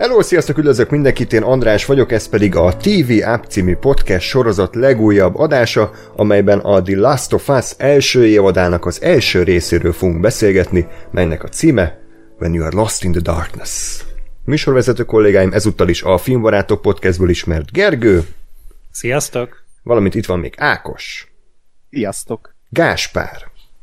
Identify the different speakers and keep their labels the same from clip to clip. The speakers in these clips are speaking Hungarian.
Speaker 1: Hello, sziasztok, üdvözlök mindenkit, én András vagyok, ez pedig a TV App című podcast sorozat legújabb adása, amelyben a The Last of Us első évadának az első részéről fogunk beszélgetni, melynek a címe When You Are Lost in the Darkness. Műsorvezető kollégáim ezúttal is a Filmbarátok podcastből ismert Gergő.
Speaker 2: Sziasztok!
Speaker 1: Valamint itt van még Ákos.
Speaker 3: Sziasztok!
Speaker 1: Gáspár.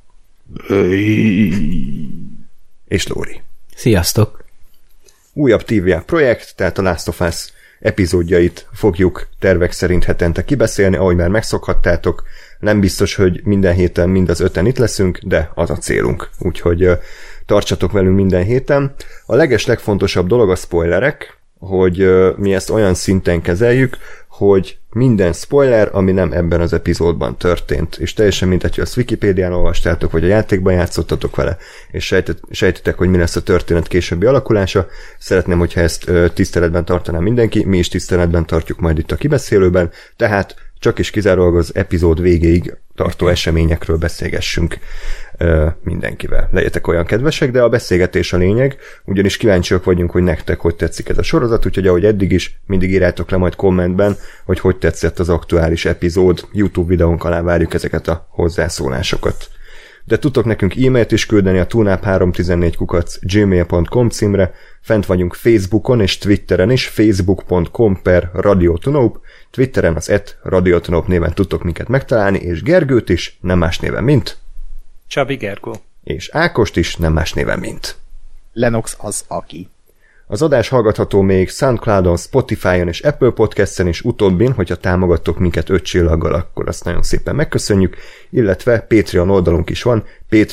Speaker 1: És Lóri.
Speaker 4: Sziasztok!
Speaker 1: Újabb TV App projekt, tehát a Last of Us epizódjait fogjuk tervek szerint hetente kibeszélni, ahogy már megszokhattátok. Nem biztos, hogy minden héten mind az 5-en itt leszünk, de az a célunk. Úgyhogy tartsatok velünk minden héten. A legfontosabb dolog a spoilerek, hogy mi ezt olyan szinten kezeljük, hogy minden spoiler, ami nem ebben az epizódban történt, és teljesen mindegy, hogy azt Wikipédián olvastátok, vagy a játékban játszottatok vele, és sejtitek, hogy mi lesz a történet későbbi alakulása. Szeretném, hogyha ezt tiszteletben tartaná mindenki, mi is tiszteletben tartjuk majd itt a kibeszélőben, tehát csak is kizárólag az epizód végéig tartó eseményekről beszélgessünk mindenkivel. Legyetek olyan kedvesek, de a beszélgetés a lényeg, ugyanis kíváncsiak vagyunk, hogy nektek hogy tetszik ez a sorozat, úgyhogy ahogy eddig is, mindig írjátok le majd kommentben, hogy tetszett az aktuális epizód. YouTube videónk alá várjuk ezeket a hozzászólásokat. De tudtok nekünk e-mailt is küldeni a tunap314@gmail.com címre, fent vagyunk Facebookon és Twitteren is, facebook.com/radiotunop, Twitteren az @radiotunop néven tudtok minket megtalálni, és Gergőt is, nem más néven mint
Speaker 2: Csabi Gergó.
Speaker 1: És Ákost is, nem más néven mint
Speaker 3: Lennox az aki.
Speaker 1: Az adás hallgatható még Soundcloudon, Spotify-on és Apple Podcast-en, és utóbbin, hogyha támogattok minket 5 csillaggal, akkor azt nagyon szépen megköszönjük, illetve Patreon oldalunk is van,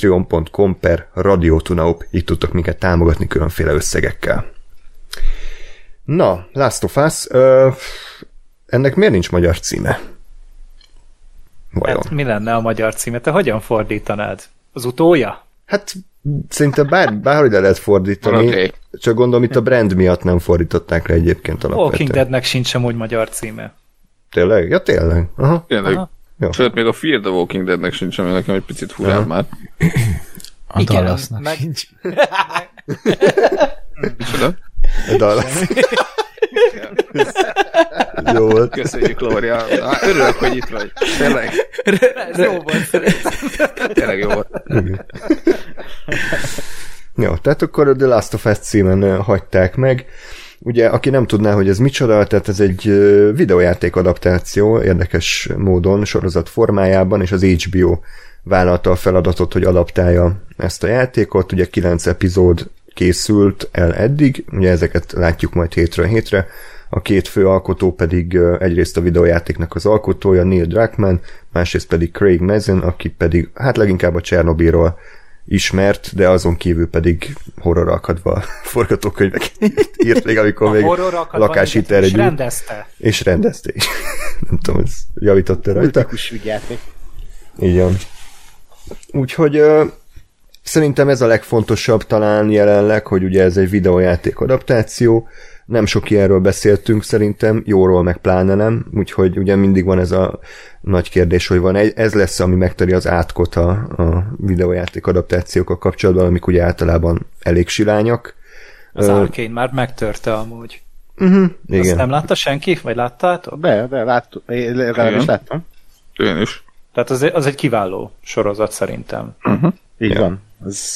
Speaker 1: patreon.com/radiotunaup, itt tudtok minket támogatni különféle összegekkel. Na, Last of Us, ennek miért nincs magyar címe? Vajon?
Speaker 2: Hát mi lenne a magyar címe? Te hogyan fordítanád? Az utója?
Speaker 1: Hát szerintem bárhogy le lehet fordítani, okay. Csak gondolom itt a brand miatt nem fordították le egyébként alapvetően.
Speaker 2: Walking Deadnek sincs amúgy magyar címe.
Speaker 1: Tényleg? Ja, tényleg. Aha.
Speaker 5: Tényleg. Sőt, még a Fear the Walking Deadnek sincs, ami nekem egy picit furán már.
Speaker 4: A Dallasnak sincs.
Speaker 5: Micsoda?
Speaker 1: A Dallas. Jó volt.
Speaker 5: Köszönjük, Lória. Örülök, hogy itt vagy. Tényleg.
Speaker 2: Ez jó volt szerintem.
Speaker 5: Tényleg jó volt.
Speaker 1: Jó, tehát akkor a The Last of Us címen hagyták meg. Ugye, aki nem tudná, hogy ez micsoda, tehát ez egy videójáték adaptáció, érdekes módon, sorozat formájában, és az HBO vállalta a feladatot, hogy adaptálja ezt a játékot. Ugye 9 epizód készült el eddig, ugye ezeket látjuk majd hétről hétre. A két fő alkotó pedig egyrészt a videójátéknak az alkotója, Neil Druckmann, másrészt pedig Craig Mazin, aki pedig hát leginkább a Csernobilról ismert, de azon kívül pedig horrorra akadva forgatókönyvek írt még, amikor még lakáshitel
Speaker 2: és rendezte.
Speaker 1: És rendezte is. Nem tudom, ez javított-e rajta.
Speaker 3: Multikus vigyáték.
Speaker 1: Így van. Úgyhogy szerintem ez a legfontosabb talán jelenleg, hogy ugye ez egy videójáték adaptáció. Nem sok ilyenről beszéltünk szerintem, jóról meg pláne nem, úgyhogy ugye mindig van ez a nagy kérdés, hogy van ez lesz, ami megteri az átkot a videójáték adaptációkkal kapcsolatban, amik ugye általában elég silányak.
Speaker 2: Az Arcane már megtörte amúgy.
Speaker 1: Igen.
Speaker 2: Azt nem látta senki? Vagy láttátok?
Speaker 3: De láttam. Én legalábbis láttam.
Speaker 5: Én is.
Speaker 2: Tehát az egy kiváló sorozat szerintem.
Speaker 3: Így van. Az...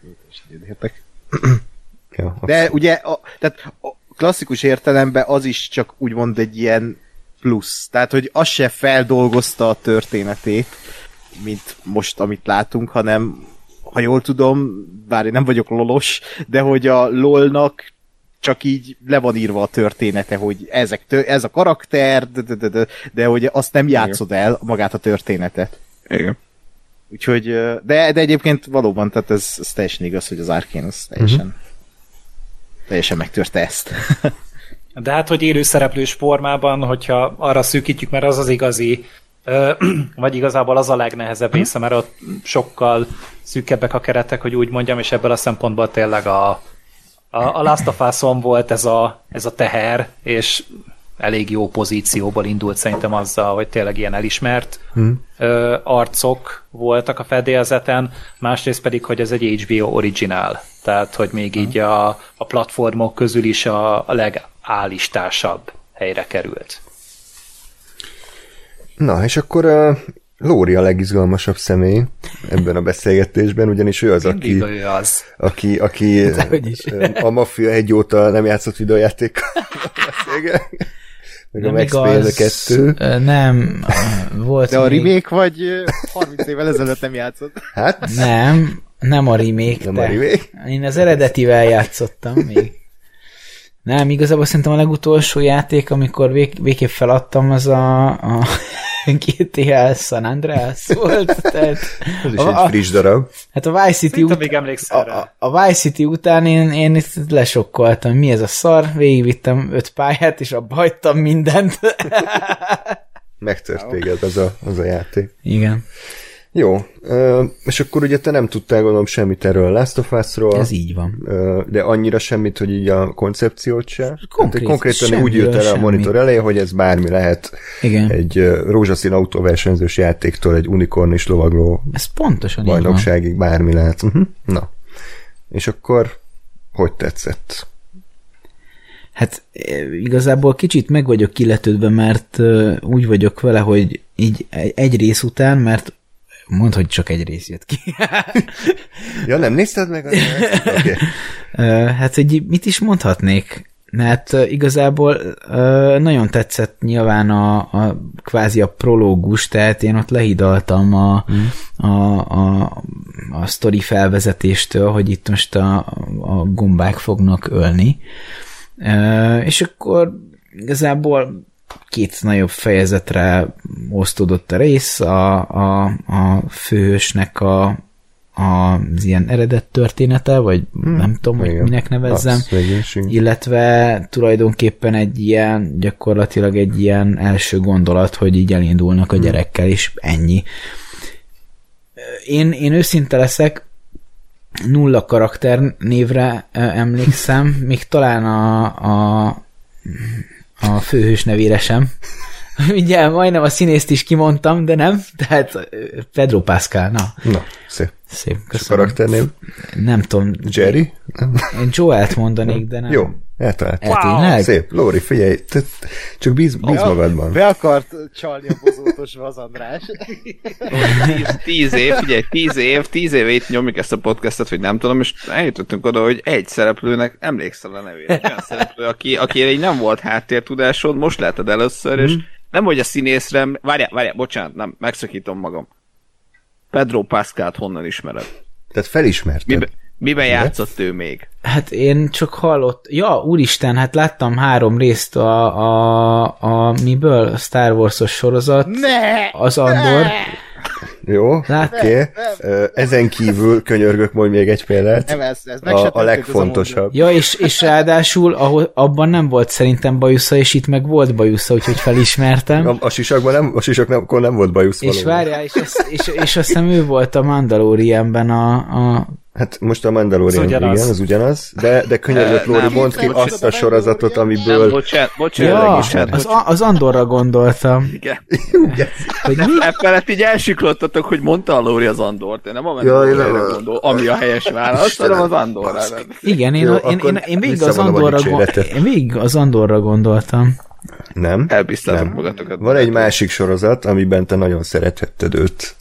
Speaker 1: Ja,
Speaker 3: de ugye, tehát klasszikus értelemben az is csak úgymond egy ilyen plusz. Tehát, hogy az se feldolgozta a történetét, mint most, amit látunk, hanem, ha jól tudom, bár én nem vagyok lolos, de hogy a LOL-nak csak így le van írva a története, hogy ez a karakter, de hogy azt nem játszod el magát a történetet.
Speaker 5: Igen.
Speaker 3: Úgyhogy, de egyébként valóban, tehát ez teljesen igaz, hogy az Arcane az teljesen megtörte ezt.
Speaker 2: De hát, hogy élőszereplős formában, hogyha arra szűkítjük, mert az az igazi, vagy igazából az a legnehezebb része, mert ott sokkal szűkebbek a keretek, hogy úgy mondjam, és ebből a szempontból tényleg a Last of Us-on volt ez a teher, és elég jó pozícióból indult szerintem azzal, hogy tényleg ilyen elismert arcok voltak a fedélzeten, másrészt pedig, hogy ez egy HBO original, tehát hogy még így a platformok közül is a legálistásabb helyre került.
Speaker 1: Na, és akkor Lóri a legizgalmasabb személy ebben a beszélgetésben, ugyanis ő az, aki a Mafia 1 óta nem játszott videójátékkal beszélget. Meg
Speaker 4: nem
Speaker 1: a Max Payne 2.
Speaker 4: Nem, volt.
Speaker 3: De a remake vagy 30 évvel ezelőtt nem játszott?
Speaker 1: Hát?
Speaker 4: Nem a remake.
Speaker 1: Nem a remake?
Speaker 4: Én az eredetivel játszottam még. Nem, igazából szerintem a legutolsó játék, amikor végképp feladtam, az a GTA San Andreas volt. Tehát
Speaker 1: ez is egy friss darab.
Speaker 4: Hát a Vice City a Vice City után én itt lesokkoltam. Mi ez a szar? Végigvittem 5 pályát, és abba hagytam mindent.
Speaker 1: Megtört téged az a játék.
Speaker 4: Igen.
Speaker 1: Jó, és akkor ugye te nem tudtál gondolom semmit erről a Last of Us-ról.
Speaker 4: Ez így van.
Speaker 1: De annyira semmit, hogy így a koncepciót se.
Speaker 4: Konkrétan
Speaker 1: úgy jött el a monitor elé, hogy ez bármi lehet.
Speaker 4: Igen.
Speaker 1: Egy rózsaszín autóversenyzős játéktól egy unikorn és lovagló
Speaker 4: ez pontosan
Speaker 1: bajnokságig bármi lehet. Na, és akkor hogy tetszett?
Speaker 4: Hát igazából kicsit meg vagyok illetődve, mert úgy vagyok vele, hogy így egy rész után, mert mondd, hogy csak egy rész jött ki.
Speaker 1: Ja, nem nézted meg? Okay.
Speaker 4: Hát, hogy mit is mondhatnék? Mert igazából nagyon tetszett nyilván a kvázi a prológus, tehát én ott lehidaltam a sztori felvezetéstől, hogy itt most a gombák fognak ölni. És akkor igazából 2 nagyobb fejezetre osztódott a rész, a főhősnek az ilyen eredet története, vagy nem tudom, hogy minek nevezzem, illetve tulajdonképpen gyakorlatilag egy ilyen első gondolat, hogy így elindulnak a gyerekkel, és ennyi. Én őszinte leszek, 0 karakter névre emlékszem, még talán a főhős nevére sem. Ugye majdnem a színészt is kimondtam, de nem. Tehát Pedro Pascal, na.
Speaker 1: Na, szép.
Speaker 4: Szép,
Speaker 1: köszönöm. És a karakternév?
Speaker 4: Nem tudom.
Speaker 1: Jerry?
Speaker 4: Én Joelt mondanék, de nem.
Speaker 1: Jó, eltalált.
Speaker 4: Wow.
Speaker 1: Szép. Lóri, figyelj, csak bíz magadban.
Speaker 3: Be akart csalni a bozótos Vaz András.
Speaker 5: 10 év, figyelj, 10 éve itt nyomjuk ezt a podcastot, hogy nem tudom, és eljutottunk oda, hogy egy szereplőnek emlékszel a nevére. Olyan szereplő, akire így nem volt háttértudásod, most látod először, és nem, hogy a színészre... Várjál, bocsánat, nem, megszakítom magam. Pedro Pascalt honnan ismered?
Speaker 1: Tehát felismerted.
Speaker 5: Miben játszott ő még?
Speaker 4: Hát én csak hallott... Ja, úristen, hát láttam 3 részt a miből? A Star Wars-os sorozat. Az Andor.
Speaker 1: Jó, oké. Ezen kívül könyörgök majd még egy példát. A legfontosabb.
Speaker 4: Ja, és ráadásul abban nem volt szerintem bajusza, és itt meg volt bajusza, úgyhogy felismertem.
Speaker 1: A sisakban nem volt bajusz.
Speaker 4: És várjál, és azt hiszem ő volt a Mandalorianben
Speaker 1: Hát most a Mandalorian, igen, az ugyanaz, de könyörgött Lóri, mondd ki azt a sorozatot, amiből...
Speaker 5: Bocsánat.
Speaker 4: Az Andorra gondoltam.
Speaker 5: Igen.
Speaker 4: Hogy mi?
Speaker 5: Efelett így elsiklottatok, hogy mondta a Lóri az Andort. Én nem a Mandalorianra gondol, ami a helyes válasz, hanem az Andorra.
Speaker 4: Igen, én végig az Andorra gondoltam.
Speaker 1: Nem.
Speaker 5: Elbíztátok magatokat.
Speaker 1: Van egy másik sorozat, amiben te nagyon szerethetted őt.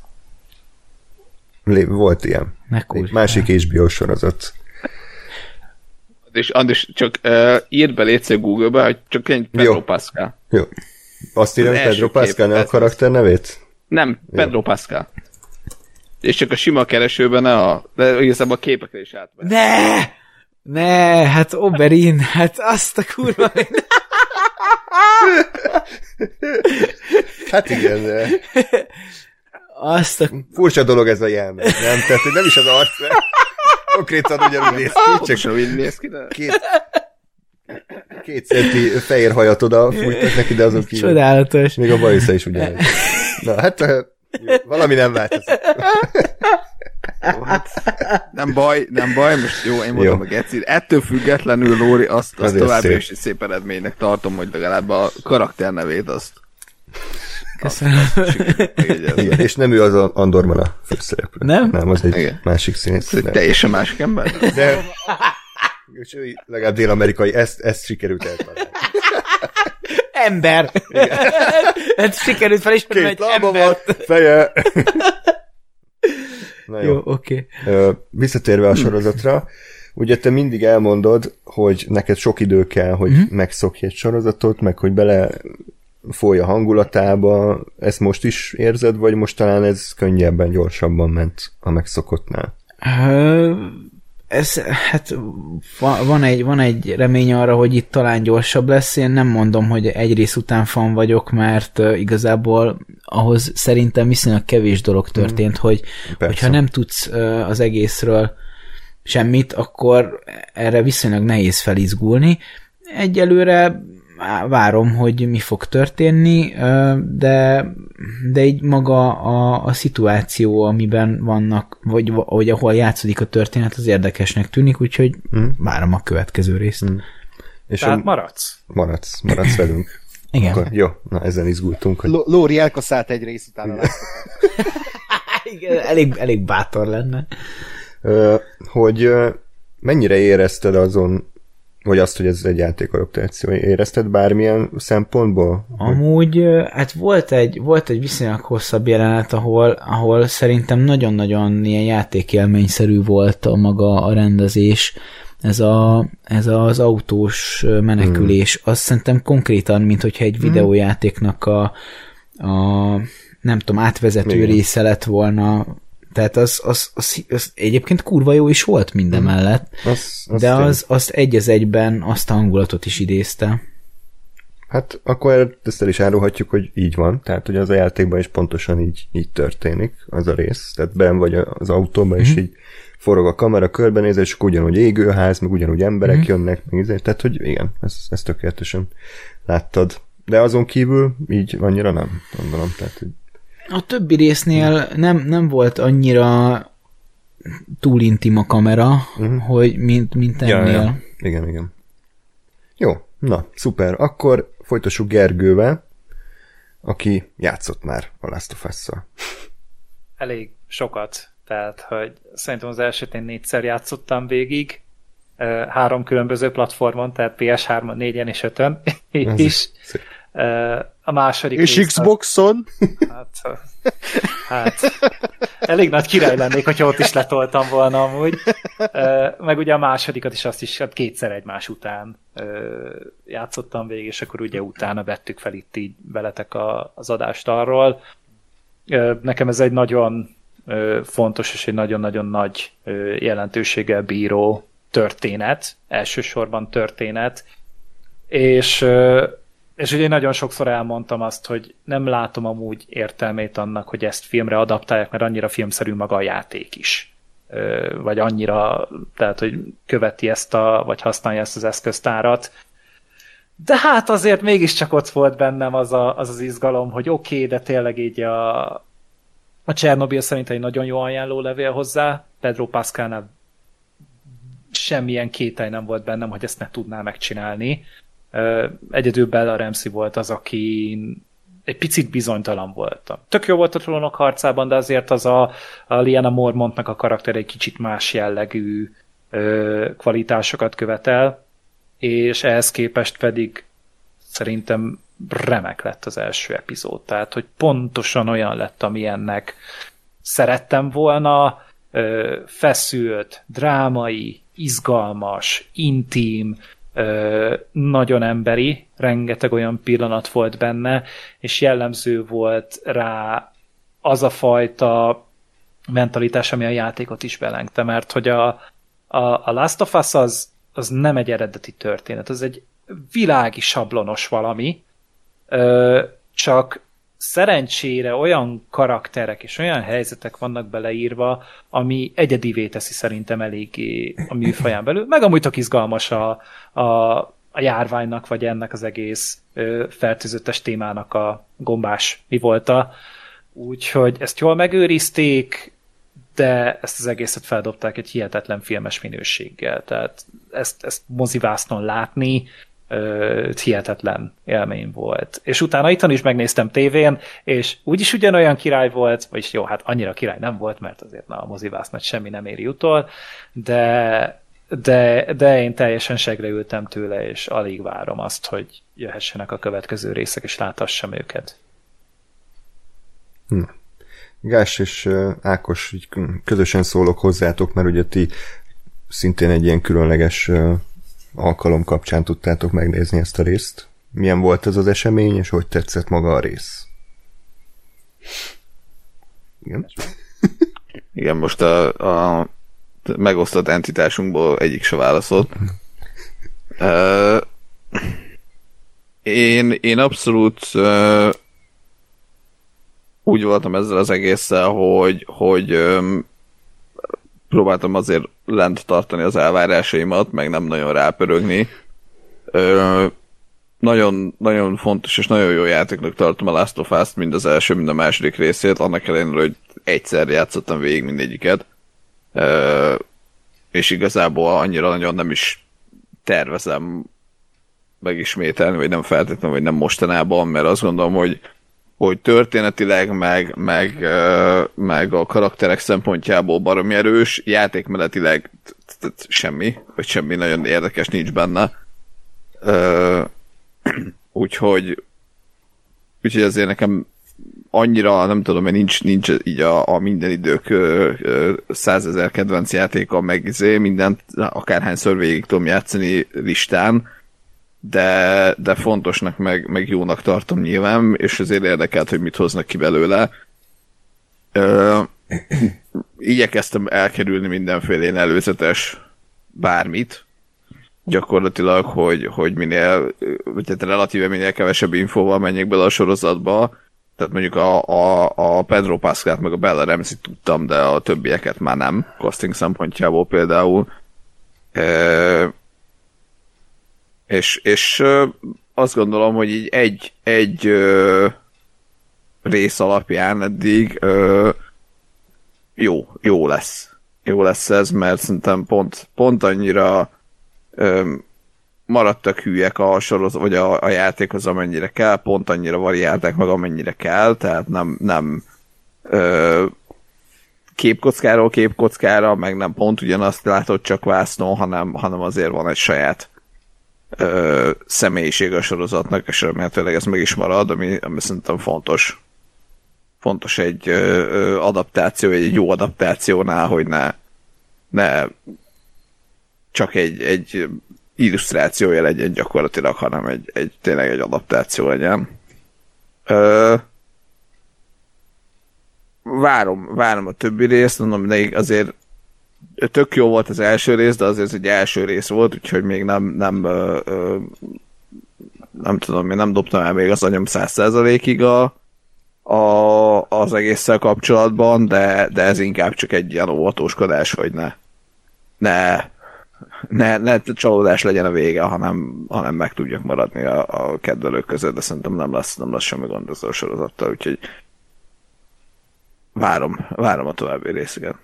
Speaker 1: Volt ilyen. Másik HBO sorozat.
Speaker 5: És Andris, csak írd be létszik Google-be, hogy csak egy Pedro Pascal.
Speaker 1: Jó. Azt írja, hogy Pedro Pascal, nem a karakter nevét?
Speaker 5: Nem, Pedro Pascal. És csak a sima keresőben de igazából a képekre is átmegy.
Speaker 4: Ne, hát Oberyn, hát azt a kurva...
Speaker 1: Hát igen, de...
Speaker 4: Furcsa
Speaker 1: dolog ez a jelmez, nem? Tehát nem is az arc, mert konkrétan ugyanúgy néz ki, csak
Speaker 5: úgy néz ki, de...
Speaker 1: 2 centi fehér hajat oda fújtak neki, de azon kívül.
Speaker 4: Csodálatos.
Speaker 1: Még a bajusza is ugyanaz. Na, hát valami nem változik.
Speaker 5: Jó, hát nem baj, most jó, én mondom a geci. Ettől függetlenül, Lóri, azt továbbra is szép eredménynek tartom, hogy legalább a karakternevét azt.
Speaker 4: Köszönöm.
Speaker 1: Igen, és nem ő az Andorman a főszereplő. Nem, az egy
Speaker 5: igen.
Speaker 1: másik színész.
Speaker 5: Ez egy teljesen másik ember.
Speaker 1: De és ő legalább dél-amerikai, ezt sikerült eltalálni.
Speaker 4: Ember! Ez sikerült felismerni, egy ember.
Speaker 1: Feje! Na
Speaker 4: jó, oké.
Speaker 1: Visszatérve a sorozatra, ugye te mindig elmondod, hogy neked sok idő kell, hogy megszokj egy sorozatot, meg hogy bele folyj a hangulatába. Ezt most is érzed, vagy most talán ez könnyebben, gyorsabban ment a megszokottnál?
Speaker 4: Hát van egy remény arra, hogy itt talán gyorsabb lesz. Én nem mondom, hogy egy rész után fan vagyok, mert igazából ahhoz szerintem viszonylag kevés dolog történt, hogyha nem tudsz az egészről semmit, akkor erre viszonylag nehéz felizgulni. Egyelőre várom, hogy mi fog történni, de így maga a szituáció, amiben vannak, vagy ahol játszódik a történet, az érdekesnek tűnik, úgyhogy várom a következő részt.
Speaker 1: És
Speaker 2: tehát maradsz?
Speaker 1: Maradsz velünk.
Speaker 4: Igen.
Speaker 1: Akkor, jó, na ezen izgultunk. Hogy...
Speaker 3: Lóri elkaszált egy rész után a
Speaker 4: elég bátor lenne.
Speaker 1: Hogy mennyire érezted azon, vagy azt, hogy ez egy játékadaptáció, érezted bármilyen szempontból?
Speaker 4: Amúgy, hát volt egy viszonylag hosszabb jelenet, ahol szerintem nagyon-nagyon ilyen játékélményszerű volt a maga a rendezés. Ez az autós menekülés. Azt szerintem konkrétan, mint hogyha egy videójátéknek a nem tudom, átvezető része lett volna. Tehát az egyébként kurva jó is volt minden mellett, de azt egy az egyben azt a hangulatot is idézte.
Speaker 1: Hát akkor ezt el is árulhatjuk, hogy így van, tehát hogy az a játékban is pontosan így történik az a rész, tehát benn vagy az autóban, és így forog a kamera, körbenéz, és ugyanúgy égőház, meg ugyanúgy emberek jönnek, meg tehát hogy igen, ezt tökéletesen láttad. De azon kívül így annyira nem, gondolom, tehát hogy
Speaker 4: a többi résznél nem volt annyira túl intim a kamera, hogy mint ennél. Ja.
Speaker 1: Igen. Jó, na, szuper. Akkor folytassuk Gergővel, aki játszott már a Last of Us-szal.
Speaker 2: Elég sokat. Tehát, hogy szerintem az elsőt én 4-szer játszottam végig, 3 különböző platformon, tehát PS3-on, 4-en és 5-ön is. A második
Speaker 3: és Xboxon?
Speaker 2: Hát elég nagy király lennék, hogyha ott is letoltam volna amúgy. Meg ugye a másodikat is azt is 2-szer egymás után játszottam végig, és akkor ugye utána vettük fel itt így veletek az adást arról. Nekem ez egy nagyon fontos és egy nagyon-nagyon nagy jelentőséggel bíró történet, elsősorban történet, és ugye nagyon sokszor elmondtam azt, hogy nem látom amúgy értelmét annak, hogy ezt filmre adaptálják, mert annyira filmszerű maga a játék is. Vagy annyira, tehát, hogy követi vagy használja ezt az eszköztárat. De hát azért mégiscsak ott volt bennem az izgalom, hogy oké, de tényleg így a Csernobyl szerint egy nagyon jó ajánlólevél hozzá, Pedro Pascalnál semmilyen kételj nem volt bennem, hogy ezt ne tudná megcsinálni. Egyedül Bella Ramsey volt az, aki egy picit bizonytalan volt. Tök jó volt a Trónok harcában, de azért az a Lyanna Mormontnak a karakter egy kicsit más jellegű kvalitásokat követel, és ehhez képest pedig szerintem remek lett az első epizód. Tehát, hogy pontosan olyan lett, amilyennek szerettem volna, feszült, drámai, izgalmas, intim, nagyon emberi, rengeteg olyan pillanat volt benne, és jellemző volt rá az a fajta mentalitás, ami a játékot is belengte, mert hogy a Last of Us az nem egy eredeti történet, az egy világi sablonos valami, csak szerencsére olyan karakterek és olyan helyzetek vannak beleírva, ami egyedivé teszi szerintem eléggé a műfaján belül, meg amúgy tök izgalmas a járványnak, vagy ennek az egész fertőzöttes témának a gombás mi volta. Úgyhogy ezt jól megőrizték, de ezt az egészet feldobták egy hihetetlen filmes minőséggel, tehát ezt mozivásznon látni hihetetlen élmény volt. És utána itthon is megnéztem tévén, és úgyis ugyanolyan király volt, vagyis jó, hát annyira király nem volt, mert azért a mozivásznat semmi nem éri utol, de én teljesen segre ültem tőle, és alig várom azt, hogy jöhessenek a következő részek, és láthassam őket.
Speaker 1: Gás és Ákos, így közösen szólok hozzátok, mert ugye ti szintén egy ilyen különleges alkalom kapcsán tudtátok megnézni ezt a részt. Milyen volt ez az esemény, és hogy tetszett maga a rész? Igen?
Speaker 5: Igen, most a megosztott entitásunkból egyik se válaszolt. Én abszolút úgy voltam ezzel az egésszel, hogy próbáltam azért lent tartani az elvárásaimat, meg nem nagyon rápörögni. Nagyon, nagyon fontos és nagyon jó játéknak tartom a Last of Us-t, mind az első, mind a második részét, annak ellenére, hogy egyszer játszottam végig mindegyiket. És igazából annyira nagyon nem is tervezem megismételni, vagy nem feltétlenül, vagy nem mostanában, mert azt gondolom, hogy történetileg, meg a karakterek szempontjából baromi erős, játékmenetileg semmi, vagy semmi nagyon érdekes nincs benne. Úgyhogy azért nekem annyira, nem tudom, mert nincs így a minden idők 100 000 kedvenc játéka, meg mindent akárhányszor végig tudom játszani listán, de fontosnak, meg jónak tartom nyilván, és azért érdekelt, hogy mit hoznak ki belőle. Igyekeztem elkerülni mindenféle előzetes bármit, gyakorlatilag, hogy minél, vagy relatíve minél kevesebb infóval menjek bele a sorozatba. Tehát mondjuk a Pedro Pascalt meg a Bella Ramsey tudtam, de a többieket már nem, casting szempontjából például. És azt gondolom, hogy így egy rész alapján eddig jó lesz. Jó lesz ez, mert szerintem pont annyira maradtak hülyek a sorozat, vagy a játékhoz, amennyire kell, pont annyira variálták meg, amennyire kell, tehát nem képkockáról képkockára, meg nem pont ugyanazt látod csak vásznon, hanem azért van egy saját személyiség a sorozatnak, és remélhetőleg ez meg is marad, ami szerintem fontos. Fontos egy adaptáció, egy jó adaptációnál, hogy ne csak egy illusztrációja legyen gyakorlatilag, hanem tényleg egy adaptáció legyen. Várom a többi részt, mondom, de azért tök jó volt az első rész, de azért egy első rész volt, úgyhogy még nem tudom, én nem dobtam el még az agyam 100%-ig az egésszel kapcsolatban, de ez inkább csak egy ilyen óvatóskodás, hogy ne csalódás legyen a vége, hanem meg tudjak maradni a kedvelők között, de szerintem nem lesz semmi gond ezzel a sorozattal, úgyhogy várom a további részeket.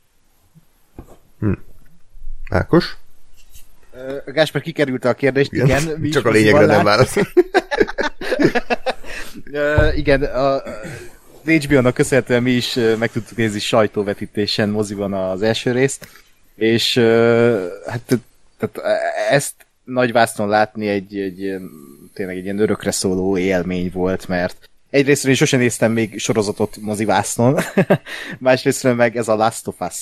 Speaker 1: Ákos?
Speaker 3: Gáspár kikerülte a kérdést, igen.
Speaker 1: Csak a lényegre nem válasz.
Speaker 3: Igen, a HBO-nak köszönhetően mi is meg tudtuk nézni sajtóvetítésen moziban az első részt, és hát tehát ezt nagyvásznon látni tényleg egy ilyen örökre szóló élmény volt, mert egyrésztről én sosem néztem még sorozatot mozivásznon, másrésztről meg ez a Last of Us,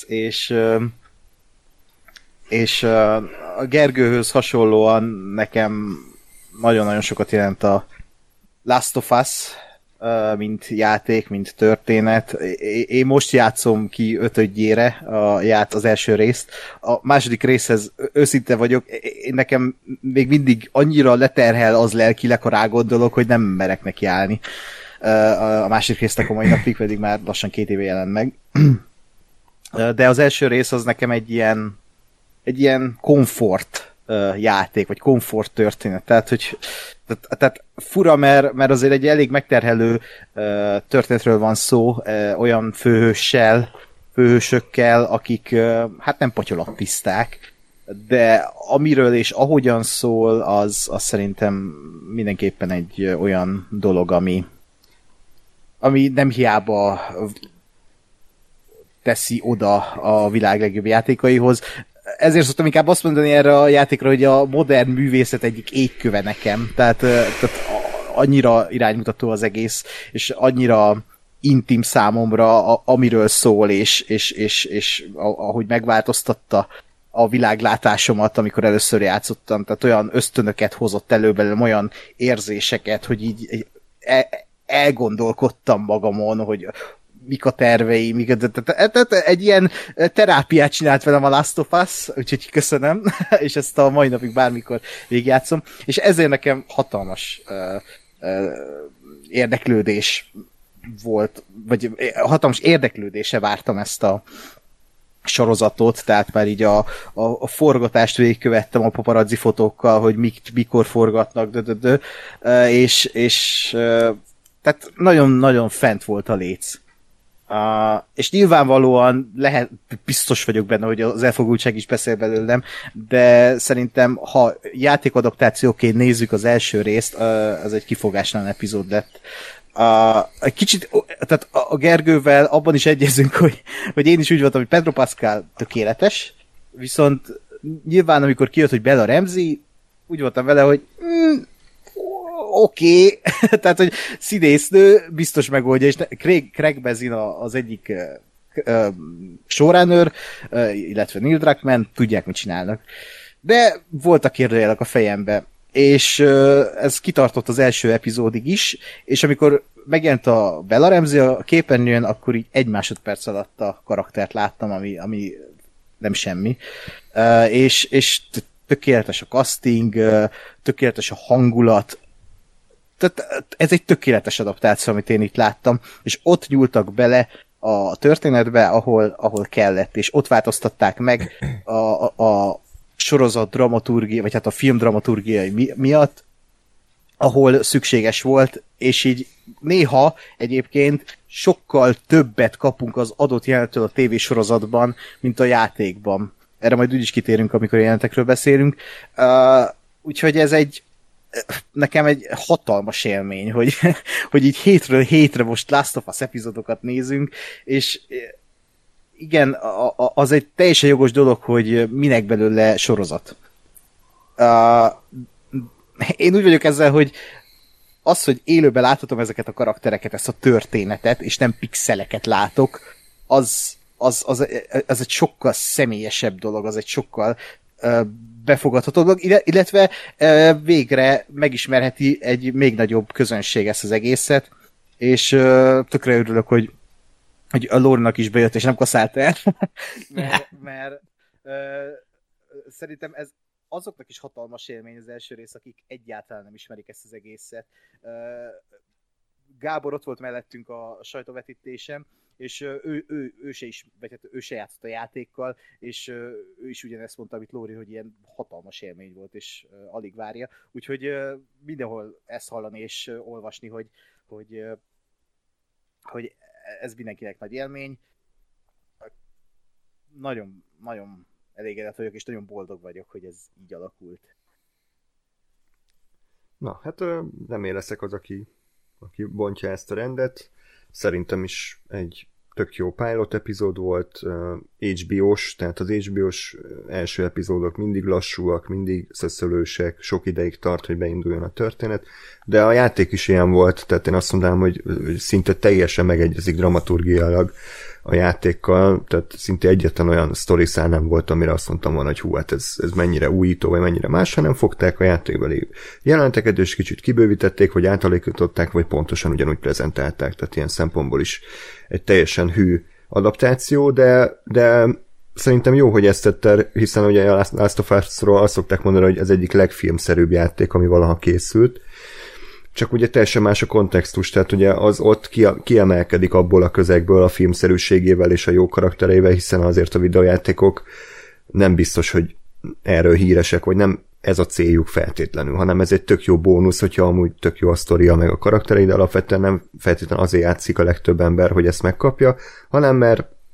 Speaker 3: és a Gergőhöz hasonlóan nekem nagyon-nagyon sokat jelent a Last of Us, mint játék, mint történet. Én most játszom ki 5-ödjére az első részt. A második részhez őszinte vagyok, nekem még mindig annyira leterhel az lelkileg, ha rágondolok, hogy nem merek neki állni. A másik résznek a mai napig pedig már lassan 2 éve jelent meg. De az első rész az nekem egy ilyen komfort játék, vagy komfort történet. Tehát fura, mert azért egy elég megterhelő történetről van szó, olyan főhőssel, főhősökkel, akik hát nem patyolattiszták, de amiről és ahogyan szól, az szerintem mindenképpen egy olyan dolog, ami nem hiába teszi oda a világ legjobb játékaihoz. Ezért szoktam inkább azt mondani erre a játékra, hogy a modern művészet egyik égköve nekem. Tehát annyira iránymutató az egész, és annyira intim számomra, amiről szól, és ahogy megváltoztatta a világlátásomat, amikor először játszottam, tehát olyan ösztönöket hozott elő belőlem, olyan érzéseket, hogy így elgondolkodtam magamon, hogy mik a tervei, tehát egy ilyen terápiát csinált velem a Last of Us, úgyhogy köszönöm, és ezt a mai napig bármikor végigjátszom, és ezért nekem hatalmas érdeklődés volt, vagy hatalmas érdeklődése vártam ezt a sorozatot, tehát már így a forgatást végigkövettem a paparazzi fotókkal, hogy mikor forgatnak, és tehát nagyon-nagyon fent volt a léc. És nyilvánvalóan biztos vagyok benne, hogy az elfogultság is beszél belőlem, de szerintem, ha játékadaptációként nézzük az első részt, az egy kifogástalan epizód lett. Egy kicsit, tehát a Gergővel abban is egyezünk, hogy én is úgy voltam, hogy Pedro Pascal tökéletes, viszont nyilván amikor kijött, hogy Bella Ramsey, úgy voltam vele, hogy oké. Tehát, hogy színésznő biztos megoldja, és Craig Mazin az egyik showrunner, illetve Neil Druckmann, tudják, mit csinálnak. De voltak kérdőjelek a fejembe, és ez kitartott az első epizódig is, és amikor megjelent a Bella Ramsey a képernyőn, akkor így 1 másodperc alatt a karaktert láttam, ami nem semmi. És tökéletes a casting, tökéletes a hangulat, tehát ez egy tökéletes adaptáció, amit én itt láttam, és ott nyúltak bele a történetbe, ahol kellett, és ott változtatták meg a sorozat dramaturgia, vagy hát a film dramaturgiai miatt, ahol szükséges volt, és így néha egyébként sokkal többet kapunk az adott jelenetől a tévésorozatban, mint a játékban. Erre majd úgyis kitérünk, amikor jelentekről beszélünk. Úgyhogy ez nekem egy hatalmas élmény, hogy így hétről hétre most Last of Us epizódokat nézünk, és igen, az egy teljesen jogos dolog, hogy minek belőle sorozat. Én úgy vagyok ezzel, hogy az, hogy élőben láthatom ezeket a karaktereket, ezt a történetet, és nem pixeleket látok, az egy sokkal személyesebb dolog, az egy sokkal befogadható dolog, illetve végre megismerheti egy még nagyobb közönség ezt az egészet, és tökre örülök, hogy a Lórinak is bejött, és nem kaszált el, mert szerintem ez azoknak is hatalmas élmény az első rész, akik egyáltalán nem ismerik ezt az egészet. Gábor ott volt mellettünk a sajtóvetítésem, és ő se játszott a játékkal, és ő is ugyanezt mondta, amit Lóri, hogy ilyen hatalmas élmény volt, és alig várja. Úgyhogy mindenhol ezt hallani és olvasni, hogy ez mindenkinek nagy élmény. Nagyon, nagyon elégedett vagyok, és nagyon boldog vagyok, hogy ez így alakult.
Speaker 1: Na, hát nem én leszek az, aki bontja ezt a rendet. Szerintem is egy tök jó pilot epizód volt, HBO-s, tehát az HBO-s első epizódok mindig lassúak, mindig szöszölősek, sok ideig tart, hogy beinduljon a történet, de a játék is ilyen volt, tehát én azt mondanám, hogy szinte teljesen megegyezik dramaturgiailag a játékkal, tehát szinte egyetlen olyan sztoriszál nem volt, amire azt mondtam volna, hogy hú, hát ez mennyire újító, vagy mennyire más, hanem fogták a játékbeli jelenteket, és kicsit kibővítették, vagy átalakították, vagy pontosan ugyanúgy prezentálták, tehát ilyen szempontból is egy teljesen hű adaptáció, de szerintem jó, hogy ezt tette, hiszen ugye a Last of Us-ról azt szokták mondani, hogy ez egyik legfilmszerűbb játék, ami valaha készült, csak ugye teljesen más a kontextus, tehát ugye az ott kiemelkedik abból a közegből a filmszerűségével és a jó karaktereivel, hiszen azért a videójátékok nem biztos, hogy erről híresek, vagy nem ez a céljuk feltétlenül, hanem ez egy tök jó bónusz, hogyha amúgy tök jó a sztoria meg a karakterei, de alapvetően nem feltétlenül azért játszik a legtöbb ember, hogy ezt megkapja, hanem mert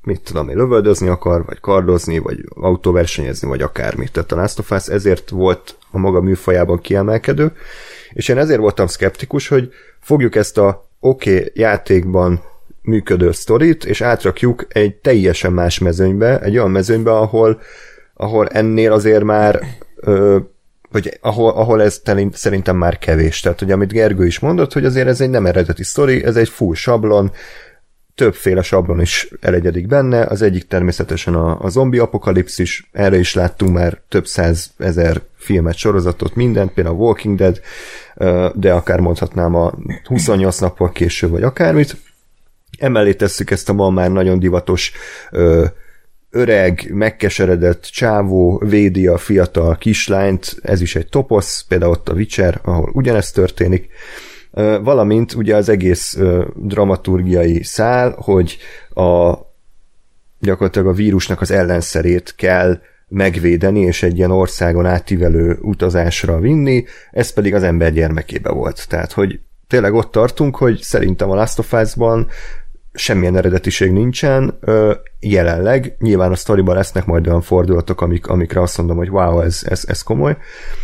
Speaker 1: mit tudom én, lövöldözni akar, vagy kardozni, vagy autóversenyezni, vagy akármit. Tehát a Last of Us ezért volt a maga műfajában kiemelkedő, és én ezért voltam szkeptikus, hogy fogjuk ezt a játékban működő sztorit, és átrakjuk egy teljesen más mezőnybe, egy olyan mezőnybe, ahol ennél azért már vagy ahol ez szerintem már kevés. Tehát, hogy amit Gergő is mondott, hogy azért ez egy nem eredeti sztori, ez egy full sablon, többféle sablon is elegyedik benne, az egyik természetesen a zombi apokalipszis, erre is láttunk már több 100 000 filmet, sorozatot, mindent, például a Walking Dead, de akár mondhatnám a 28 nappal később, vagy akármit. Emellé tesszük ezt a ma már nagyon divatos öreg, megkeseredett csávó védi a fiatal kislányt, ez is egy toposz, például ott a Witcher, ahol ugyanezt történik, valamint ugye az egész dramaturgiai szál, hogy gyakorlatilag a vírusnak az ellenszerét kell megvédeni, és egy ilyen országon átívelő utazásra vinni, ez pedig az ember gyermekébe volt. Tehát, hogy tényleg ott tartunk, hogy szerintem a Last of Us-ban semmilyen eredetiség nincsen, jelenleg, nyilván a sztoriban lesznek majd olyan fordulatok, amikre azt mondom, hogy wow, ez komoly,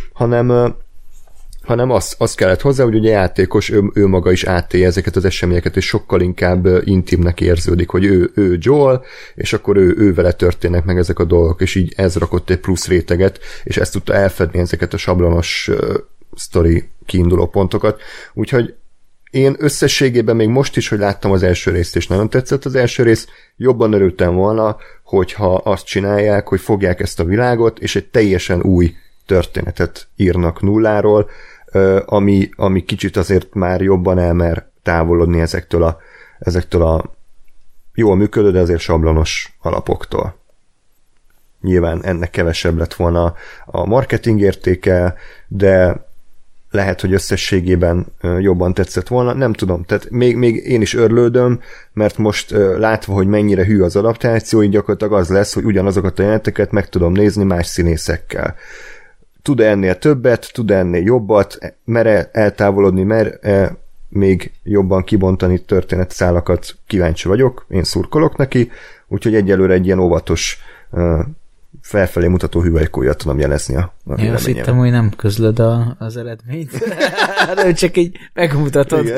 Speaker 1: hanem az kellett hozzá, hogy ugye játékos, ő maga is átélje ezeket az eseményeket, és sokkal inkább intimnek érződik, hogy ő Joel, és akkor ő vele történnek meg ezek a dolgok, és így ez rakott egy plusz réteget, és ezt tudta elfedni ezeket a sablonos sztori kiinduló pontokat. Úgyhogy én összességében még most is, hogy láttam az első részt, és nagyon tetszett az első rész, jobban örültem volna, hogyha azt csinálják, hogy fogják ezt a világot, és egy teljesen új történetet írnak nulláról, ami kicsit azért már jobban elmer távolodni ezektől a jól működő, de azért sablonos alapoktól. Nyilván ennek kevesebb lett volna a marketing értéke, de lehet, hogy összességében jobban tetszett volna, nem tudom, tehát még én is örlődöm, mert most látva, hogy mennyire hű az adaptáció, így gyakorlatilag az lesz, hogy ugyanazokat a jeleneteket meg tudom nézni más színészekkel. Tud-e ennél többet, tud-e ennél jobbat, mer-e eltávolodni, mer-e még jobban kibontani történetszálakat, kíváncsi vagyok, én szurkolok neki, úgyhogy egyelőre egy ilyen óvatos felfelé mutató hüvelykújjat tudom jelezni a
Speaker 4: Én azt hittem, hogy nem közlöd az eredményt, hanem csak így megmutatod.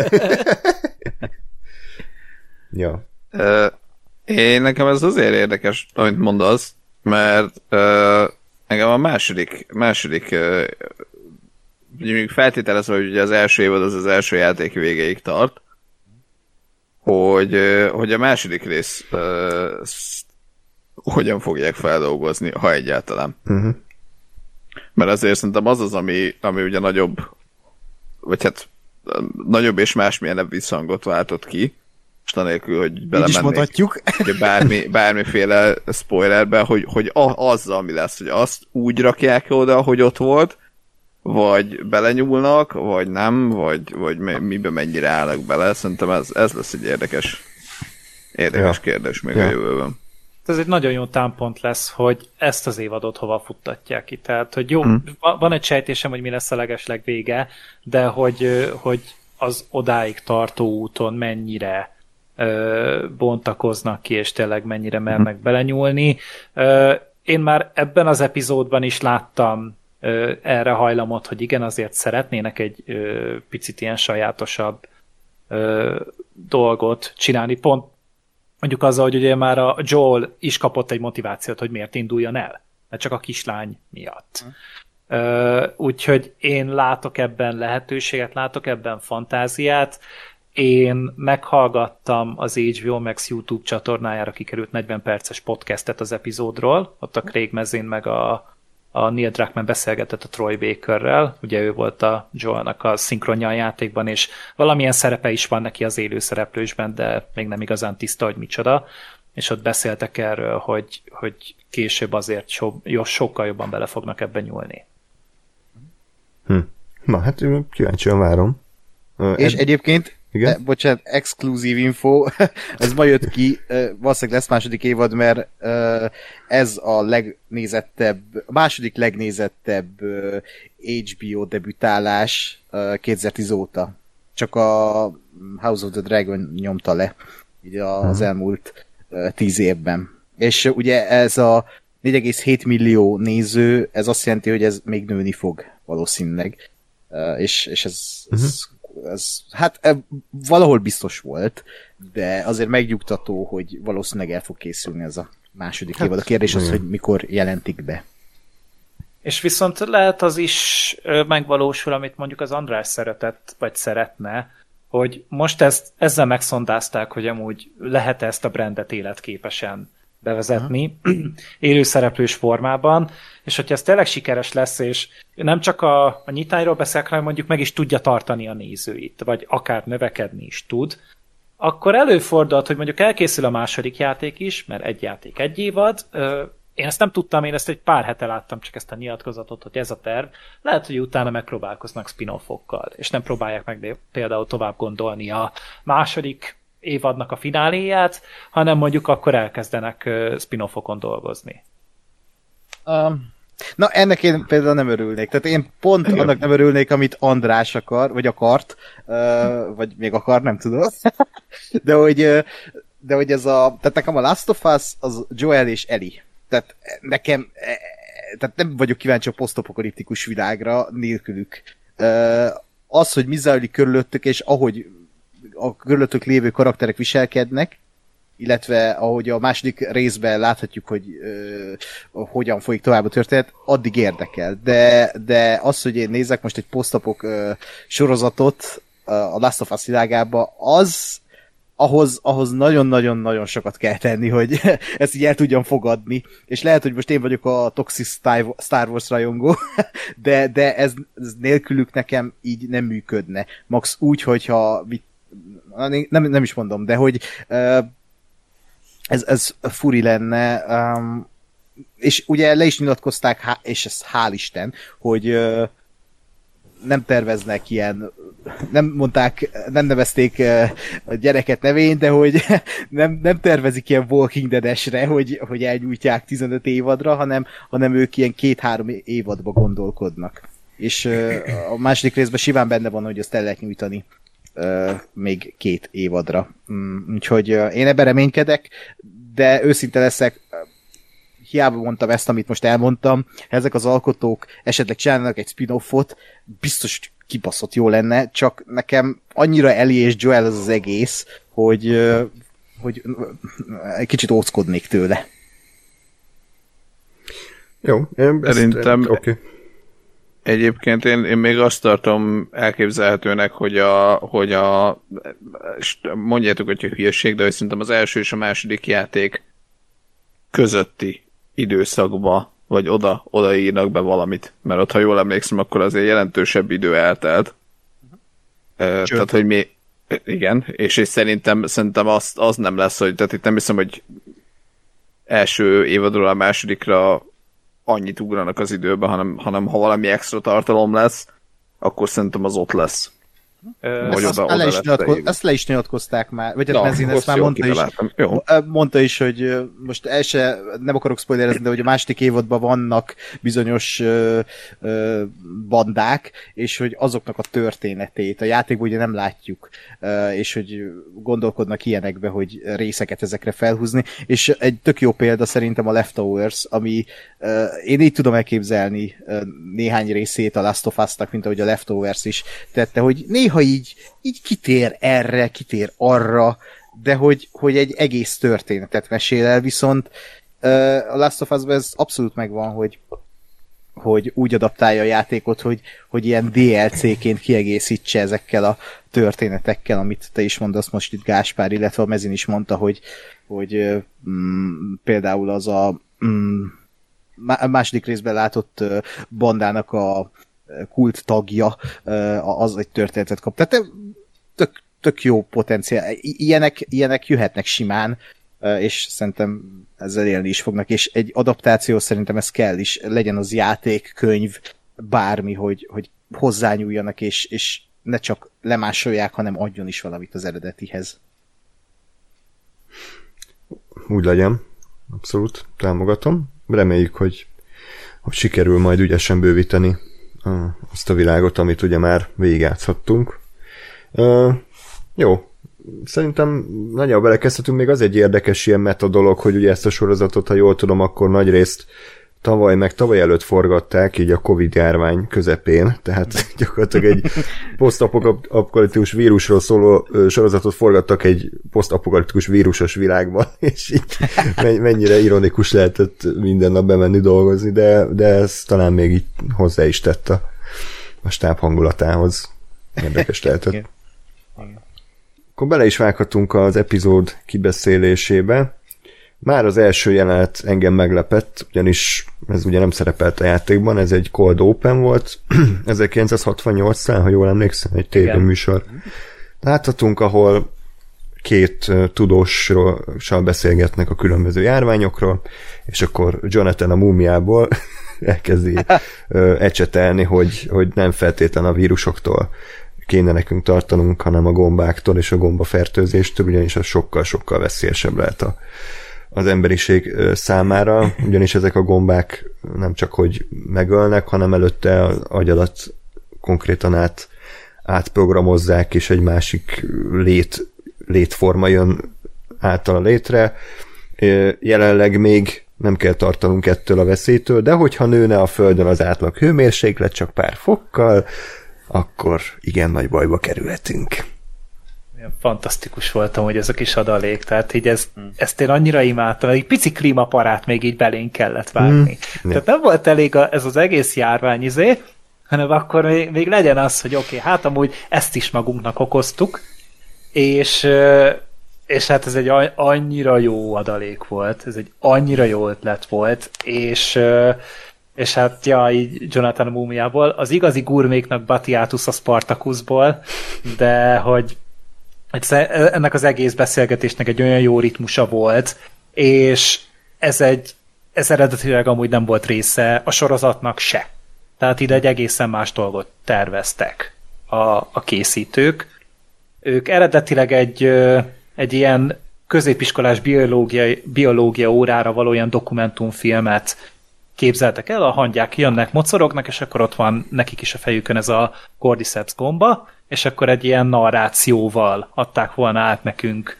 Speaker 1: Ja.
Speaker 5: Én nekem ez azért érdekes, amit mondasz, mert engem a második mondjuk feltételezve, hogy ugye az első évad az első játék végéig tart, hogy a második rész hogyan fogják feldolgozni, ha egyáltalán. Uh-huh. Mert azért szerintem az, ami ugye nagyobb, vagy hát nagyobb és másmilyen visszhangot váltott ki, és anélkül, hogy belemennék bármiféle spoilerbe, hogy azzal mi lesz, hogy azt úgy rakják oda, hogy ott volt, vagy belenyúlnak, vagy nem, vagy miben mennyire állnak bele. Szerintem ez lesz egy érdekes kérdés még a jövőben.
Speaker 2: Ez egy nagyon jó támpont lesz, hogy ezt az évadot hova futtatják ki. Tehát, hogy jó, van egy sejtésem, hogy mi lesz a legesleg vége, de hogy az odáig tartó úton mennyire bontakoznak ki, és tényleg mennyire mernek belenyúlni. Én már ebben az epizódban is láttam erre hajlamot, hogy igen, azért szeretnének egy picit ilyen sajátosabb dolgot csinálni. Pont mondjuk azzal, hogy ugye már a Joel is kapott egy motivációt, hogy miért induljon el. Mert csak a kislány miatt. Úgyhogy én látok ebben lehetőséget, látok ebben fantáziát. Én meghallgattam az HBO Max YouTube csatornájára kikerült 40 perces podcastet az epizódról. Ott a Craig Mazin meg a Neil Druckmann beszélgetett a Troy Bakerrel, ugye ő volt a Joelnak a szinkronja a játékban, és valamilyen szerepe is van neki az élő szereplősben, de még nem igazán tiszta, hogy micsoda, és ott beszéltek erről, hogy később azért sokkal jobban bele fognak ebben nyúlni.
Speaker 1: Na, hát kíváncsian várom.
Speaker 3: És egyébként bocsánat, exkluzív info, ez ma jött ki, valószínűleg lesz második évad, mert ez a második legnézettebb HBO debütálás 2010 óta. Csak a House of the Dragon nyomta le így az elmúlt 10 évben. És ugye ez a 4,7 millió néző, ez azt jelenti, hogy ez még nőni fog valószínűleg. És ez hát valahol biztos volt, de azért megnyugtató, hogy valószínűleg el fog készülni ez a második évad. A kérdés az, hogy mikor jelentik be.
Speaker 2: És viszont lehet az is megvalósul, amit mondjuk az András szeretett, vagy szeretne, hogy most ezzel megszondázták, hogy amúgy lehet ezt a brandet életképesen bevezetni, élőszereplős formában, és hogyha ez tényleg sikeres lesz, és nem csak a nyitányról beszélek, hanem mondjuk meg is tudja tartani a nézőit, vagy akár növekedni is tud, akkor előfordult, hogy mondjuk elkészül a második játék is, mert egy játék egy évad, én ezt nem tudtam, én ezt egy pár hete láttam csak ezt a nyilatkozatot, hogy ez a terv. Lehet, hogy utána megpróbálkoznak spin-offokkal, és nem próbálják meg például tovább gondolni a második évadnak a fináléját, hanem mondjuk akkor elkezdenek spin-offokon dolgozni.
Speaker 3: Na, ennek én például nem örülnék. Tehát én pont annak nem örülnék, amit András akar, vagy akart, vagy még akar, nem tudom. de hogy ez tehát nekem a Last of Us az Joel és Ellie. Tehát nekem, tehát nem vagyok kíváncsi a posztapokaliptikus világra nélkülük. Az, hogy mi zajlik körülöttük, és ahogy a körülöttük lévő karakterek viselkednek, illetve ahogy a második részben láthatjuk, hogy hogyan folyik tovább a történet, addig érdekel. De az, hogy én nézek most egy posztapok sorozatot a Last of Us világába, ahhoz nagyon-nagyon-nagyon sokat kell tenni, hogy ezt így el tudjam fogadni. És lehet, hogy most én vagyok a toxic Star Wars rajongó, de ez nélkülük nekem így nem működne. Max úgy, hogyha nem is mondom, de hogy ez furi lenne, és ugye le is nyilatkozták, és ez hál' Isten, hogy nem terveznek ilyen, nem nevezték a gyereket nevén, de hogy nem tervezik ilyen Walking Dead-esre, hogy elnyújtják 15 évadra, hanem ők ilyen 2-3 évadba gondolkodnak. És a második részben simán benne van, hogy azt el lehet nyújtani még 2 évadra. Úgyhogy én ebben reménykedek, de őszinte leszek, hiába mondtam ezt, amit most elmondtam, ezek az alkotók esetleg csinálnak egy spin-offot, biztos kibaszott jó lenne, csak nekem annyira Ellie és Joel az egész, hogy egy kicsit óckodnék tőle.
Speaker 1: Jó,
Speaker 5: szerintem
Speaker 1: okay.
Speaker 5: Egyébként én még azt tartom elképzelhetőnek, hogy mondjátok, hogy a hülyeség, de hogy szerintem az első és a második játék közötti időszakba, vagy oda írnak be valamit. Mert ott, ha jól emlékszem, akkor azért jelentősebb idő eltelt. Tehát, hogy igen, és szerintem az nem lesz, hogy tehát itt nem hiszem, hogy első évadról a másodikra annyit ugranak az időbe, hanem ha valami extra tartalom lesz, akkor szerintem az ott lesz.
Speaker 3: Ezt le is nyilatkozták már, vagy a Mezin ezt már mondta is, hogy most nem akarok spoilerezni, de hogy a második évadban vannak bizonyos bandák, és hogy azoknak a történetét a játékban ugye nem látjuk, és hogy gondolkodnak ilyenekbe, hogy részeket ezekre felhúzni, és egy tök jó példa szerintem a Leftovers, ami én így tudom elképzelni néhány részét a Last of Us-nak, mint ahogy a Leftovers is tette, hogy néha így kitér erre, kitér arra, de hogy egy egész történetet mesél el, viszont a Last of Us-ban ez abszolút megvan, hogy úgy adaptálja a játékot, hogy ilyen DLC-ként kiegészítse ezekkel a történetekkel, amit te is mondasz most itt, Gáspár, illetve a Mezin is mondta, hogy például az a második részben látott bandának a kult tagja, az egy történetet kap. Tehát tök jó potenciál. Ilyenek jöhetnek simán, és szerintem ezzel élni is fognak, és egy adaptáció szerintem ez kell is, legyen az játék, könyv, bármi, hogy hozzányúljanak, és ne csak lemásolják, hanem adjon is valamit az eredetihez.
Speaker 1: Úgy legyen. Abszolút támogatom. Reméljük, hogy sikerül majd ügyesen bővíteni azt a világot, amit ugye már végigjátszhattunk. Jó, szerintem nagyjából belekezdhetünk, még az egy érdekes ilyen meta dolog, hogy ugye ezt a sorozatot, ha jól tudom, akkor nagyrészt tavaly előtt forgatták, így a Covid-járvány közepén, tehát gyakorlatilag egy posztapokaliptikus vírusról szóló sorozatot forgattak egy posztapokaliptikus vírusos világban, és így mennyire ironikus lehetett minden nap bemenni dolgozni, de ez talán még így hozzá is tett a stáb hangulatához. Érdekes lehetett. Akkor bele is vághatunk az epizód kibeszélésébe. Már az első jelenet engem meglepett, ugyanis ez ugye nem szerepelt a játékban, ez egy Cold Open volt, 1968-nál, ha jól emlékszem, egy tévéműsor. Láthatunk, ahol két tudóssal beszélgetnek a különböző járványokról, és akkor Jonathan a múmiából elkezdi ecsetelni, hogy nem feltétlen a vírusoktól kéne nekünk tartanunk, hanem a gombáktól és a gombafertőzéstől, ugyanis az sokkal-sokkal veszélyesebb lehet az emberiség számára, ugyanis ezek a gombák nem csak hogy megölnek, hanem előtte az agyadat konkrétan átprogramozzák, és egy másik létforma jön általa létre. Jelenleg még nem kell tartanunk ettől a veszélytől, de hogyha nőne a Földön az átlag hőmérséklet csak pár fokkal, akkor igen nagy bajba kerülhetünk.
Speaker 2: Fantasztikus voltam, hogy ez a kis adalék, tehát így ezt én annyira imádtam, egy pici klímaparát még így belénk kellett vágni. Tehát nem volt elég ez az egész járvány hanem akkor még legyen az, hogy oké, hát amúgy ezt is magunknak okoztuk, és hát ez egy annyira jó adalék volt, ez egy annyira jó ötlet volt, és hát így Jonathan a múmiából, az igazi gurméknak Batiatus a Spartacusból, de hogy ennek az egész beszélgetésnek egy olyan jó ritmusa volt, és ez eredetileg amúgy nem volt része a sorozatnak se. Tehát ide egy egészen más dolgot terveztek a készítők. Ők eredetileg egy ilyen középiskolás biológia órára való ilyen dokumentumfilmet képzeltek el, a hangyák jönnek, mocorognak, és akkor ott van nekik is a fejükön ez a Cordyceps gomba, és akkor egy ilyen narrációval adták volna át nekünk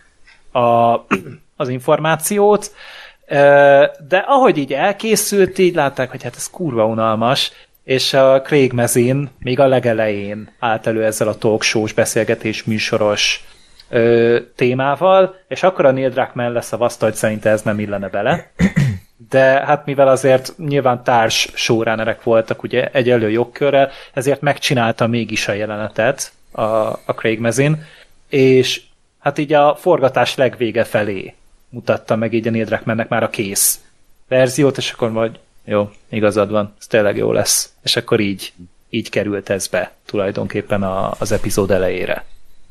Speaker 2: az információt, de ahogy így elkészült, így látták, hogy hát ez kurva unalmas, és a Craig Mazin még a legelején állt elő ezzel a talk show-s beszélgetés műsoros témával, és akkor a Neil Druckmann leszavazta, hogy szerinte ez nem illene bele. De hát mivel azért nyilván társ showrunnerek voltak ugye egyenlő jogkörrel, ezért megcsinálta mégis a jelenetet a Craig Mazin, és hát így a forgatás legvége felé mutatta meg így a Neil Druckmannnek már a kész verziót, és akkor majd jó, igazad van, ez tényleg jó lesz. És akkor így került ez be tulajdonképpen az epizód elejére.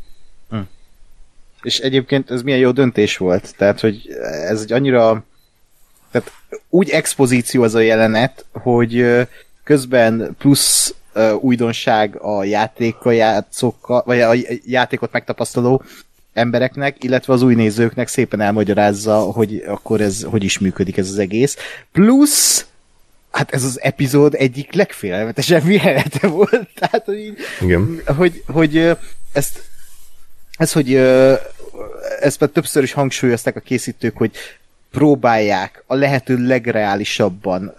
Speaker 3: És egyébként ez milyen jó döntés volt, tehát hogy ez egy annyira tehát úgy expozíció az a jelenet, hogy közben plusz újdonság a játékkal játszókkal, vagy a játékot megtapasztaló embereknek, illetve az új nézőknek szépen elmagyarázza, hogy akkor ez hogy is működik ez az egész. Plusz hát ez az epizód egyik legfélelmetesebb jelenete volt. Tehát, hogy,
Speaker 1: igen.
Speaker 3: hogy ezt már többször is hangsúlyozták a készítők, hogy próbálják a lehető legreálisabban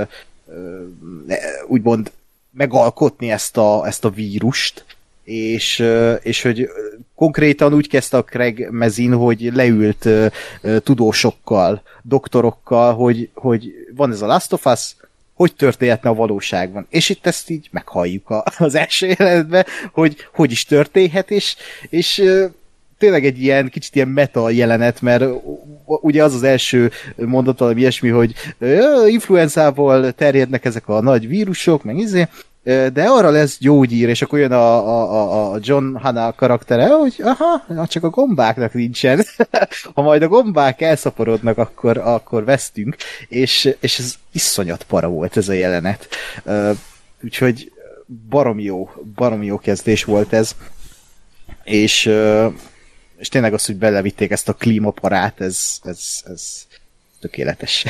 Speaker 3: úgymond megalkotni ezt a vírust, és hogy konkrétan úgy kezdte a Craig Mazin, hogy leült tudósokkal, doktorokkal, hogy van ez a Last of Us, hogy történhetne a valóságban. És itt ezt így meghalljuk az első jelenetben, hogy is történhet, és tényleg egy ilyen kicsit ilyen meta jelenet, mert ugye az első mondat valami ilyesmi, hogy influenzából terjednek ezek a nagy vírusok, meg de arra lesz gyógyír, és akkor jön a John Hannah karaktere, hogy csak a gombáknak nincsen. Ha majd a gombák elszaporodnak, akkor vesztünk. És ez iszonyat para volt ez a jelenet. Úgyhogy baromi jó kezdés volt ez. És tényleg az, hogy belevitték ezt a klímaparát, ez tökéletes.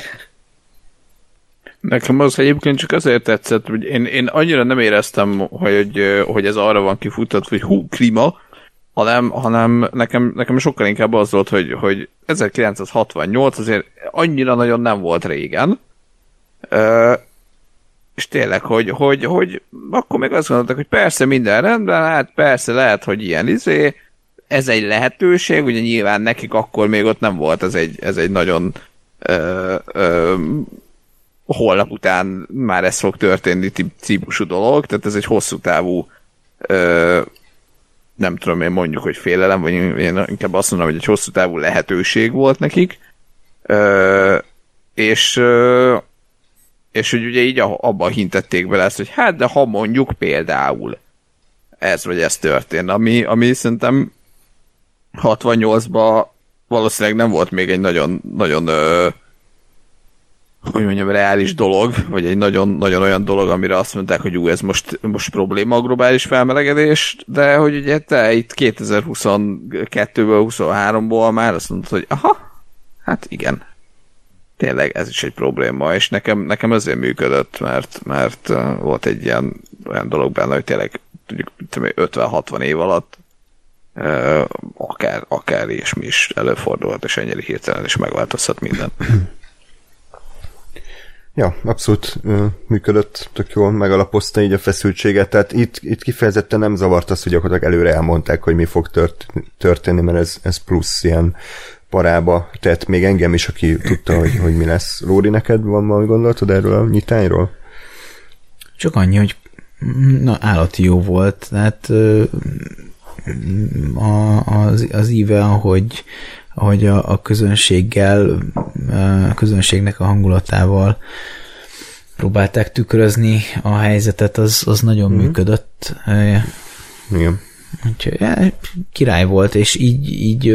Speaker 5: Nekem az egyébként csak azért tetszett, hogy én annyira nem éreztem, hogy ez arra van kifutatva, hogy klíma, hanem nekem sokkal inkább az volt, hogy 1968 azért annyira nagyon nem volt régen, és tényleg, hogy akkor még azt gondoltak, hogy persze minden rendben, hát persze lehet, hogy ilyen ez egy lehetőség, ugye nyilván nekik akkor még ott nem volt ez egy nagyon holnap után már ez fog történni típusú dolog, tehát ez egy hosszú távú nem tudom én mondjuk, hogy félelem, vagy én inkább azt mondom, hogy egy hosszú távú lehetőség volt nekik, és hogy ugye így abban hintették bele ezt, hogy hát de ha mondjuk például ez vagy ez történt, ami szerintem 68-ban valószínűleg nem volt még egy nagyon hogy mondjam, reális dolog, vagy egy nagyon olyan dolog, amire azt mondták, hogy ez most probléma a globális felmelegedés, de hogy ugye te itt 2022-ből, 23-ból már azt mondtad, hogy aha, hát igen, tényleg ez is egy probléma, és nekem azért működött, mert volt egy olyan dolog benne, hogy tényleg tudjuk 50-60 év alatt akár és mi is előfordulhat, és ennyire hirtelen is megváltozhat minden.
Speaker 1: Ja, abszolút működött, tök jól megalapozta így a feszültséget, tehát itt kifejezetten nem zavart az, hogy gyakorlatilag előre elmondták, hogy mi fog történni, mert ez plusz ilyen parába tett még engem is, aki tudta, hogy mi lesz. Lóri, neked van valami gondolatod erről a nyitányról?
Speaker 4: Csak annyi, hogy állati jó volt, tehát az íve, ahogy a közönséggel, a közönségnek a hangulatával próbálták tükrözni a helyzetet, az nagyon működött.
Speaker 1: Igen.
Speaker 4: Úgyhogy király volt, és így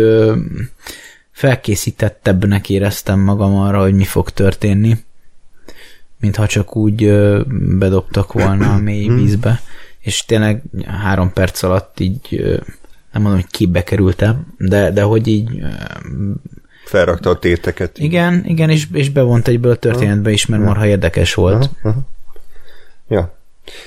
Speaker 4: felkészítettebbnek éreztem magam arra, hogy mi fog történni, mintha csak úgy bedobtak volna a mély vízbe, és tényleg 3 perc alatt így nem mondom, hogy képbe kerültem, de hogy így
Speaker 1: felrakta a téteket.
Speaker 4: Igen, és bevont egyből a történetbe is, mert marha érdekes volt.
Speaker 1: Ja.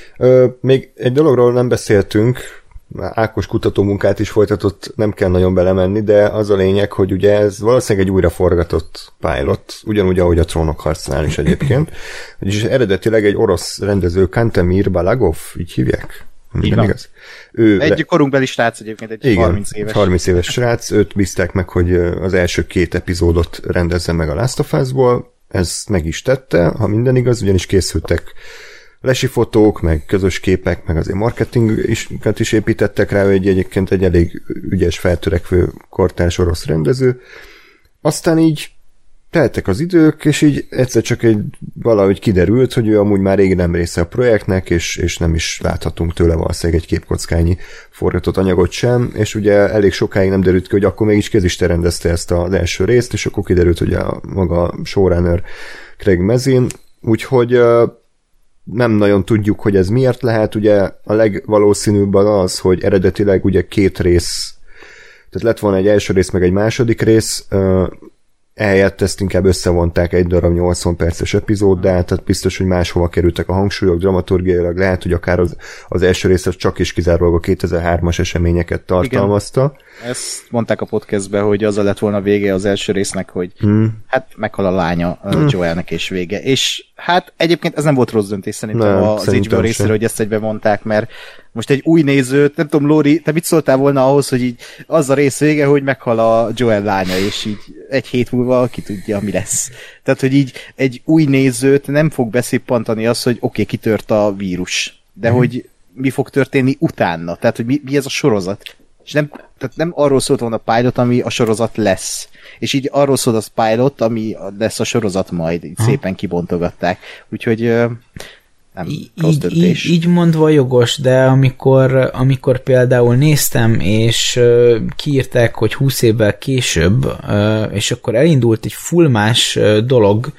Speaker 1: Még egy dologról nem beszéltünk, Ákos kutatómunkát is folytatott, nem kell nagyon belemenni, de az a lényeg, hogy ugye ez valószínűleg egy újraforgatott pilot, ugyanúgy, ahogy a Trónok harcnál is egyébként. Vagyis eredetileg egy orosz rendező, Kantemir Balagov, így hívják?
Speaker 3: Igaz? Egy korunkbeli srác egyébként, egy igen, 30 éves.
Speaker 1: 30 éves srác, őt bízták meg, hogy az első 2 epizódot rendezze meg a Last of Us-ból, ezt meg is tette, ha minden igaz, ugyanis készültek lesi fotók, meg közös képek, meg azért marketinget is építettek rá, hogy egyébként egy elég ügyes, feltörekvő kortárs orosz rendező. Aztán így teltek az idők, és így egyszer csak valahogy kiderült, hogy ő amúgy már rég nem része a projektnek, és nem is láthatunk tőle valószínűleg egy képkockányi forgatott anyagot sem, és ugye elég sokáig nem derült ki, hogy akkor mégis Isten rendezte ezt az első részt, és akkor kiderült, hogy maga a showrunner Craig Mazin, úgyhogy nem nagyon tudjuk, hogy ez miért lehet, ugye a legvalószínűbb az, hogy eredetileg ugye 2 rész, tehát lett volna egy első rész, meg egy második rész, ehelyett ezt inkább összevonták egy darab 80 perces epizóddá, tehát biztos, hogy máshova kerültek a hangsúlyok, dramaturgiailag lehet, hogy akár az első rész csak is kizárólag a 2003-as eseményeket tartalmazta.
Speaker 3: Igen. Ezt mondták a podcastben, hogy az lett volna vége az első résznek, hogy hát meghal a lánya Joelnek és vége. És hát egyébként ez nem volt rossz döntés szerintem az HBO részéről, hogy ezt egybe mondták, mert most egy új nézőt, nem tudom, Lóri, te mit szóltál volna ahhoz, hogy így az a rész vége, hogy meghal a Joel lánya, és így egy hét múlva ki tudja, mi lesz. Tehát, hogy így egy új nézőt nem fog beszippantani az, hogy oké, kitört a vírus, de hogy mi fog történni utána, tehát, hogy mi ez a sorozat. És nem arról szólt volna a pilot, ami a sorozat lesz. És így arról szólt az pilot, ami lesz a sorozat majd, így szépen kibontogatták. Úgyhogy nem rossz döntés.
Speaker 4: Így mondva jogos, de amikor például néztem, és kiírták, hogy 20 évvel később, és akkor elindult egy full más dolog,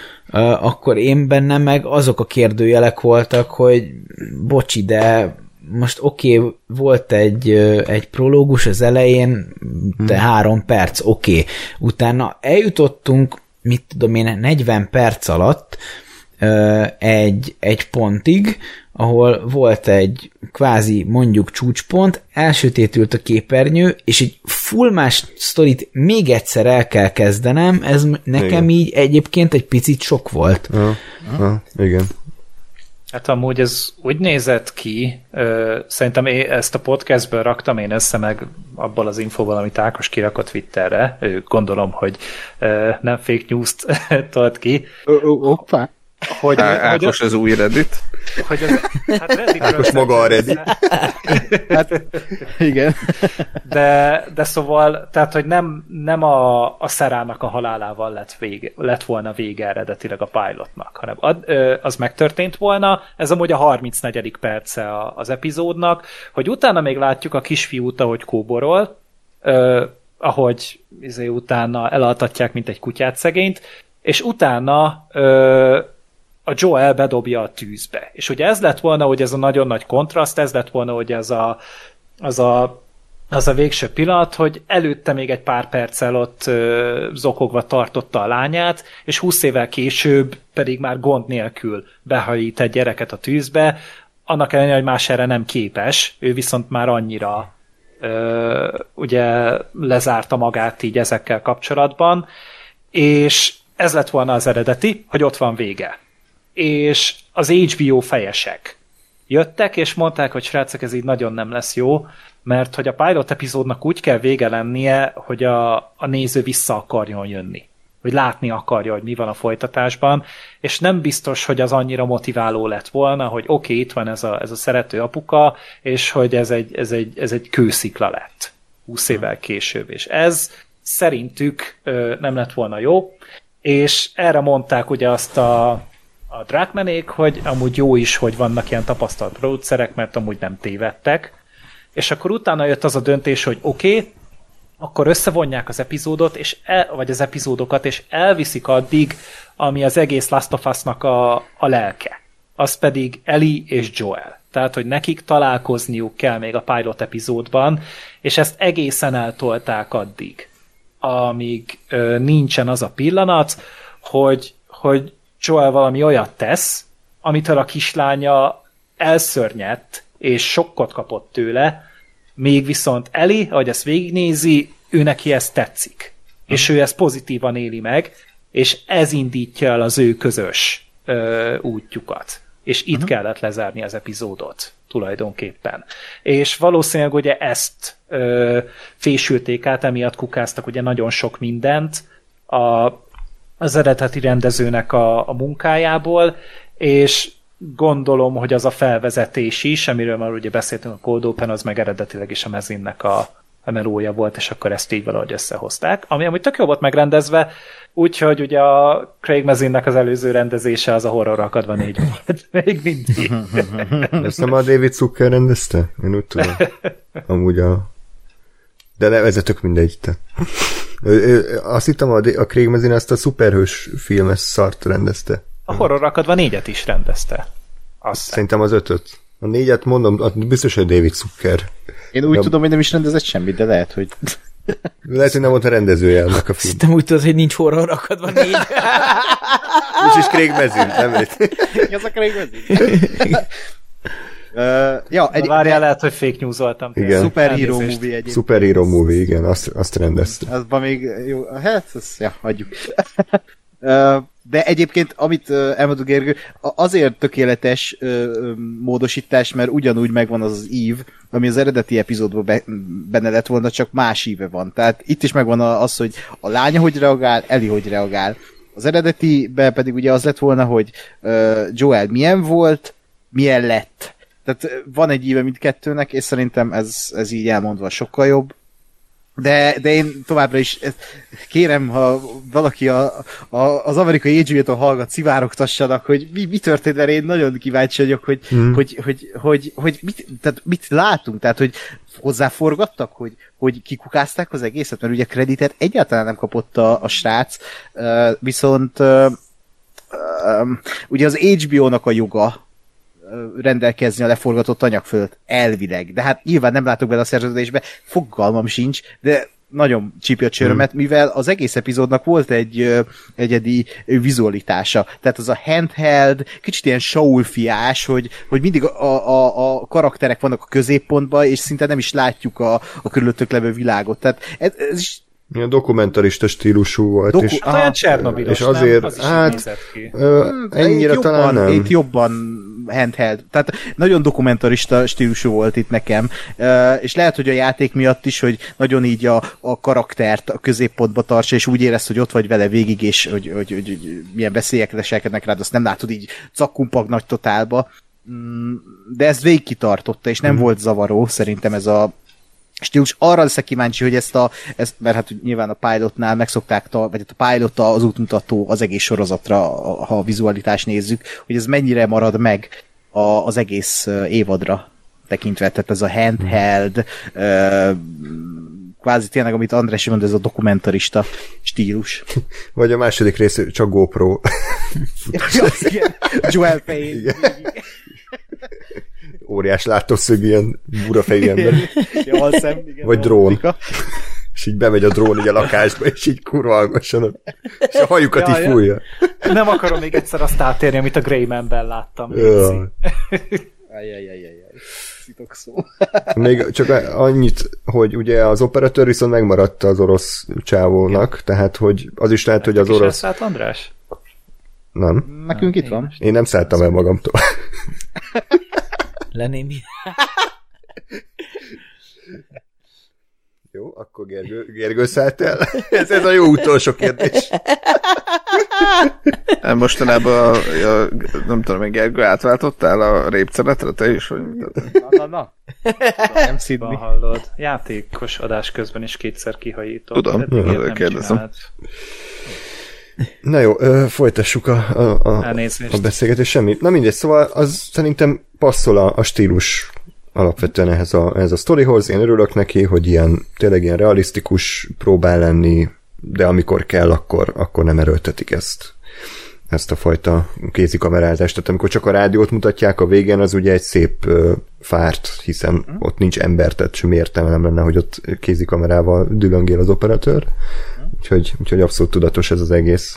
Speaker 4: akkor én bennem meg azok a kérdőjelek voltak, hogy bocsi, de most oké, volt egy prológus az elején, de 3 perc, oké. Utána eljutottunk, mit tudom én, 40 perc alatt egy pontig, ahol volt egy kvázi mondjuk csúcspont, elsötétült a képernyő, és egy full más sztorit még egyszer el kell kezdenem, ez nekem igen. Így egyébként egy picit sok volt.
Speaker 1: Igen.
Speaker 2: Hát amúgy ez úgy nézett ki, szerintem ezt a podcastből raktam én össze meg abból az infóval, amit Ákos kirakott Twitterre. Gondolom, hogy nem fake news-t tolt ki.
Speaker 3: Hoppá!
Speaker 5: Ákos az új Reddit.
Speaker 2: Hát
Speaker 1: Ákos maga a Reddit.
Speaker 3: Hát, igen.
Speaker 2: De szóval, tehát, hogy nem a Szerának a halálával lett volna vége eredetileg a pilotnak, hanem az megtörtént volna, ez amúgy a 34. perce az epizódnak, hogy utána még látjuk a kisfiút, ahogy kóborol, ahogy utána elaltatják, mint egy kutyát szegényt, és utána a Joel bedobja a tűzbe. És ugye ez lett volna, hogy ez a nagyon nagy kontraszt, ez lett volna, hogy az a végső pillanat, hogy előtte még egy pár perccel ott zokogva tartotta a lányát, és 20 évvel később pedig már gond nélkül behajít egy gyereket a tűzbe, annak ellenére, hogy más erre nem képes, ő viszont már annyira ugye lezárta magát így ezekkel kapcsolatban, és ez lett volna az eredeti, hogy ott van vége. És az HBO fejesek jöttek, és mondták, hogy srácok, ez így nagyon nem lesz jó, mert hogy a pilot epizódnak úgy kell vége lennie, hogy a néző vissza akarjon jönni. Hogy látni akarja, hogy mi van a folytatásban, és nem biztos, hogy az annyira motiváló lett volna, hogy oké, itt van ez a szerető apuka, és hogy ez egy kőszikla lett 20 évvel később. És ez szerintük nem lett volna jó, és erre mondták ugye azt a Druckmannék, hogy amúgy jó is, hogy vannak ilyen tapasztalt producerek, mert amúgy nem tévedtek, és akkor utána jött az a döntés, hogy oké, akkor összevonják az epizódot, vagy az epizódokat, és elviszik addig, ami az egész Last of Us-nak a lelke. Az pedig Ellie és Joel. Tehát, hogy nekik találkozniuk kell még a pilot epizódban, és ezt egészen eltolták addig, amíg nincsen az a pillanat, hogy Joel valami olyat tesz, amitől a kislánya elszörnyedt, és sokkot kapott tőle, még viszont Ellie, ahogy ezt végignézi, ő neki ez tetszik. És ő ezt pozitívan éli meg, és ez indítja el az ő közös útjukat. És itt kellett lezárni az epizódot tulajdonképpen. És valószínűleg ugye ezt fésülték át, emiatt kukáztak ugye nagyon sok mindent az eredeti rendezőnek a munkájából, és gondolom, hogy az a felvezetés is, amiről már ugye beszéltünk, a Cold Open, az meg eredetileg is a Mezinnek a melója volt, és akkor ezt így valahogy összehozták. Ami amúgy tök jó volt megrendezve, úgyhogy ugye a Craig Mazinnek az előző rendezése az a Horror Akadva 4 volt. Még mindig.
Speaker 1: Ezt nem a David Zucker rendezte? Én úgy tudom. Amúgy de ez tök mindegy. Azt hittem, a Craig Mazin azt a szuperhős filmes szart rendezte.
Speaker 2: A Horror Akadva 4-et is rendezte.
Speaker 1: Szerintem az 5-öt. A 4-et mondom, biztos, hogy David Zucker.
Speaker 3: Én úgy tudom, hogy nem is rendezett semmit, de lehet, hogy...
Speaker 1: Lehet, hogy nem volt a rendezője annak a film.
Speaker 4: Szerintem úgy tudod, hogy nincs Horror Akadva 4.
Speaker 1: Nincs is Craig Mazin, nem
Speaker 3: Ez a Craig Mazin.
Speaker 2: Várjál, lehet, hogy fake news-oltam.
Speaker 3: Igen. Superhero movie egyébként.
Speaker 1: Superhero movie, igen, azt rendezte.
Speaker 3: Azban még jó, hát, hagyjuk. De egyébként, amit elmondott Gergő, azért tökéletes módosítás, mert ugyanúgy megvan az ív, ami az eredeti epizódban benne lett volna, csak más íve van. Tehát itt is megvan az, hogy a lánya hogy reagál, Ellie hogy reagál. Az eredetiben pedig ugye az lett volna, hogy Joel milyen volt, milyen lett. Tehát van egy íve mindkettőnek, és szerintem ez így elmondva sokkal jobb. De én továbbra is kérem, ha valaki az amerikai HBO-tól hallgat, szivárogtassanak, hogy mi történt, mert én nagyon kíváncsi vagyok, hogy mit látunk, tehát hogy hozzáforgattak, hogy kikukázták az egészet, mert ugye kreditet egyáltalán nem kapott a srác, viszont ugye az HBO-nak a joga rendelkezni a leforgatott anyag fölött, elvileg. De hát nyilván nem látok bele a szerződésbe, fogalmam sincs, de nagyon csípja a csőrömet, mivel az egész epizódnak volt egy egyedi vizualitása. Tehát az a handheld, kicsit ilyen Saul-fiás, hogy mindig a karakterek vannak a középpontban, és szinte nem is látjuk a körülöttük levő világot. Tehát ez is
Speaker 1: ilyen dokumentarista stílusú volt. És,
Speaker 2: hát olyan Csernobilos,
Speaker 1: és azért,
Speaker 2: az is
Speaker 1: ennyire talán nem.
Speaker 3: Itt jobban handheld. Tehát nagyon dokumentarista stílusú volt itt nekem. És lehet, hogy a játék miatt is, hogy nagyon így a karaktert a középpontba tartsa, és úgy érez, hogy ott vagy vele végig, és hogy milyen veszélyek leselkednek rád, azt nem látod így cakkumpag nagy totálba. De ez végig kitartotta, és nem volt zavaró, szerintem ez a stílus. Arra leszek kíváncsi, hogy mert hát nyilván a pilotnál megszokták, vagy a pilot az útmutató az egész sorozatra, ha a vizualitást nézzük, hogy ez mennyire marad meg az egész évadra tekintve. Tehát ez a handheld, kvázi tényleg, amit András mond, ez a dokumentarista stílus.
Speaker 1: Vagy a második rész csak GoPro.
Speaker 3: Igen, Joel Payne.
Speaker 1: Óriás látószög, ilyen burafejű ember. Vagy drón. És így bemegy a drón így a lakásba, és így kurva hangosan, és a hajukat így fújja.
Speaker 2: Nem akarom még egyszer azt átérni, amit a Greyman-ben láttam.
Speaker 3: Szitokszó.
Speaker 1: Még csak annyit, hogy ugye az operatőr viszont megmaradt az orosz csávónak, tehát hogy az is lehet, hogy az orosz...
Speaker 2: Elszállt András?
Speaker 1: Nem.
Speaker 3: Nekünk itt van.
Speaker 1: Én nem szálltam el magamtól.
Speaker 4: Lenémi.
Speaker 1: Jó, akkor Gergő szállt el. Ez a jó utolsó kérdés.
Speaker 5: Mostanában nem tudom, hogy Gergő átváltottál a répceretre, te is? Hogy...
Speaker 3: Na. Nem szidni.
Speaker 2: Hallod. Játékos adás közben is kétszer kihajított.
Speaker 5: Tudom, kérdezem.
Speaker 1: Na jó, folytassuk a beszélgetést. Semmit. Na mindegy, szóval az szerintem passzol a stílus alapvetően ehhez a sztorihoz. Én örülök neki, hogy tényleg ilyen realisztikus próbál lenni, de amikor kell, akkor nem erőltetik ezt a fajta kézikamerázást. Tehát amikor csak a rádiót mutatják a végén, az ugye egy szép fárt, hiszen ott nincs ember, tehát semmi értelme nem lenne, hogy ott kézikamerával dülöngél az operatőr. Úgyhogy abszolút tudatos ez az egész.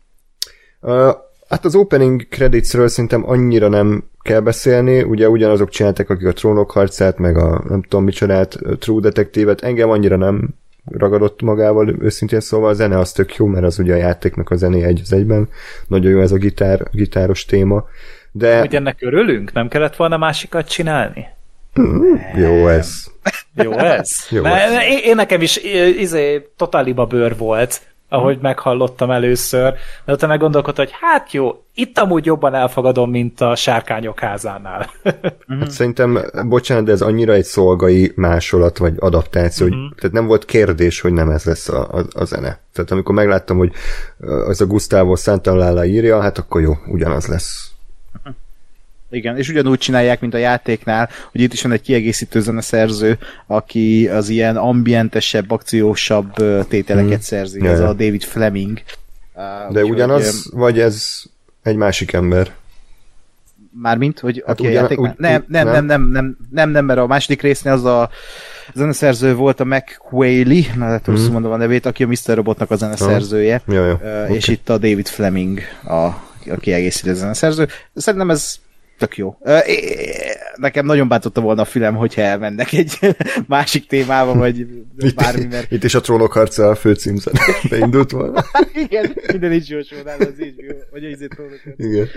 Speaker 1: Hát az opening creditsről szerintem annyira nem kell beszélni, ugye ugyanazok csináltak, akik a Trónok harcát, meg a nem tudom micsodát, True Detective-et, engem annyira nem ragadott magával, őszintén szóval a zene az tök jó, mert az ugye a játéknak a zené egy az egyben, nagyon jó ez a gitáros téma, de...
Speaker 2: Hogy ennek örülünk? Nem kellett volna másikat csinálni?
Speaker 1: Jó ez.
Speaker 2: Jó ez? Én nekem is totáliba bőr volt, ahogy meghallottam először, de utána meggondolkodtam, hogy hát jó, itt amúgy jobban elfogadom, mint a Sárkányok házánál.
Speaker 1: Hát szerintem, bocsánat, de ez annyira egy szolgai másolat, vagy adaptáció, hogy, tehát nem volt kérdés, hogy nem ez lesz a zene. Tehát amikor megláttam, hogy az a Gustavo Santaolalla írja, hát akkor jó, ugyanaz lesz.
Speaker 3: Igen, és ugyanúgy csinálják, mint a játéknál, hogy itt is van egy kiegészítő zeneszerző, aki az ilyen ambientesebb, akciósabb tételeket szerzi, ez a David Fleming.
Speaker 1: De ugyanaz, vagy ez egy másik ember?
Speaker 3: Mármint, hogy aki a játéknál? Nem, mert a második résznél az a zeneszerző volt a McQuailey, mert rosszul mondom a nevét, aki a Mr. Robotnak a zeneszerzője, és itt a David Fleming a kiegészítő zeneszerző. Szerintem ez tök jó. Nekem nagyon bántotta volna a fülem, hogyha elmennek egy másik témába, vagy bármi, mert...
Speaker 1: Itt is a Trónok harca a főcímzen beindult volna.
Speaker 3: Igen, minden így jó során az HBO, vagy a Trónok harca.
Speaker 1: Igen.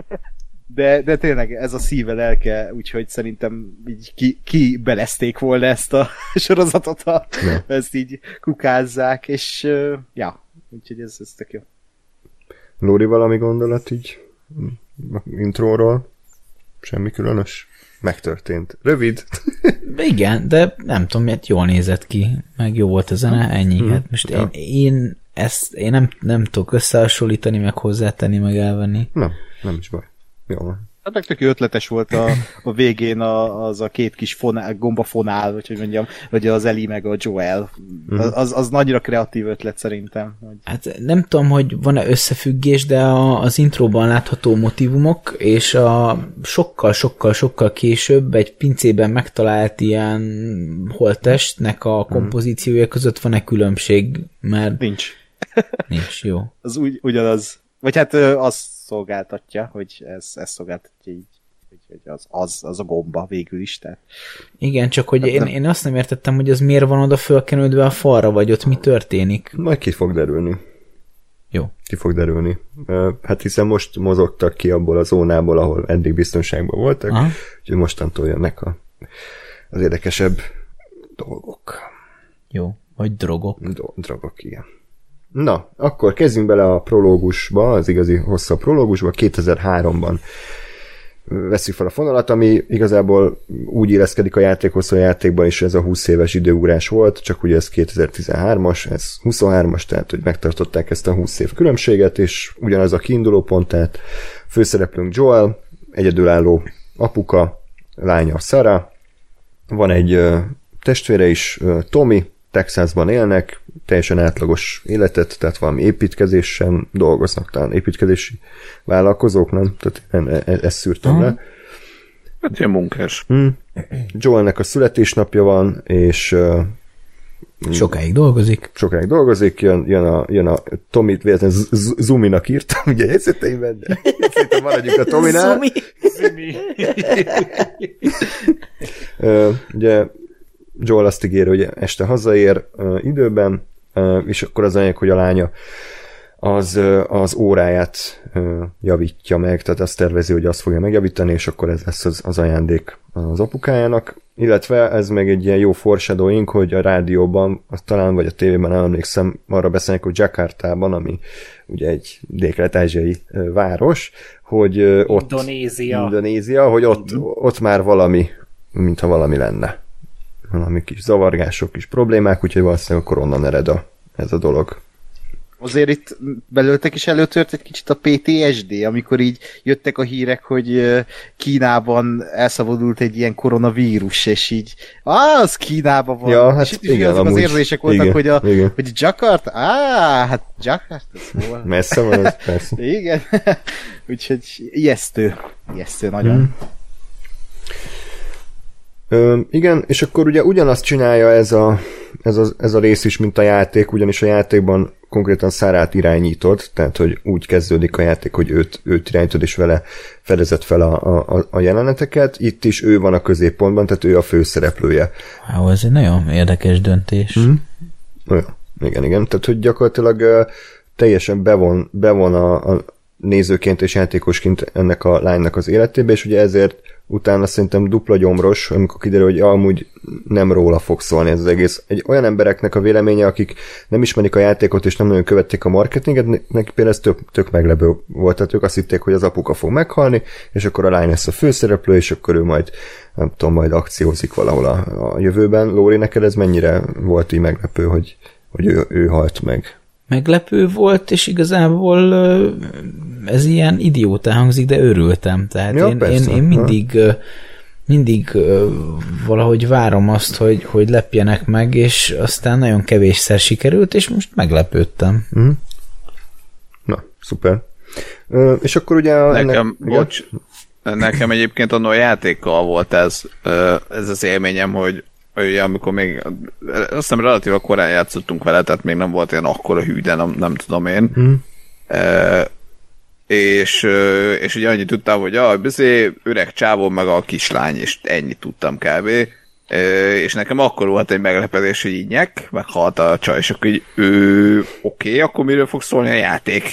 Speaker 3: De tényleg ez a szíve lelke, úgyhogy szerintem így kibelezték volna ezt a sorozatot, ha ezt így kukázzák, és úgyhogy ez tök jó.
Speaker 1: Lóri, valami gondolat így intróról? Semmi különös? Megtörtént. Rövid.
Speaker 4: Igen, de nem tudom, miért jól nézett ki, meg jó volt a zene, ennyi. Hát most én nem tudok összehasonlítani, meg hozzátenni, meg elvenni.
Speaker 1: Nem is baj. Jó van.
Speaker 3: Hát meg tök ötletes volt a végén az a két kis gombafonál, vagy hogy mondjam, vagy az Ellie meg a Joel. Az nagyra kreatív ötlet szerintem.
Speaker 4: Hát nem tudom, hogy van-e összefüggés, de az intróban látható motívumok, és a sokkal később egy pincében megtalált ilyen holttestnek a kompozíciója között van-e különbség? Mert
Speaker 3: nincs.
Speaker 4: Nincs, jó.
Speaker 3: Az ugyanaz. Vagy hát az szolgáltatja, hogy ez szolgáltatja így, hogy az a gomba végül is. Tehát.
Speaker 4: Igen, csak hogy én azt nem értettem, hogy az miért van oda fölkenődve a falra, vagy ott mi történik.
Speaker 1: Majd ki fog derülni.
Speaker 4: Jó.
Speaker 1: Ki fog derülni. Hát hiszen most mozogtak ki abból a zónából, ahol eddig biztonságban voltak, úgyhogy mostantól jönnek az érdekesebb dolgok.
Speaker 4: Jó, vagy drogok.
Speaker 1: Drogok, igen. Na, akkor kezdjünk bele a prológusba, az igazi hosszabb prológusba. 2003-ban veszük fel a fonalat, ami igazából úgy illeszkedik a játékhoz, hogy a játékban is ez a 20 éves időugrás volt, csak ugye ez 2013-as, ez 23-as, tehát hogy megtartották ezt a 20 év különbséget, és ugyanaz a kiinduló pont, tehát főszereplőnk Joel, egyedülálló apuka, lánya Sarah, van egy testvére is, Tommy, Texasban élnek, teljesen átlagos életet, tehát valami építkezésen dolgoznak, talán építkezési vállalkozók, nem? Tehát ezt szűrtem le.
Speaker 5: Hát ilyen munkás.
Speaker 1: Joelnek a születésnapja van, és
Speaker 4: sokáig dolgozik.
Speaker 1: Sokáig dolgozik, jön a Tomit, véletlenül Zuminak írtam, ugye jegyzeteimben, de szerintem maradjunk a Tominál.
Speaker 2: Zumi.
Speaker 1: Ugye Joel azt ígéri, hogy este hazaér időben, és akkor az anyag, hogy a lánya az óráját javítja meg, tehát azt tervezi, hogy azt fogja megjavítani, és akkor ez lesz az ajándék az apukájának, illetve ez meg egy ilyen jó foreshadowing, hogy a rádióban, talán vagy a tévében nem emlékszem, arra beszélnek, hogy Jakartában, ami ugye egy dél-kelet-ázsiai város, hogy ott Indonézia, hogy ott már valami, mintha valami lenne. Valami kis zavargások, kis problémák, úgyhogy valószínűleg akkor onnan ered ez a dolog.
Speaker 3: Azért itt belőltek is előtört egy kicsit a PTSD, amikor így jöttek a hírek, hogy Kínában elszabadult egy ilyen koronavírus, és így, az Kínában van.
Speaker 1: Ja, hát
Speaker 3: és itt is igen, azok az érzések voltak,
Speaker 1: hogy
Speaker 3: hogy Jakarta, hát Jakarta, ez hol?
Speaker 1: Messze van, ez persze.
Speaker 3: Igen, úgyhogy ijesztő nagyon.
Speaker 1: Igen, és akkor ugye ugyanazt csinálja ez a rész is, mint a játék, ugyanis a játékban konkrétan Sarah-t irányítod, tehát hogy úgy kezdődik a játék, hogy őt irányítod, és vele fedezett fel a jeleneteket. Itt is ő van a középpontban, tehát ő a főszereplője.
Speaker 4: Ez egy nagyon érdekes döntés.
Speaker 1: Igen, tehát hogy gyakorlatilag teljesen bevon a nézőként és játékosként ennek a lánynak az életébe, és ugye ezért utána szerintem dupla gyomros, amikor kiderül, hogy amúgy nem róla fog szólni ez az egész. Egy olyan embereknek a véleménye, akik nem ismerik a játékot és nem nagyon követték a marketinget, neki például ez tök meglepő volt, tehát ők azt hitték, hogy az apuka fog meghalni, és akkor a lány lesz a főszereplő, és akkor ő majd, nem tudom, majd akciózik valahol a jövőben. Lóri, neked ez mennyire volt így meglepő, hogy ő halt meg?
Speaker 4: Meglepő volt, és igazából ez ilyen idióta hangzik, de örültem. Tehát
Speaker 1: ja,
Speaker 4: én mindig valahogy várom azt, hogy lepjenek meg, és aztán nagyon kevésszer sikerült, és most meglepődtem.
Speaker 1: Na, szuper. És akkor ugye
Speaker 5: nekem egyébként a játékkal volt ez az élményem, hogy amikor még azt hiszem relatíva korán játszottunk vele, tehát még nem volt ilyen akkora hű, de nem tudom én. És ugye annyit tudtam, hogy öreg csávó meg a kislány, és ennyit tudtam kb. És nekem akkor volt egy meglepetés, hogy így meghalt a csaj, és akkor így oké, akkor miről fog szólni a játék?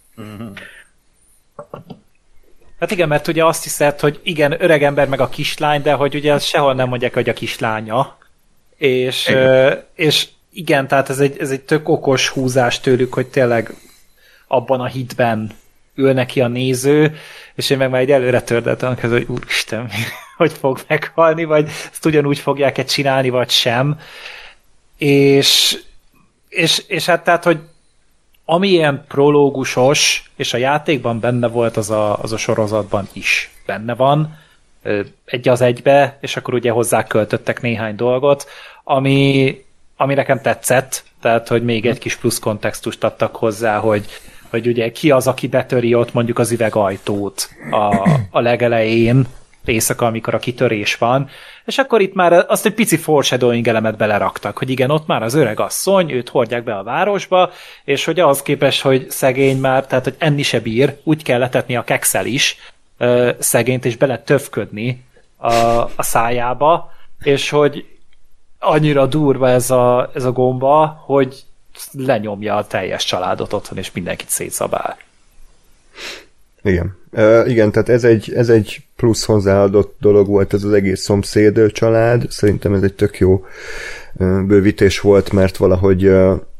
Speaker 2: Hát igen, mert ugye azt hiszed, hogy igen, öreg ember meg a kislány, de hogy ugye sehol nem mondják, hogy a kislánya. És igen, tehát ez egy tök okos húzás tőlük, hogy tényleg abban a hitben ül neki a néző, és én meg már egy előre tördettem, hogy úristen, hogy fog meghalni, vagy ezt ugyanúgy fogják-e csinálni, vagy sem. És hát tehát, hogy ami ilyen prológusos, és a játékban benne volt, az a sorozatban is benne van, egy az egybe, és akkor ugye hozzá költöttek néhány dolgot, ami nekem tetszett, tehát, hogy még egy kis plusz kontextust adtak hozzá, hogy ugye ki az, aki betöri ott mondjuk az üvegajtót a legelején, éjszaka, amikor a kitörés van, és akkor itt már azt egy pici foreshadowing elemet beleraktak, hogy igen, ott már az öreg asszony, őt hordják be a városba, és hogy ahhoz képest, hogy szegény már, tehát hogy enni se bír, úgy kell letetni a kekszel is szegényt, és bele tövködni a szájába, és hogy annyira durva ez a gomba, hogy lenyomja a teljes családot otthon, és mindenkit szétszabál.
Speaker 1: Igen. Igen, tehát ez egy plusz hozzáadott dolog volt, ez az egész szomszéd család. Szerintem ez egy tök jó bővítés volt, mert valahogy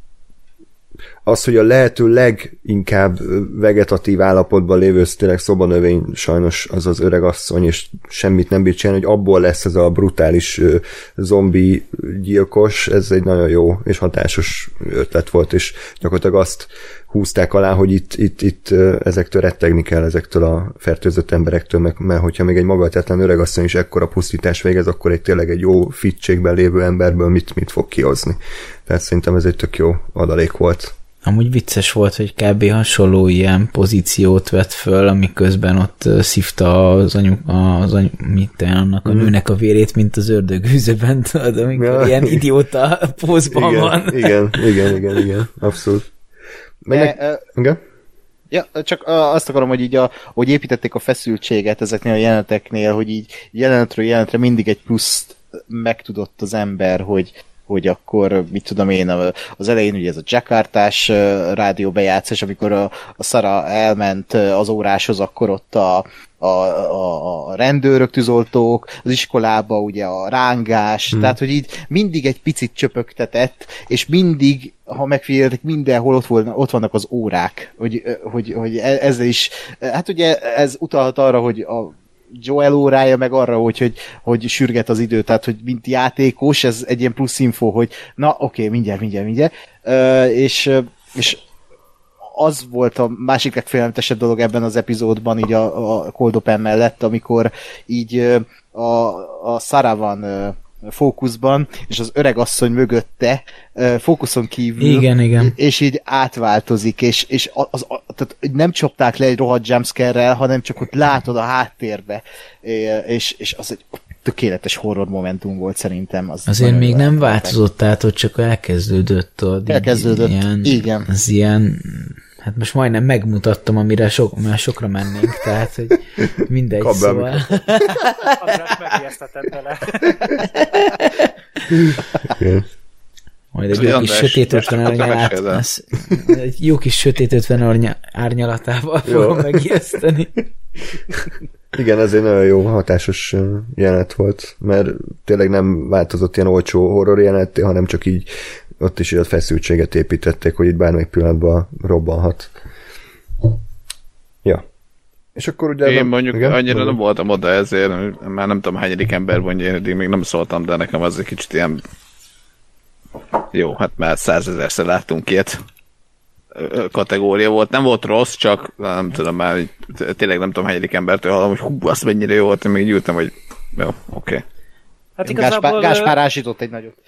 Speaker 1: az, hogy a lehető leginkább vegetatív állapotban lévő tényleg szobanövény sajnos az az öreg asszony, és semmit nem bír csinálni, hogy abból lesz ez a brutális zombi gyilkos, ez egy nagyon jó és hatásos ötlet volt, és gyakorlatilag azt húzták alá, hogy itt ezektől rettegni kell, ezektől a fertőzött emberektől, mert hogyha még egy magatetlen öreg asszony is ekkora pusztítás végez, akkor tényleg egy jó fitségben lévő emberből mit fog kihozni. Tehát szerintem ez egy tök jó adalék volt.
Speaker 4: Amúgy vicces volt, hogy kb. Hasonló ilyen pozíciót vett föl, amiközben ott szívta annak a nőnek a vérét, mint az ördögűzőben, tudod, amikor ilyen idióta pózban van.
Speaker 1: Igen, abszolút. Igen?
Speaker 3: Ja, csak azt akarom, hogy így hogy építették a feszültséget ezeknél a jeleneteknél, hogy így jelenetről jelenetre mindig egy pluszt megtudott az ember, hogy akkor, mit tudom én, az elején ugye ez a Jakartás rádióbejátszás, amikor a Sarah elment az óráshoz, akkor ott a rendőrök, tűzoltók, az iskolába ugye a rángás, tehát, hogy így mindig egy picit csöpögtetett, és mindig, ha megfigyeltek, mindenhol ott vannak az órák, hogy ezzel is, hát ugye ez utalhat arra, hogy a Joel órája, meg arra, hogy sürget az idő, tehát, hogy mint játékos, ez egy ilyen plusz info, hogy na, oké, mindjárt. És az volt a másik legfélelmetesebb dolog ebben az epizódban, így a Cold Open mellett, amikor így a Sarah van fókuszban, és az öreg asszony mögötte fókuszon kívül,
Speaker 4: igen.
Speaker 3: és így átváltozik, és tehát nem csapták le egy rohadt jumpscare-rel, hanem csak ott látod a háttérbe, és az egy tökéletes horror momentum volt szerintem.
Speaker 4: Azért még nem változott, tehát hogy csak elkezdődött.
Speaker 3: Igen.
Speaker 4: Az ilyen, hát most majdnem megmutattam, amire már sokra mennénk, tehát, hogy mindegy, szóval.
Speaker 2: András megijesztetett vele.
Speaker 4: Majd egy jó kis sötét 50 egy jó kis sötét 50 árnyalatával fogom megijeszteni.
Speaker 1: Igen, ez egy nagyon jó, hatásos jelenet volt, mert tényleg nem változott ilyen olcsó horror jelenet, hanem csak így ott is a feszültséget építették, hogy itt bármelyik pillanatban robbanhat. Ja. És akkor ugye...
Speaker 5: Én mondjuk igen? Annyira nem voltam oda ezért, már nem tudom hányadik ember van, eddig még nem szóltam, de nekem az egy kicsit ilyen... Jó, hát már 100 000-szer láttunk ilyet. Kategória volt. Nem volt rossz, csak nem tudom már, tényleg nem tudom hányadik embertől hallom, hogy hú, azt mennyire jó volt, én még gyűltem, hogy jó, oké.
Speaker 2: Hát igazából...
Speaker 3: Gáspár ásított egy nagyot.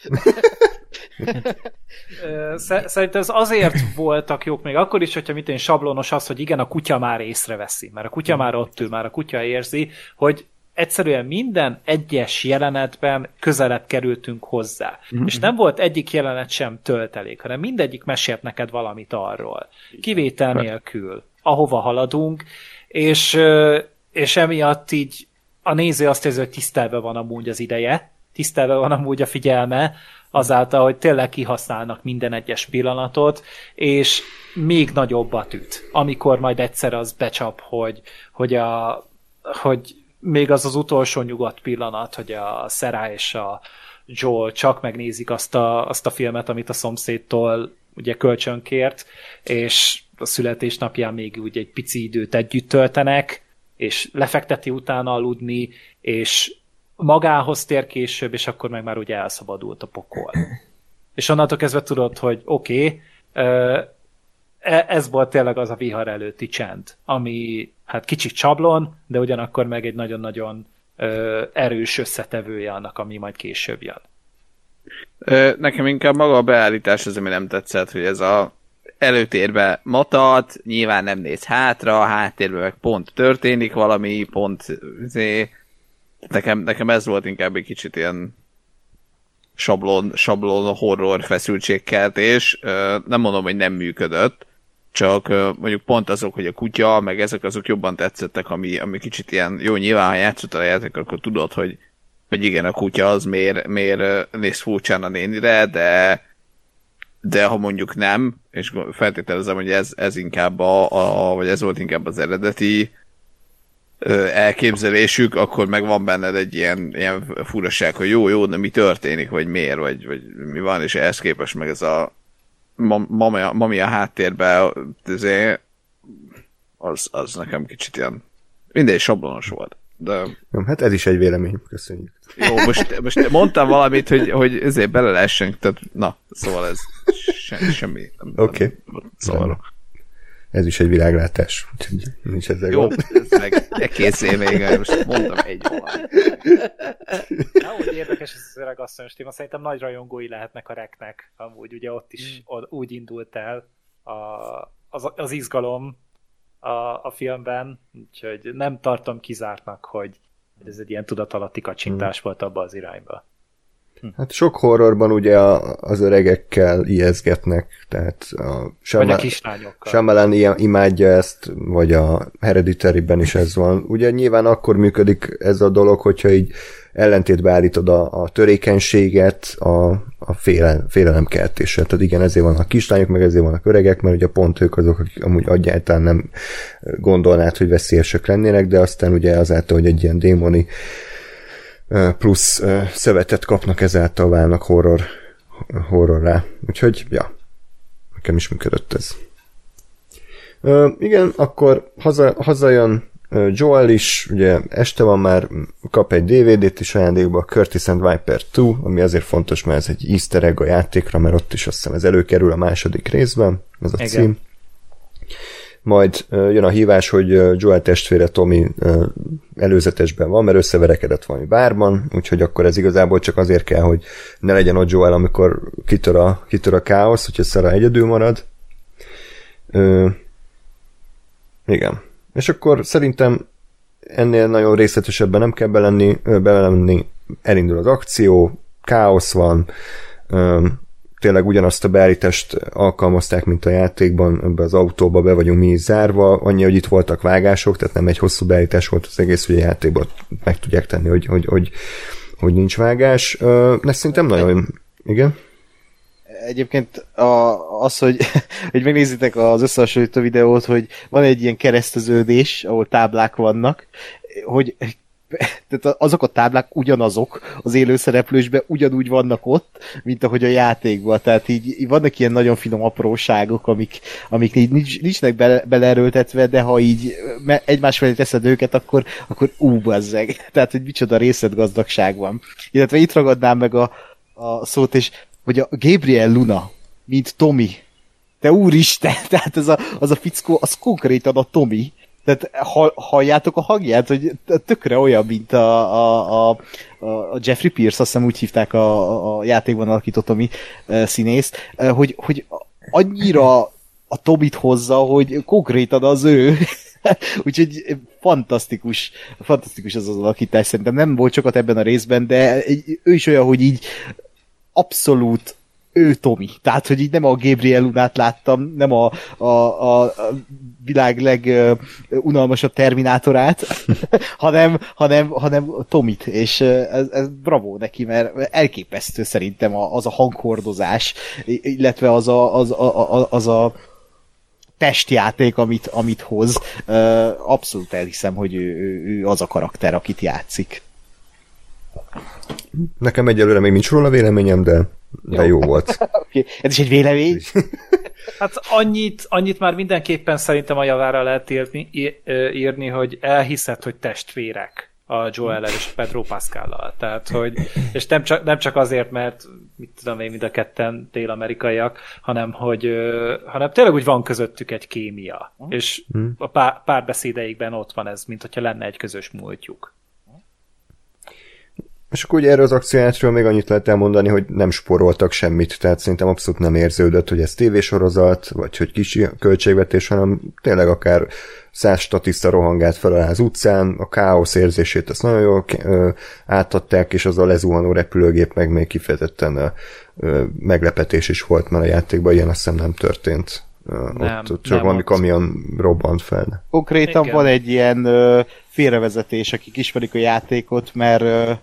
Speaker 2: Szerintem ez azért voltak jók még akkor is, hogyha mitén sablonos az, hogy igen, a kutya már észreveszi, mert a kutya már ott ül, már a kutya érzi, hogy egyszerűen minden egyes jelenetben közelebb kerültünk hozzá. Mm-hmm. És nem volt egyik jelenet sem töltelék, hanem mindegyik mesélt neked valamit arról. Kivétel nélkül, ahova haladunk, és emiatt így a néző azt érzi, hogy tisztelve van amúgy az ideje, tisztelve van amúgy a figyelme, azáltal, hogy tényleg kihasználnak minden egyes pillanatot, és még nagyobbat üt, amikor majd egyszer az becsap, hogy még az utolsó nyugodt pillanat, hogy a Sarah és a Joel csak megnézik azt a filmet, amit a szomszédtól ugye kölcsönkért, és a születésnapján még úgy egy pici időt együtt töltenek, és lefekteti utána aludni, és magához tér később, és akkor meg már ugye elszabadult a pokol. És onnantól kezdve tudod, hogy oké, ez volt tényleg az a vihar előtti csend, ami hát kicsit csablon, de ugyanakkor meg egy nagyon-nagyon erős összetevője annak, ami majd később jön.
Speaker 5: Nekem inkább maga a beállítás az, ami nem tetszett, hogy ez a előtérbe matat, nyilván nem néz hátra, a háttérben meg pont történik valami, pont nekem ez volt inkább egy kicsit ilyen sablon horror feszültségkeltés. Nem mondom, hogy nem működött, csak mondjuk pont azok, hogy a kutya, meg ezek azok jobban tetszettek, ami kicsit ilyen, jó, nyilván ha játszott a játék, akkor tudod, hogy igen, a kutya az miért néz furcsán a nénire, de ha mondjuk nem, és feltételezem, hogy ez inkább vagy ez volt inkább az eredeti elképzelésük, akkor meg van benned egy ilyen furaság, hogy jó, de mi történik, vagy miért, vagy mi van, és ehhez képest meg ez a mami a háttérben, az nekem kicsit ilyen mindegy sablonos volt. De...
Speaker 1: Jó, hát ez is egy vélemény, köszönjük.
Speaker 5: Jó, most mondtam valamit, hogy ezért bele lehessen, tehát na, szóval ez semmi.
Speaker 1: Oké.
Speaker 5: Szóval.
Speaker 1: Ez is egy világlátás, úgyhogy nincs ezzel
Speaker 5: jó,
Speaker 1: gond.
Speaker 5: ez meg készé még, most mondtam egy valamit.
Speaker 2: Úgy érdekes ez az öreg asszonyos téma, szerintem nagy rajongói lehetnek a reknek, amúgy ugye ott is úgy indult el az izgalom a filmben, úgyhogy nem tartom kizártnak, hogy ez egy ilyen tudatalatti kacsintás volt abba az irányba.
Speaker 1: Hát sok horrorban ugye az öregekkel ijeszgetnek, tehát
Speaker 2: vagy a kislányokkal.
Speaker 1: Shyamalan imádja ezt, vagy a Hereditary-ben is ez van. Ugye nyilván akkor működik ez a dolog, hogyha így ellentétbe állítod a törékenységet a félelemkeltéssel. Tehát igen, ezért vannak kislányok, meg ezért vannak öregek, mert ugye pont ők azok, akik amúgy egyáltalán nem gondolnád, hogy veszélyesek lennének, de aztán ugye azáltal, hogy egy ilyen démoni plusz szövetet kapnak, ezáltal válnak horrorrá. Úgyhogy, ja, nekem is működött ez. Igen, akkor hazajön Joel is, ugye este van már, kap egy DVD-t is ajándékba, Curtis and Viper 2, ami azért fontos, mert ez egy easter egg a játékra, mert ott is azt hiszem ez előkerül a második részben, ez a
Speaker 2: igen.
Speaker 1: cím. Majd jön a hívás, hogy Joel testvére Tommy előzetesben van, mert összeverekedett valami bárban, úgyhogy akkor ez igazából csak azért kell, hogy ne legyen ott Joel, amikor kitör a káosz, hogyha Sarah egyedül marad. Igen. És akkor szerintem ennél nagyon részletesebben nem kell belemenni, elindul az akció, káosz van, tényleg ugyanazt a beállítást alkalmazták, mint a játékban, ebbe az autóba be vagyunk mi is zárva, annyi, hogy itt voltak vágások, tehát nem egy hosszú beállítás volt az egész, hogy a játékban meg tudják tenni, hogy nincs vágás. De szerintem nagyon... Igen?
Speaker 3: Egyébként az, hogy megnézitek az összehasonlító videót, hogy van egy ilyen kereszteződés, ahol táblák vannak, hogy tehát azok a táblák ugyanazok az élőszereplősben, ugyanúgy vannak ott, mint ahogy a játékban. Tehát így vannak ilyen nagyon finom apróságok, amik így nincsnek beleerőltetve, de ha így egymás felé teszed őket, akkor bazzeg. Tehát, hogy micsoda részletgazdagság van. Illetve itt ragadnám meg a szót, és vagy a Gabriel Luna, mint Tommy. Te úristen! Tehát az a fickó, az konkrétan a Tommy. Tehát halljátok a hangját, hogy tökre olyan, mint a Jeffrey Pierce, azt hiszem úgy hívták a játékban alakított Tommy színészt, hogy annyira a Tomit hozza, hogy konkrétan az ő. Úgyhogy fantasztikus az alakítás. Szerintem nem volt sokat ebben a részben, de ő is olyan, hogy így abszolút ő Tommy. Tehát, hogy így nem a Gabriel Lunát láttam, nem a világ legunalmasabb Terminátorát, hanem Tomit, és ez bravo neki, mert elképesztő szerintem az a hanghordozás, illetve az a testjáték, amit hoz. Abszolút elhiszem, hogy ő az a karakter, akit játszik.
Speaker 1: Nekem egyelőre még nincs róla véleményem, de jó volt.
Speaker 3: Okay. Ez is egy vélemény?
Speaker 2: Hát annyit már mindenképpen szerintem a javára lehet írni, hogy elhiszed, hogy testvérek. a Joel-el és Pedro Pascal-lal. Tehát, hogy, és nem csak azért, mert mit tudom én, mind a ketten dél-amerikaiak, hanem tényleg úgy van közöttük egy kémia. És a párbeszédeikben ott van ez, mint hogyha lenne egy közös múltjuk.
Speaker 1: És akkor ugye erről az akciójátról még annyit lehet elmondani, hogy nem spóroltak semmit, tehát szerintem abszolút nem érződött, hogy ez tévésorozat, vagy hogy kicsi költségvetés, hanem tényleg akár 100 statiszta rohangált fel az utcán, a káosz érzését azt nagyon jól átadták, és az a lezuhanó repülőgép meg még kifejezetten meglepetés is volt, mert a játékban ilyen azt hiszem nem történt. Ott csak valami kamion robbant fel.
Speaker 3: Konkrétan van egy ilyen félrevezetés, akik ismerik a játékot, mert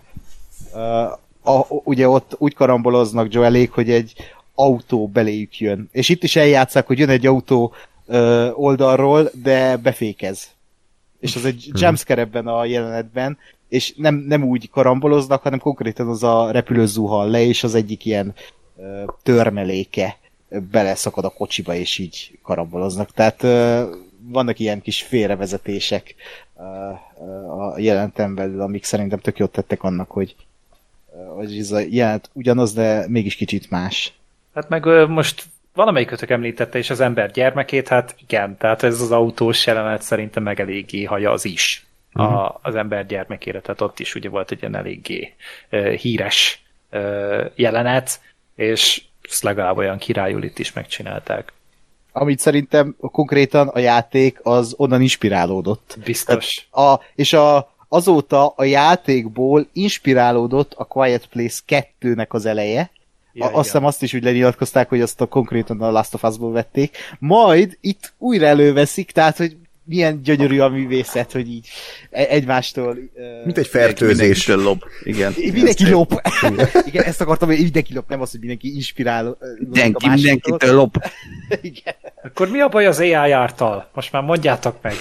Speaker 3: ugye ott úgy karamboloznak Joelék, hogy egy autó beléjük jön. És itt is eljátszák, hogy jön egy autó oldalról, de befékez. És az egy jumpscare ebben a jelenetben, és nem úgy karamboloznak, hanem konkrétan az a repülő zuhan le, és az egyik ilyen törmeléke beleszakad a kocsiba, és így karamboloznak. Tehát vannak ilyen kis félrevezetések a jeleneten belül, amik szerintem tök jót tettek annak, hogy ez a jelent ugyanaz, de mégis kicsit más.
Speaker 2: Hát meg most valamelyikötök említette is az ember gyermekét, hát igen, tehát ez az autós jelenet szerintem meg eléggé haja az is az ember gyermekére, tehát ott is ugye volt egy ilyen eléggé híres jelenet, és ezt legalább olyan királyul itt is megcsinálták.
Speaker 3: Amit szerintem konkrétan a játék az onnan inspirálódott.
Speaker 2: Biztos.
Speaker 3: És azóta a játékból inspirálódott a Quiet Place 2-nek az eleje. Azt hiszem azt is úgy lenyilatkozták, hogy azt konkrétan a Last of Us-ból vették. Majd itt újra előveszik, tehát hogy milyen gyönyörű a művészet, hogy így egymástól...
Speaker 1: Mint egy fertőzés.
Speaker 5: Mindenki lop. Igen.
Speaker 3: Mindenki lop. Igen, ezt akartam, hogy mindenki lop, nem az, hogy mindenki inspirál.
Speaker 5: Mindenkitől lop.
Speaker 3: Igen.
Speaker 2: Akkor mi a baj az AI által? Most már mondjátok meg.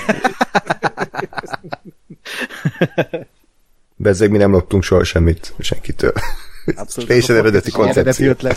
Speaker 1: Bezzeg mi nem loptunk soha semmit senkitől.
Speaker 3: Abszolút.
Speaker 1: Teljesen eredeti koncepció.
Speaker 3: Ötlet.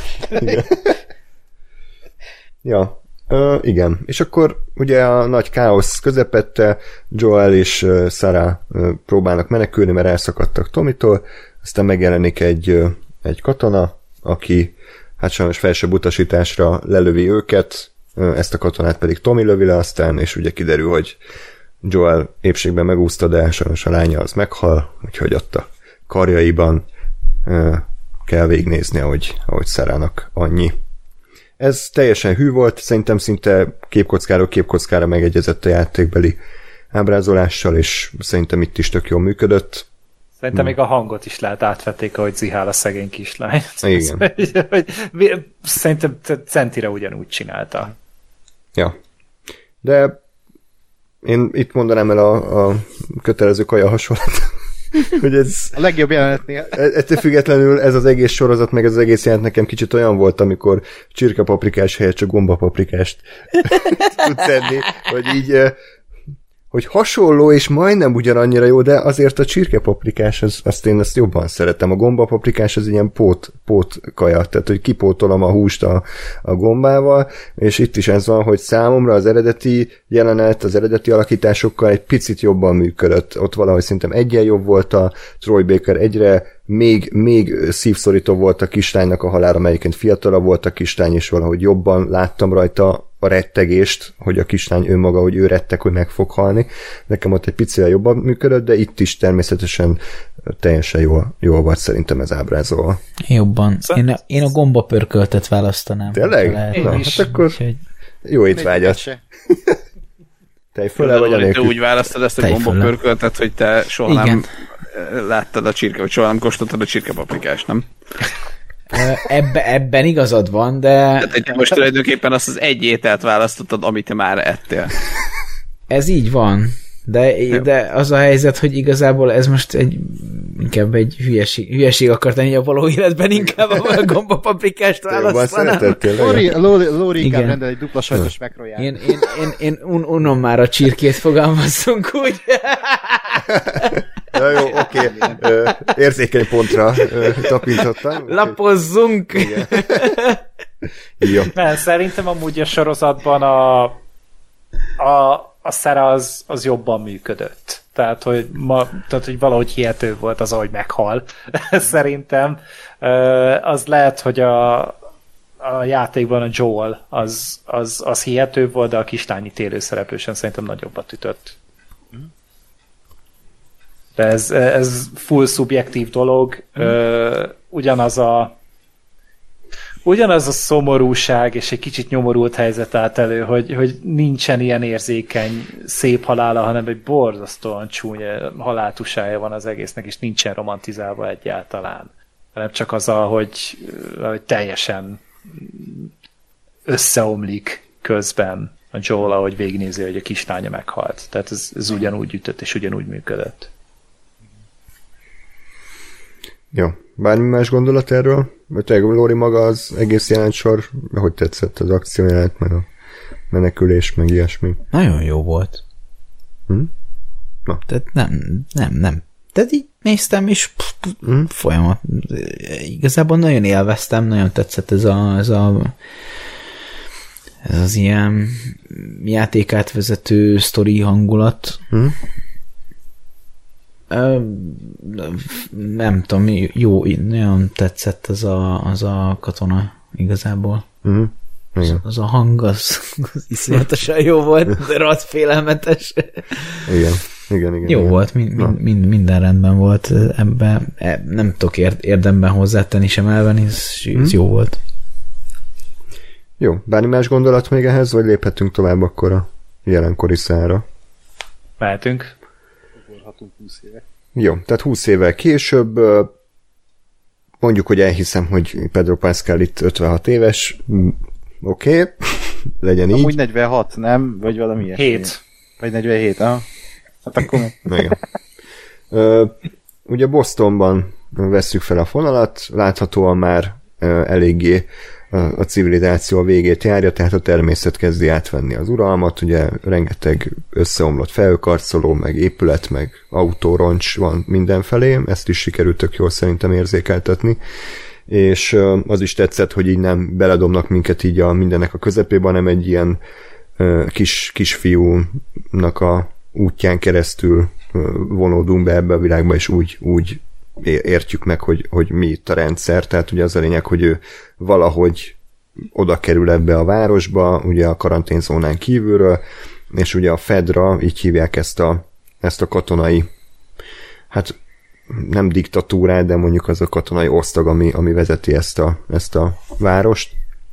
Speaker 1: Ja, igen. És akkor ugye a nagy káosz közepette Joel és Sarah próbálnak menekülni, mert elszakadtak Tomitól, aztán megjelenik egy katona, aki hát sajnos felsőbb utasításra lelövi őket, ezt a katonát pedig Tommy lövi le aztán, és ugye kiderül, hogy Joel épségben megúszta, de sajnos a lánya az meghal, úgyhogy ott a karjaiban kell végignézni, ahogy Sarahnak annyi. Ez teljesen hű volt, szerintem szinte képkockáról képkockára megegyezett a játékbeli ábrázolással, és szerintem itt is tök jól működött.
Speaker 2: Szerintem még a hangot is lehet átvették, ahogy zihál a szegény kislány.
Speaker 1: Igen.
Speaker 2: Szerintem centire ugyanúgy csinálta.
Speaker 1: Ja. De én itt mondanám el a kötelező kaja hasonlat, hogy ez...
Speaker 3: A legjobb jelenetnél.
Speaker 1: Ettől függetlenül ez az egész sorozat, meg ez az egész jelent nekem kicsit olyan volt, amikor csirkepaprikás helyett csak gombapaprikást tud tenni, hogy így... hogy hasonló és majdnem ugyanannyira jó, de azért a csirkepaprikás, azt én ezt jobban szeretem. A gombapaprikás az ilyen pót kaja, tehát hogy kipótolom a húst a gombával, és itt is ez van, hogy számomra az eredeti jelenet, az eredeti alakításokkal egy picit jobban működött. Ott valahogy szerintem egyen jobb volt a Troy Baker, egyre még szívszorító volt a kislánynak a halála, melyiként fiatalabb volt a kislány, és valahogy jobban láttam rajta a rettegést, hogy a kislány önmaga, hogy ő retteg, hogy meg fog halni. Nekem ott egy picivel jobban működött, de itt is természetesen teljesen jól volt szerintem ez ábrázolva.
Speaker 4: Jobban. Én a gombapörköltet választanám.
Speaker 1: Tényleg? Na, hát akkor jó étvágyat. Te fölle vagy
Speaker 5: anélkül? Te úgy választod ezt a gombapörköltet, hogy te soha nem láttad a csirke, vagy soha nem kóstoltad a csirkepaprikást, nem?
Speaker 4: Ebben igazad van, de...
Speaker 5: Tehát most tulajdonképpen azt az egy ételt választottad, amit te már ettél.
Speaker 4: Ez így van, de az a helyzet, hogy igazából ez most inkább egy hülyeség akart lenni a való életben, inkább a gombapaprikást választanám.
Speaker 3: Lóri inkább rendel egy dupla sajtos megroját.
Speaker 4: Én unom már a csirkét, fogalmazzunk úgy.
Speaker 1: Ja, jó, oké. Érzékeny pontra tapintottam.
Speaker 4: Lapozzunk!
Speaker 1: Jó.
Speaker 2: Nem, szerintem amúgy a sorozatban a Sarah az jobban működött. Tehát, hogy valahogy hihető volt az, ahogy meghal. Szerintem. Az lehet, hogy a játékban a Joel az hihető volt, de a kislányi télőszereplősen szerintem nagyobbat ütött. De ez full szubjektív dolog. Ugyanaz a szomorúság és egy kicsit nyomorult helyzet állt elő, hogy nincsen ilyen érzékeny, szép halála, hanem egy borzasztóan csúnya haláltusája van az egésznek, és nincsen romantizálva egyáltalán. Hanem csak az, hogy teljesen összeomlik közben a Joel, ahogy végignézi, hogy a kislánya meghalt. Tehát ez ugyanúgy ütött, és ugyanúgy működött.
Speaker 1: Jó. Bármi más gondolat erről? Mert Lóri maga az egész jelentsor, hogy tetszett az akciójelenet, meg a menekülés, meg ilyesmi?
Speaker 4: Nagyon jó volt.
Speaker 1: Na.
Speaker 4: Tehát nem. Tehát így néztem, és folyamat. Igazából nagyon élveztem, nagyon tetszett ez az ilyen játékátvezető sztori hangulat. Nem tudom, jó, nagyon tetszett az a katona igazából. Az a hang, az iszonyatosan jó volt, de rohadt félelmetes.
Speaker 1: Igen.
Speaker 4: Jó volt, minden rendben volt ebben. Nem tudok érdemben hozzátenni sem elvenni, ez jó volt.
Speaker 1: Jó, bármi más gondolat még ehhez, vagy léphetünk tovább akkor a jelenkori szára?
Speaker 2: Mehetünk.
Speaker 3: 20 éve.
Speaker 1: Jó, tehát 20 évvel később mondjuk, hogy elhiszem, hogy Pedro Pascal itt 56 éves. Oké, legyen így.
Speaker 3: Amúgy 46, nem? Vagy valami ilyesmi.
Speaker 2: 7.
Speaker 3: Vagy 47, hát akkor...
Speaker 1: Igen. Ugye Bostonban vesszük fel a fonalat, láthatóan már eléggé a civilizáció a végét járja, tehát a természet kezdi átvenni az uralmat, ugye rengeteg összeomlott felhőkarcoló, meg épület, meg autóroncs van mindenfelé, ezt is sikerült tök jól szerintem érzékeltetni, és az is tetszett, hogy így nem beledobnak minket így a mindennek a közepébe, hanem egy ilyen kisfiúnak a útján keresztül vonódunk be ebbe a világba, és úgy értjük meg, hogy mi itt a rendszer, tehát ugye az a lényeg, hogy ő valahogy oda kerül ebbe a városba, ugye a karanténzónán kívülről, és ugye a Fedra, így hívják ezt a katonai, hát nem diktatúrát, de mondjuk az a katonai osztag, ami vezeti ezt a várost.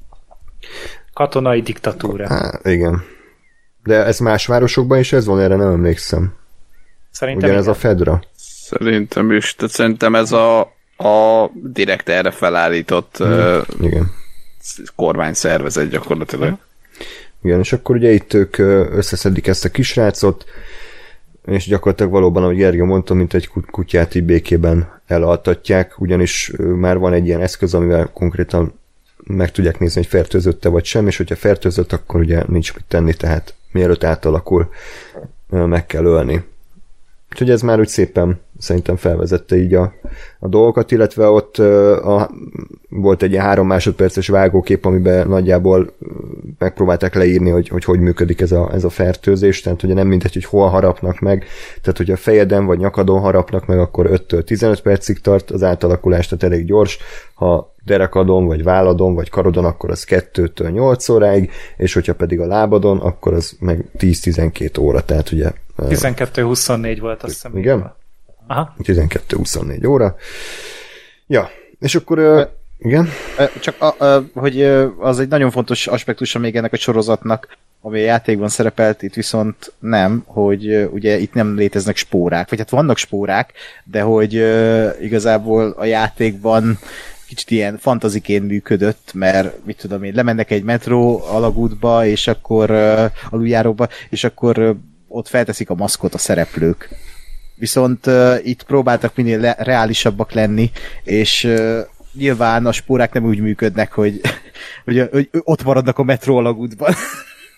Speaker 2: Katonai diktatúra.
Speaker 1: Hát, igen. De ez más városokban is ez van, erre nem emlékszem.
Speaker 2: Szerintem
Speaker 1: ugyanez a Fedra.
Speaker 5: Szerintem is. Tehát szerintem ez a direkt erre felállított
Speaker 1: igen.
Speaker 5: kormányszervezet gyakorlatilag.
Speaker 1: Igen, és akkor ugye itt ők összeszedik ezt a kisrácot, és gyakorlatilag valóban, ahogy Gergő mondta, mint egy kutyát így békében elaltatják, ugyanis már van egy ilyen eszköz, amivel konkrétan meg tudják nézni, hogy fertőzötte vagy sem, és hogyha fertőzött, akkor ugye nincs mit tenni, tehát mielőtt átalakul, meg kell ölni. Úgyhogy ez már úgy szépen szerintem felvezette így a dolgokat, illetve ott volt egy ilyen 3 másodperces vágókép, amiben nagyjából megpróbálták leírni, hogy működik ez a fertőzés, tehát ugye nem mindegy, hogy hol harapnak meg, tehát hogyha a fejeden vagy nyakadon harapnak meg, akkor 5-től 15 percig tart az átalakulás, tehát elég gyors, ha derekadon, vagy válladon, vagy karodon, akkor az 2-től 8 óráig, és hogyha pedig a lábadon, akkor az meg 10-12 óra, tehát ugye...
Speaker 2: 12-24 volt, azt hiszem.
Speaker 1: Igen?
Speaker 2: Aha.
Speaker 1: 12-24 óra. Ja, és akkor... igen?
Speaker 3: Csak, hogy az egy nagyon fontos aspektusa még ennek a sorozatnak, ami a játékban szerepelt, itt viszont nem, hogy ugye itt nem léteznek spórák, vagy hát vannak spórák, de hogy igazából a játékban kicsit ilyen fantaziként működött, mert mit tudom én, lemennek egy metró alagútba, és akkor aluljáróba, és akkor ott felteszik a maszkot a szereplők. Viszont itt próbáltak minél reálisabbak lenni, és nyilván a spórák nem úgy működnek, hogy ott maradnak a metró alagútban.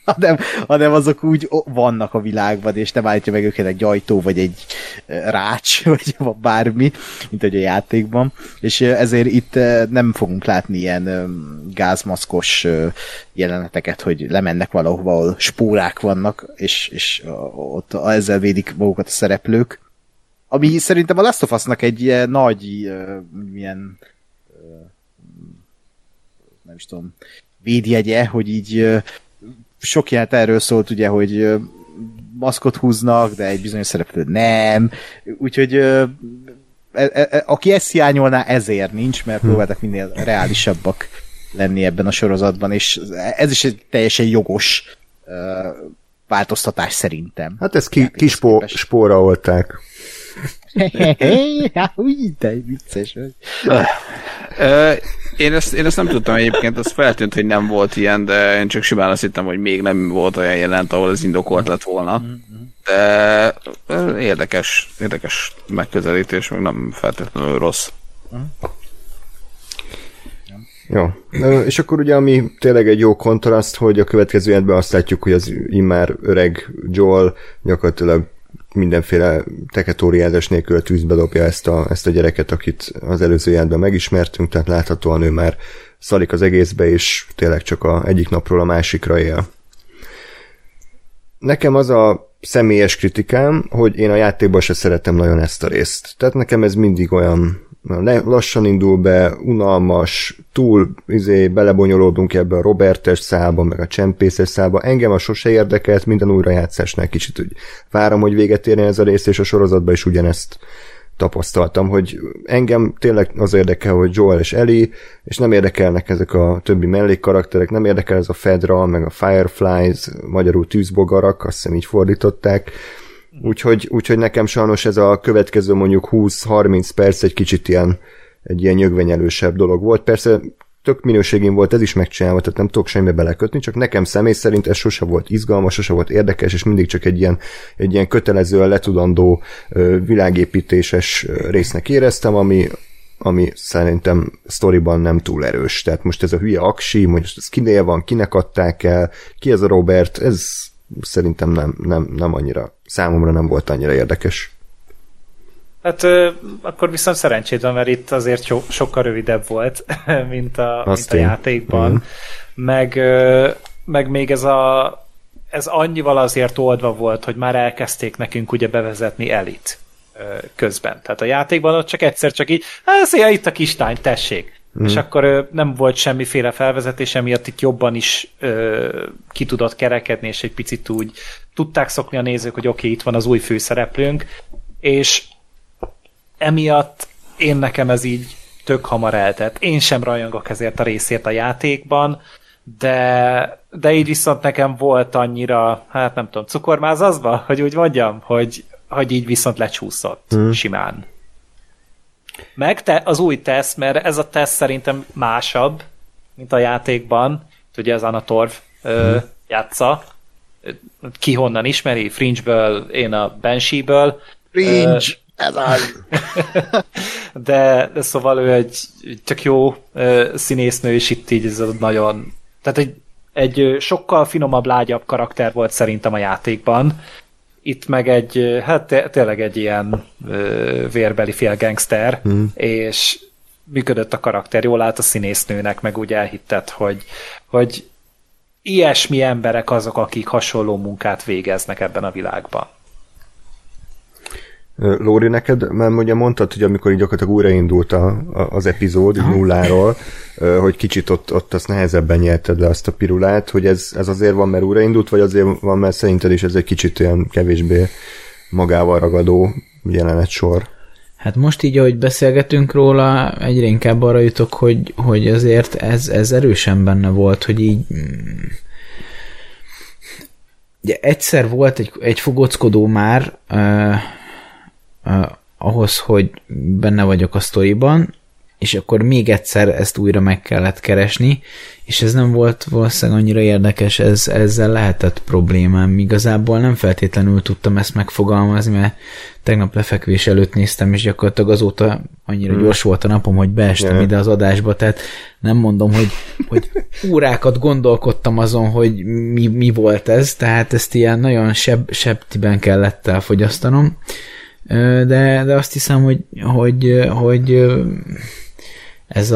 Speaker 3: hanem azok úgy vannak a világban, és nem állítja meg őket egy ajtó, vagy egy rács, vagy bármi, mint hogy a játékban. És ezért itt nem fogunk látni ilyen gázmaszkos jeleneteket, hogy lemennek valahova, ahol spórák vannak, és ott ezzel védik magukat a szereplők. Ami szerintem a Last of Us-nak egy nagy milyen nem is tudom, védjegye, hogy így sok jelent erről szólt, ugye, hogy maszkot húznak, de egy bizonyos szereplő nem. Úgyhogy aki ezt hiányolná, ezért nincs, mert próbáltak minél reálisabbak lenni ebben a sorozatban, és ez is egy teljesen jogos változtatás szerintem.
Speaker 1: Hát ezt spóra olták.
Speaker 3: Úgy, de vicces vagy.
Speaker 5: Én ezt nem tudtam egyébként, az feltűnt, hogy nem volt ilyen, de én csak simán azt hittem, hogy még nem volt olyan jelent, ahol ez indokolt lett volna. De érdekes megközelítés, meg nem feltétlenül rossz.
Speaker 1: Jó. És akkor ugye, ami tényleg egy jó kontraszt, hogy a következő jelentben azt látjuk, hogy az immár öreg Joel gyakorlatilag mindenféle teketóriázás nélkül a tűzbe dobja ezt a gyereket, akit az előző jelentben megismertünk, tehát láthatóan ő már szalik az egészbe, és tényleg csak egyik napról a másikra él. Nekem az a személyes kritikám, hogy én a játékban se szeretem nagyon ezt a részt. Tehát nekem ez mindig olyan lassan indul be, unalmas, túl belebonyolódunk ebbe a Robertes szálba, meg a csempészes szálba. Engem a sose érdekelt, minden újrajátszásnál kicsit úgy várom, hogy véget érjen ez a rész, és a sorozatban is ugyanezt tapasztaltam, hogy engem tényleg az érdekel, hogy Joel és Ellie, és nem érdekelnek ezek a többi mellékkarakterek, nem érdekel ez a Fedra, meg a Fireflies, magyarul tűzbogarak, azt hiszem így fordították. Úgyhogy nekem sajnos ez a következő mondjuk 20-30 perc egy kicsit egy ilyen nyögvenyelősebb dolog volt. Persze tök minőségén volt ez is megcsinálva, tehát nem tudok semmibe belekötni, csak nekem személy szerint ez sose volt izgalmas, sose volt érdekes, és mindig csak egy ilyen kötelezően letudandó világépítéses résznek éreztem, ami szerintem sztoriban nem túl erős. Tehát most ez a hülye aksi, most ez kinél van, kinek adták el, ki ez a Robert, ez szerintem nem annyira, számomra nem volt annyira érdekes.
Speaker 2: Hát akkor viszont szerencséd van, mert itt azért sokkal rövidebb volt, mint a játékban. Meg még ez annyival azért oldva volt, hogy már elkezdték nekünk ugye bevezetni Elit közben. Tehát a játékban ott csak egyszer csak így, szia, itt a kislány, tessék. És akkor nem volt semmiféle felvezetés, emiatt itt jobban is ki tudott kerekedni, és egy picit úgy tudták szokni a nézők, hogy oké, itt van az új főszereplőnk, és emiatt nekem ez így tök hamar eltett. Én sem rajongok ezért a részért a játékban, de így viszont nekem volt annyira, hát nem tudom, cukormázazva, hogy úgy mondjam, hogy így viszont lecsúszott simán. Meg az új teszt, mert ez a teszt szerintem másabb, mint a játékban. Ugye az Anna Torv játsza. Ki honnan ismeri? Fringe-ből, én a Banshee-ből.
Speaker 3: Fringe! Ez az!
Speaker 2: de szóval ő egy tök jó színésznő, és itt így ez nagyon... Tehát egy sokkal finomabb, lágyabb karakter volt szerintem a játékban. Itt meg tényleg egy ilyen vérbeli félgangster, és működött a karakter, jól állt a színésznőnek, meg úgy elhitted, hogy ilyesmi emberek azok, akik hasonló munkát végeznek ebben a világban.
Speaker 1: Lóri, neked, mert ugye mondtad, hogy amikor így gyakorlatilag újraindult az epizód nulláról, hogy kicsit ott azt nehezebben nyerted le azt a pirulát, hogy ez azért van, mert újraindult, vagy azért van, mert szerinted is ez egy kicsit olyan kevésbé magával ragadó jelenetsor?
Speaker 4: Hát most így, ahogy beszélgetünk róla, egyre inkább arra jutok, hogy azért ez erősen benne volt, hogy így... Ugye egyszer volt egy fogockodó már ahhoz, hogy benne vagyok a sztoriban, és akkor még egyszer ezt újra meg kellett keresni, és ez nem volt valószínűleg annyira érdekes, ezzel lehetett problémám. Igazából nem feltétlenül tudtam ezt megfogalmazni, mert tegnap lefekvés előtt néztem, és gyakorlatilag azóta annyira gyors volt a napom, hogy beestem ide az adásba, tehát nem mondom, hogy órákat gondolkodtam azon, hogy mi volt ez, tehát ezt ilyen nagyon sebtiben kellett elfogyasztanom, de azt hiszem, hogy ez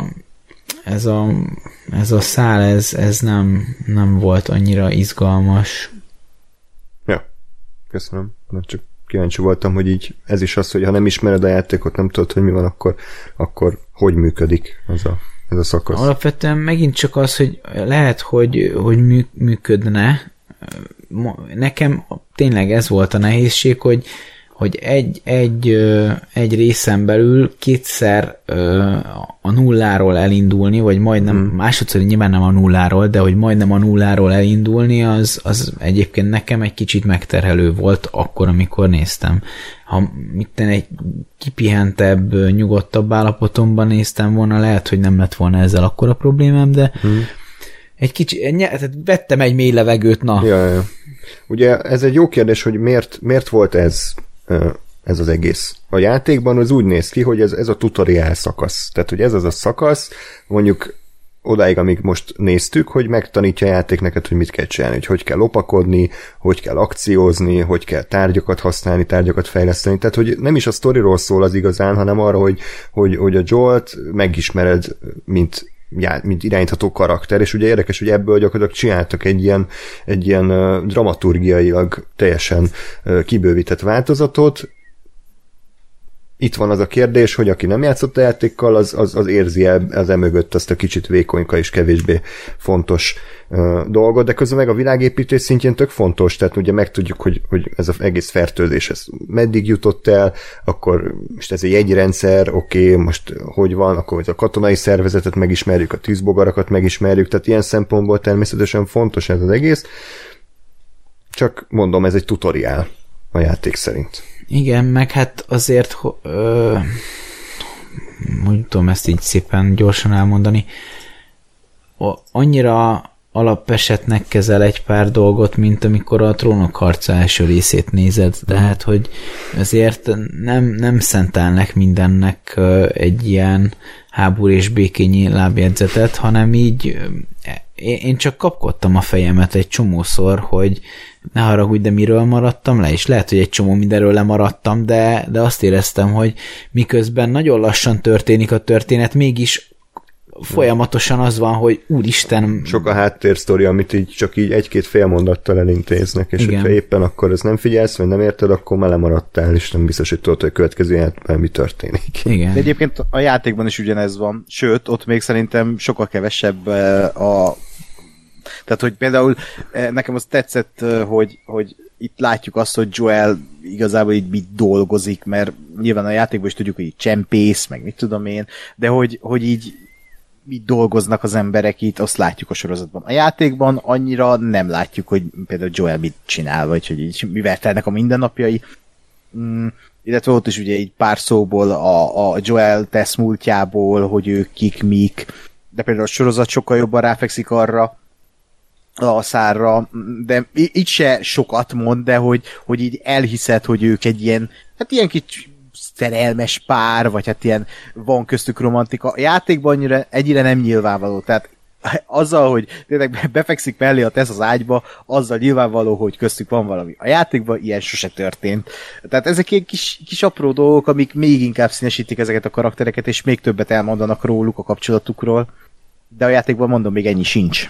Speaker 4: a szál, ez nem volt annyira izgalmas.
Speaker 1: Ja, köszönöm. Csak kíváncsi voltam, hogy így ez is az, hogy ha nem ismered a játékot, nem tudod, hogy mi van, akkor hogy működik ez a szakasz.
Speaker 4: Alapvetően megint csak az, hogy lehet, hogy működne. Nekem tényleg ez volt a nehézség, hogy egy részen belül kétszer a nulláról elindulni, vagy majdnem, másodszor nyilván nem a nulláról, de hogy majdnem a nulláról elindulni, az egyébként nekem egy kicsit megterhelő volt akkor, amikor néztem. Ha egy kipihentebb, nyugodtabb állapotomban néztem volna, lehet, hogy nem lett volna ezzel akkora problémám, de egy kicsit, vettem egy mély levegőt, na.
Speaker 1: Ja. Ugye ez egy jó kérdés, hogy miért volt ez az egész. A játékban az úgy néz ki, hogy ez a tutoriál szakasz. Tehát, hogy ez az a szakasz, mondjuk odáig, amíg most néztük, hogy megtanítja a játék neked, hogy mit kell csinálni, hogy kell lopakodni, hogy kell akciózni, hogy kell tárgyakat használni, tárgyakat fejleszteni. Tehát, hogy nem is a sztoriról szól az igazán, hanem arra, hogy a Joelt megismered, mint irányítható karakter, és ugye érdekes, hogy ebből gyakorlatilag csináltak egy ilyen dramaturgiailag teljesen kibővített változatot. Itt van az a kérdés, hogy aki nem játszott a játékkal, az érzi az emögött azt a kicsit vékonyka és kevésbé fontos dolgot, de közben meg a világépítés szintjén tök fontos, tehát ugye megtudjuk, hogy ez az egész fertőzés ez meddig jutott el, akkor most ez egy jegyrendszer, oké, most hogy van, akkor a katonai szervezetet megismerjük, a tűzbogarakat megismerjük, tehát ilyen szempontból természetesen fontos ez az egész, csak mondom, ez egy tutoriál a játék szerint.
Speaker 4: Igen, meg hát azért, hogy tudom ezt így szépen gyorsan elmondani, annyira alapesetnek kezel egy pár dolgot, mint amikor a Trónok harca első részét nézed, tehát, hogy azért nem szentelnek mindennek egy ilyen háború és békényi lábjegyzetet, hanem így én csak kapkodtam a fejemet egy csomószor, hogy ne haragudj, de miről maradtam le, és lehet, hogy egy csomó mindenről lemaradtam, de azt éreztem, hogy miközben nagyon lassan történik a történet, mégis folyamatosan az van, hogy úristen...
Speaker 1: Sok a háttérsztori, amit így csak így egy-két fél mondattal elintéznek, és hogyha éppen akkor ezt nem figyelsz, vagy nem érted, akkor már lemaradtál, és nem biztos, hogy tudod, hogy a következő játékban mi történik.
Speaker 3: Igen. De egyébként a játékban is ugyanez van, sőt, ott még szerintem sokkal kevesebb tehát, hogy például nekem az tetszett, hogy itt látjuk azt, hogy Joel igazából így mit dolgozik, mert nyilván a játékban is tudjuk, hogy így csempész, meg mit tudom én, de hogy így mit dolgoznak az emberek itt, azt látjuk a sorozatban. A játékban annyira nem látjuk, hogy például Joel mit csinál, vagy hogy így mivel telnek a mindennapjai. Illetve ott is ugye így pár szóból a Joel tesz múltjából, hogy ők kik, mik, de például a sorozat sokkal jobban ráfekszik arra, a szárra, de itt se sokat mond, de hogy így elhiszed, hogy ők egy ilyen, hát ilyen kicsi szerelmes pár, vagy hát ilyen van köztük romantika. A játékban egyre nem nyilvánvaló, tehát azzal, hogy tényleg befekszik mellé a Tess az ágyba, azzal nyilvánvaló, hogy köztük van valami. A játékban ilyen sose történt. Tehát ezek ilyen kis apró dolgok, amik még inkább színesítik ezeket a karaktereket, és még többet elmondanak róluk, a kapcsolatukról. De a játékban mondom, még ennyi sincs.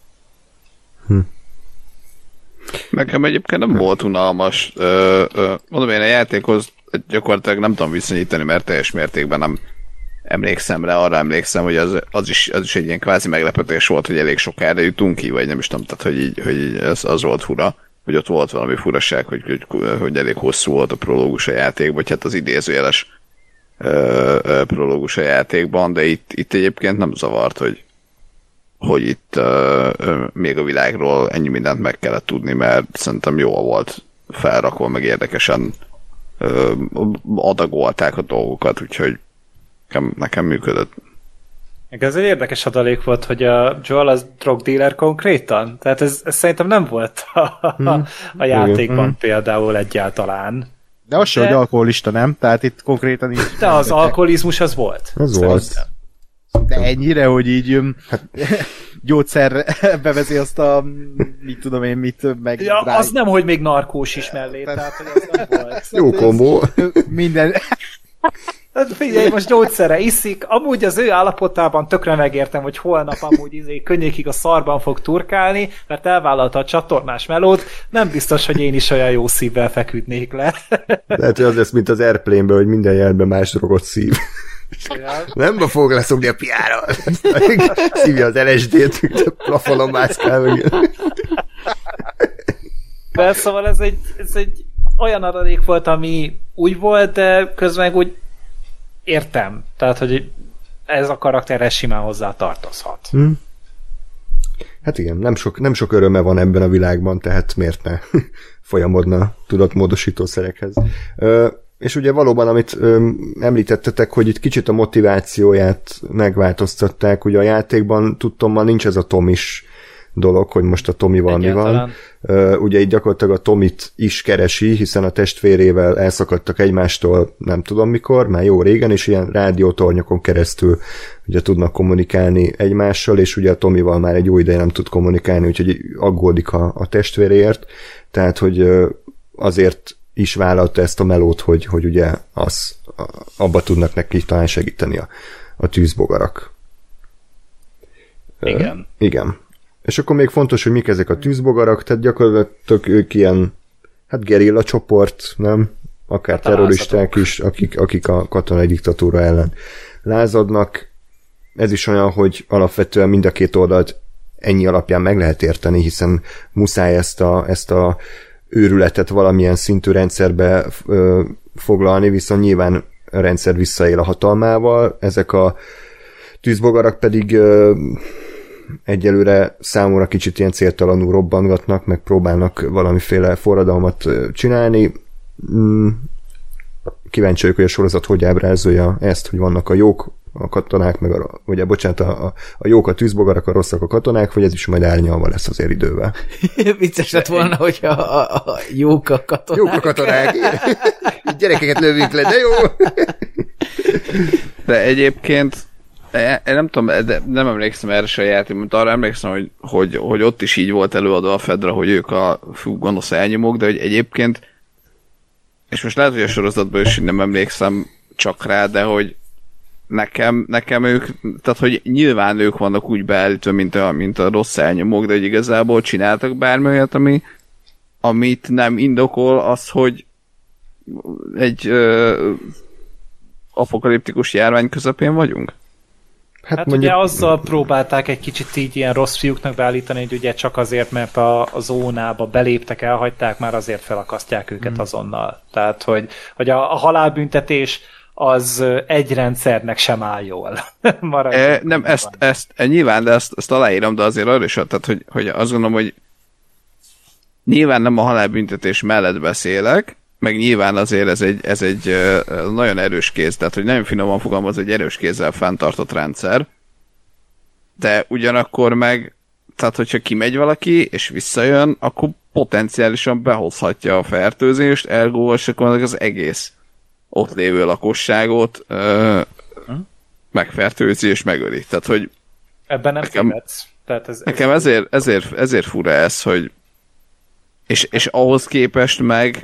Speaker 5: Nekem egyébként nem volt unalmas. Mondom, én a játékhoz gyakorlatilag nem tudom viszonyítani, mert teljes mértékben nem emlékszem rá, arra emlékszem, hogy az is egy ilyen kvázi meglepetés volt, hogy elég sokára jutunk ki, vagy nem is tudom, tehát hogy az volt fura, hogy ott volt valami furaság, hogy elég hosszú volt a prológus a játékban, vagy hát az idézőjeles prológus a játékban, de itt egyébként nem zavart, hogy itt még a világról ennyi mindent meg kellett tudni, mert szerintem jól volt felrakva, meg érdekesen adagolták a dolgokat, úgyhogy Nekem működött.
Speaker 2: Ez egy érdekes adalék volt, hogy a Joel az drogdealer konkrétan. Tehát ez szerintem nem volt a játékban például egyáltalán.
Speaker 3: De az sem, hogy alkoholista, nem? Tehát itt konkrétan így...
Speaker 2: De az alkoholizmus az volt.
Speaker 1: Az volt.
Speaker 3: De ennyire, hogy így gyógyszer bevezi azt a mit tudom én mit meg...
Speaker 2: Ja, az nem, hogy még narkós is mellé, tehát hogy az nem volt.
Speaker 1: Jó kombó.
Speaker 3: Minden...
Speaker 2: Hát figyelj, most gyógyszere iszik, amúgy az ő állapotában tökre megértem, hogy holnap amúgy könnyékig a szarban fog turkálni, mert elvállalta a csatornás melót, nem biztos, hogy én is olyan jó szívvel feküdnék le.
Speaker 1: Lehet, hogy az lesz, mint az Airplane-ben, hogy minden jelben más drogot szív.
Speaker 2: Ja.
Speaker 1: Nem fog leszokni a piára. Szívja az LSD-t, mint a plafonon mászkál meg.
Speaker 2: De szóval ez egy olyan adalék volt, ami úgy volt, de közben úgy értem. Tehát, hogy ez a karakterhez simán hozzá tartozhat.
Speaker 1: Hát igen, nem sok öröme van ebben a világban, tehát miért ne folyamodna tudatmódosítószerekhez. És ugye valóban, amit említettetek, hogy itt kicsit a motivációját megváltoztatták, ugye a játékban tudtommal nincs ez a Tomis dolog, hogy most a Tomival mi van. Ugye itt gyakorlatilag a Tomit is keresi, hiszen a testvérével elszakadtak egymástól nem tudom mikor, már jó régen, és ilyen rádiótornyokon keresztül ugye tudnak kommunikálni egymással, és ugye a Tomival már egy jó ideje nem tud kommunikálni, úgyhogy aggódik a testvéréért, tehát hogy azért is vállalta ezt a melót, hogy ugye abba tudnak neki talán segíteni a tűzbogarak.
Speaker 2: Igen.
Speaker 1: Igen. És akkor még fontos, hogy mik ezek a tűzbogarak, tehát gyakorlatilag ők ilyen, hát gerilla csoport, nem? Akár hát terroristák is, akik a katonai diktatúra ellen lázadnak. Ez is olyan, hogy alapvetően mind a két oldalt ennyi alapján meg lehet érteni, hiszen muszáj ezt a őrületet valamilyen szintű rendszerbe foglalni, viszont nyilván a rendszer visszaél a hatalmával, ezek a tűzbogarak pedig egyelőre számomra kicsit ilyen céltalanul robbangatnak, meg próbálnak valamiféle forradalmat csinálni. Kíváncsi vagyok, hogy a sorozat hogy ábrázolja ezt, hogy vannak a jók a katonák, meg a jók a tűzbogarak, a rosszak a katonák, vagy ez is majd árnyalva lesz azért idővel.
Speaker 4: Vicces lett volna, hogyha a jók a katonák.
Speaker 1: Jók a katonák. Gyerekeket lövünk le, de jó.
Speaker 5: De egyébként én nem tudom, de nem emlékszem erre se a játékban, arra emlékszem, hogy ott is így volt előadva a Fedra, hogy ők a gonosz elnyomók, de hogy egyébként, és most lehet, hogy a sorozatban is nem emlékszem csak rá, de hogy nekem ők, tehát hogy nyilván ők vannak úgy beállítva, mint a rossz elnyomók, de hogy igazából csináltak bármi olyat, amit nem indokol az, hogy egy apokaliptikus járvány közepén vagyunk?
Speaker 2: Hát mondjuk... ugye azzal próbálták egy kicsit így ilyen rossz fiúknak beállítani, hogy ugye csak azért, mert a zónába beléptek, elhagyták, már azért felakasztják őket azonnal. Tehát, hogy a halálbüntetés az egy rendszernek sem áll jól.
Speaker 5: Nem, ezt nyilván, de ezt aláírom, de azért arra is, tehát, hogy azt gondolom, hogy nyilván nem a halálbüntetés mellett beszélek, meg nyilván azért ez egy nagyon erős kéz, tehát hogy nagyon finoman fogalmaz, egy erős kézzel fenntartott rendszer, de ugyanakkor meg, tehát hogyha kimegy valaki, és visszajön, akkor potenciálisan behozhatja a fertőzést, ergo akkor az egész ott lévő lakosságot megfertőzi és megöli. Tehát, hogy
Speaker 2: ebben nem tévedsz.
Speaker 5: Nekem ezért fura ez, hogy és ahhoz képest meg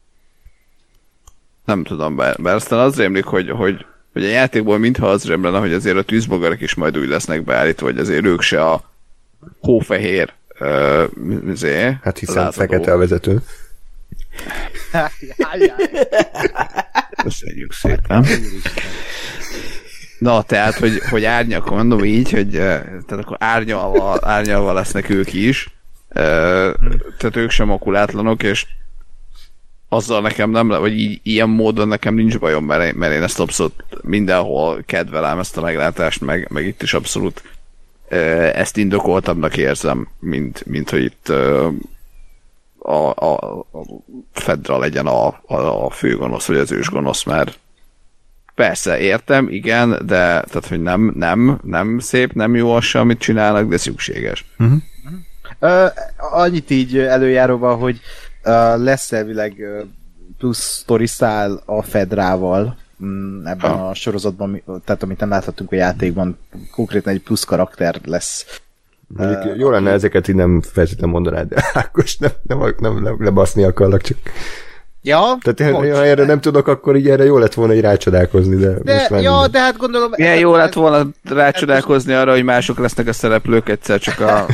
Speaker 5: nem tudom, bár aztán az rémlik, hogy a játékból mintha az rémlene, hogy azért a tűzbogarak is majd úgy lesznek beállítva, hogy azért ők se a hófehér
Speaker 1: hát hiszen fekete a vezető.
Speaker 5: Köszönjük szépen. Na, tehát, hogy árnyak, mondom így, hogy tehát akkor árnyalva lesznek ők is. Tehát ők sem makulátlanok, és azzal nekem nem, vagy ilyen módon nekem nincs bajom, mert én ezt abszolút mindenhol kedvelem ezt a meglátást, meg itt is abszolút ezt indokoltabbnak érzem, mint hogy itt a Fedra legyen a főgonosz, vagy az ősgonosz, mert Persze, értem, igen, de tehát, hogy nem szép, nem jó az, amit csinálnak, de szükséges.
Speaker 3: Annyit így előjáróban, hogy lesz elvileg plusz sztori szál a Fedrával ebben a sorozatban, tehát amit nem láthattunk a játékban, konkrétan egy plusz karakter lesz.
Speaker 1: Jó lenne ezeket így nem feltétlenül mondanád, de Ákos nem lebaszni akarlak, csak...
Speaker 3: Ja?
Speaker 1: Tehát ha erre nem tudok, akkor így erre jó lett volna így rácsodálkozni, de most már
Speaker 3: ja, de hát gondolom...
Speaker 5: Milyen jó lett volna rácsodálkozni arra, hogy mások lesznek a szereplők egyszer csak a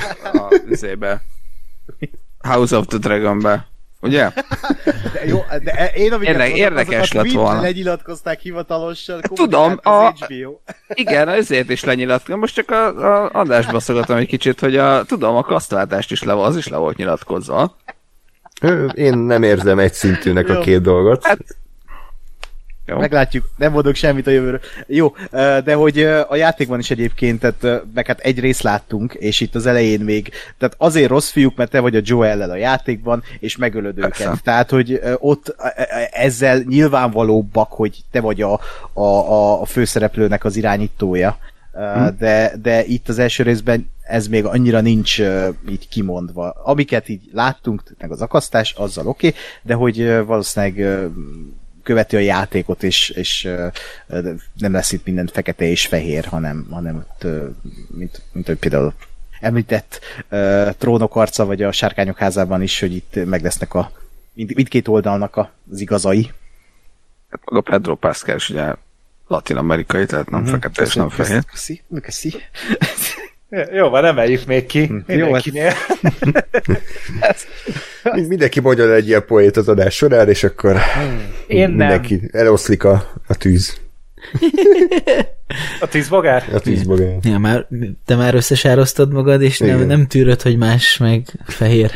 Speaker 5: House of the Dragon-be. Ugye?
Speaker 3: De jó, de én
Speaker 5: érdekes lett volna.
Speaker 3: Lenyilatkozták hivatalosan.
Speaker 5: Tudom, igen, ezért is lenyilatkoztam. Most csak a adásba szokottam egy kicsit, hogy tudom, a kasztváltást is az is le volt nyilatkozva.
Speaker 1: Én nem érzem egy szintűnek a két dolgot. Hát,
Speaker 3: jó. Meglátjuk, nem mondok semmit a jövőről. Jó, de hogy a játékban is egyébként, tehát meg hát egy részt láttunk, és itt az elején még, tehát azért rossz fiúk, mert te vagy a Joel-lel a játékban, és megölöd őket. Tehát, hogy ott ezzel nyilvánvalóbbak, hogy te vagy a főszereplőnek az irányítója. De itt az első részben ez még annyira nincs így kimondva. Amiket így láttunk, meg az akasztás, azzal oké, de hogy valószínűleg követi a játékot, és nem lesz itt minden fekete és fehér, hanem ott, mint hogy például említett Trónok arca, vagy a Sárkányok házában is, hogy itt meg lesznek mindkét oldalnak az igazai.
Speaker 5: Hát maga Pedro Pascal is ugye latin-amerikai, tehát nem fekete és nem fehér.
Speaker 3: Köszi.
Speaker 2: Jó, van, emeljük még ki. Mindenkinél.
Speaker 1: Mindenki mondja egy ilyen poét az adás során, és akkor mindenki eloszlik a tűz.
Speaker 2: A tűzbogár?
Speaker 1: A tűzbogár.
Speaker 4: Ja, te már összesároztad magad, és nem tűröd, hogy más meg fehér.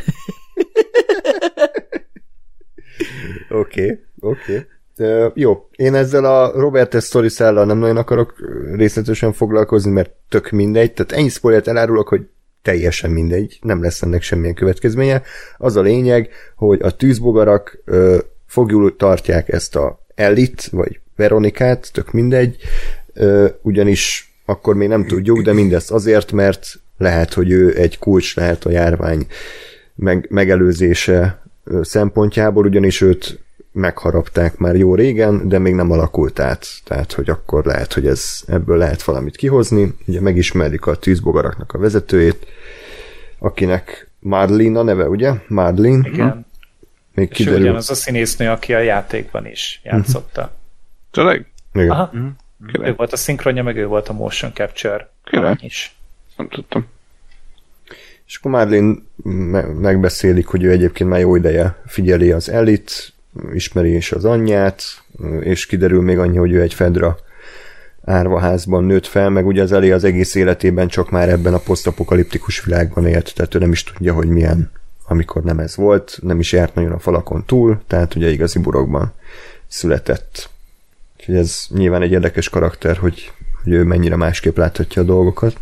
Speaker 1: Oké. Jó, én ezzel a Robert S. Sztoriszállal nem nagyon akarok részletesen foglalkozni, mert tök mindegy, tehát ennyi spoilert elárulok, hogy teljesen mindegy, nem lesz ennek semmilyen következménye. Az a lényeg, hogy a tűzbogarak fogjul tartják ezt a Ellit, vagy Veronikát, tök mindegy, ugyanis akkor még nem tudjuk, de mindezt azért, mert lehet, hogy ő egy kulcs lehet a járvány megelőzése szempontjából, ugyanis őt megharapták már jó régen, de még nem alakult át. Tehát, hogy akkor lehet, hogy ebből lehet valamit kihozni. Ugye megismerjük a tűzbogaraknak a vezetőjét, akinek Marlene a neve, ugye? Marlene.
Speaker 2: Igen.
Speaker 1: Még
Speaker 2: és ugyanaz a színésznő, aki a játékban is játszotta.
Speaker 5: Tényleg?
Speaker 1: Igen.
Speaker 2: Aha. Ő volt a szinkronja, meg ő volt a motion capture is.
Speaker 5: Nem tudtam.
Speaker 1: És akkor Marlene megbeszélik, hogy ő egyébként már jó ideje figyeli az Ellit, ismeri is az anyját, és kiderül még annyi, hogy ő egy Fedra árvaházban nőtt fel, meg ugye az Ellie az egész életében csak már ebben a posztapokaliptikus világban élt, tehát ő nem is tudja, hogy milyen, amikor nem ez volt, nem is járt nagyon a falakon túl, tehát ugye igazi burokban született. Úgyhogy ez nyilván egy érdekes karakter, hogy ő mennyire másképp láthatja a dolgokat.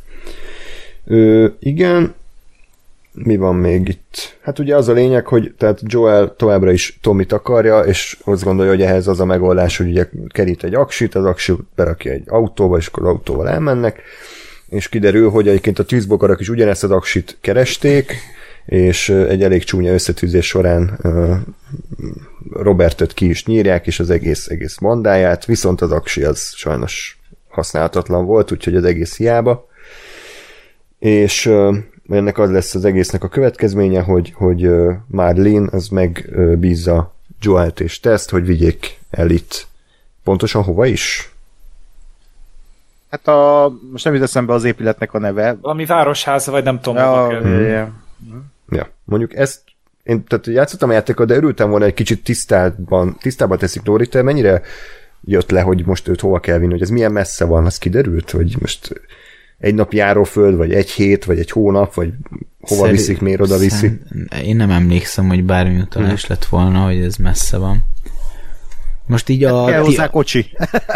Speaker 1: Igen, mi van még itt? Hát ugye az a lényeg, hogy tehát Joel továbbra is Tomit akarja, és azt gondolja, hogy ehhez az a megoldás, hogy ugye kerít egy aksit, az aksit berakja egy autóba, és akkor az autóval elmennek, és kiderül, hogy egyébként a tűzbogarak is ugyanezt az aksit keresték, és egy elég csúnya összetűzés során Robertet ki is nyírják, és az egész bandáját, viszont az aksi az sajnos használhatatlan volt, úgyhogy az egész hiába. És ennek az lesz az egésznek a következménye, hogy Marlene az megbízza Joelt és Test, hogy vigyék el itt. Pontosan hova is?
Speaker 3: Hát most nem jut eszembe az épületnek a neve.
Speaker 2: Valami városháza, vagy nem tudom.
Speaker 1: Ja, mondjuk ezt én tehát játszottam a játékot, de örültem volna egy kicsit tisztában teszik Lóri, te mennyire jött le, hogy most őt hova kell vinni, hogy ez milyen messze van, az kiderült, hogy most egy nap járóföld, vagy egy hét, vagy egy hónap, vagy hova viszik, miért oda viszi?
Speaker 4: Én nem emlékszem, hogy bármi utalás lett volna, hogy ez messze van. Most így
Speaker 3: kell hozzá kocsi.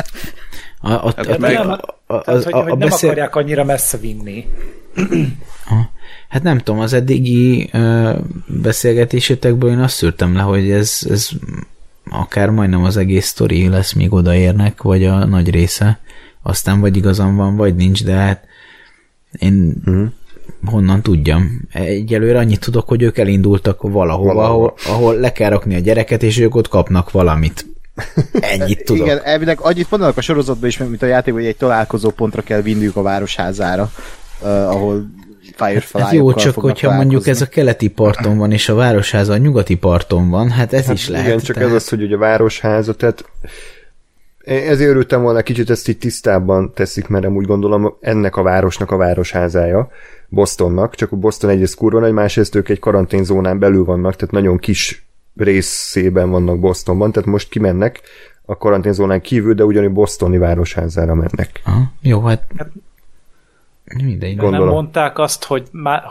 Speaker 2: Nem akarják annyira messze vinni.
Speaker 4: Hát nem tudom, az eddigi beszélgetésetekből én azt szűrtem le, hogy ez akár majdnem az egész sztori lesz, míg odaérnek, vagy a nagy része. Aztán vagy igazam van, vagy nincs, de hát én honnan tudjam. Egyelőre annyit tudok, hogy ők elindultak valahova. Ahol le kell rakni a gyereket, és ők ott kapnak valamit. Ennyit tudok.
Speaker 3: Igen, elvileg annyit mondanak a sorozatban is, mint a játékban, hogy egy találkozó pontra kell vinniük a városházára, ahol Firefly-okkal
Speaker 4: hát jó, csak hogyha mondjuk ez a keleti parton van, és a városháza a nyugati parton van, hát ez is lehet.
Speaker 1: Igen, csak ez az, hogy ugye a városháza, tehát ezért örültem volna, kicsit ezt így tisztában teszik, mert úgy gondolom ennek a városnak a városházája, Bostonnak, csak a Boston egyrészt kurva nagy, másrészt ők egy karanténzónán belül vannak, tehát nagyon kis részében vannak Bostonban, tehát most kimennek a karanténzónán kívül, de ugyanúgy bostoni városházára mennek.
Speaker 4: Aha, jó, hát mindegy.
Speaker 2: Nem mondták azt, hogy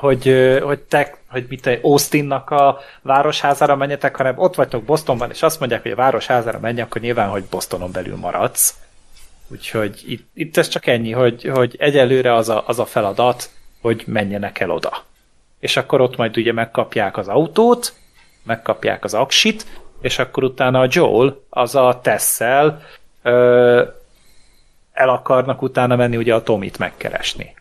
Speaker 2: mit Austinnak a városházára menjetek, hanem ott vagytok Bostonban, és azt mondják, hogy a városházára menj, akkor nyilván, hogy Bostonon belül maradsz. Úgyhogy itt ez csak ennyi, hogy egyelőre az a feladat, hogy menjenek el oda. És akkor ott majd ugye megkapják az autót, megkapják az aksit, és akkor utána a Joel az a Tessel el akarnak utána menni ugye a Tomit megkeresni.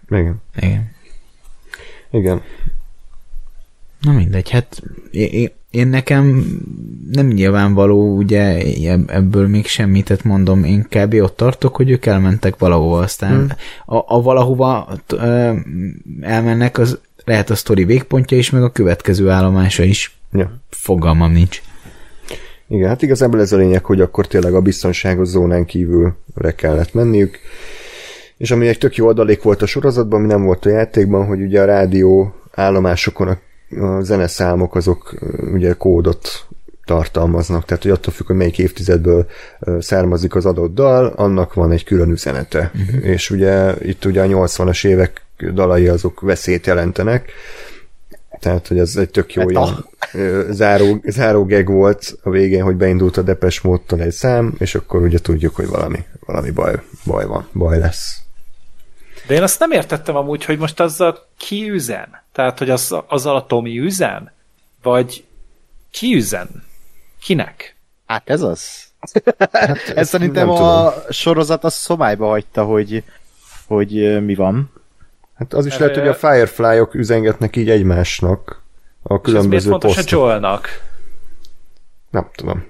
Speaker 1: Igen.
Speaker 4: Na mindegy, hát én nekem nem nyilvánvaló, ugye ebből még semmitet mondom, én kb. Ott tartok, hogy ők elmentek valahova, aztán a valahova elmennek, az lehet a sztori végpontja is, meg a következő állomása is.
Speaker 1: Ja.
Speaker 4: Fogalmam nincs.
Speaker 1: Igen, hát igazából ez a lényeg, hogy akkor tényleg a biztonságos zónán kívülre kellett menniük. És ami egy tök jó adalék volt a sorozatban, ami nem volt a játékban, hogy ugye a rádió állomásokon a zeneszámok azok ugye kódot tartalmaznak, tehát hogy attól függ, hogy melyik évtizedből származik az adott dal, annak van egy külön üzenete. És ugye itt ugye a 80-as évek dalai azok veszélyt jelentenek, tehát, hogy ez egy tök jó ilyen záró gag volt a végén, hogy beindult a Depeche Mode-tól egy szám, és akkor ugye tudjuk, hogy valami baj van, baj lesz.
Speaker 2: De én azt nem értettem amúgy, hogy most azzal ki üzen? Tehát, hogy azzal a Tommy üzen? Vagy ki üzen? Kinek?
Speaker 3: Hát ez az. Hát ez szerintem a sorozat az szomályba hagyta, hogy mi van.
Speaker 1: Hát az is lehet, hogy a Firefly-ok üzengetnek így egymásnak a különböző
Speaker 2: posztok. És ez miért fontos a Joelnak?
Speaker 1: Nem tudom.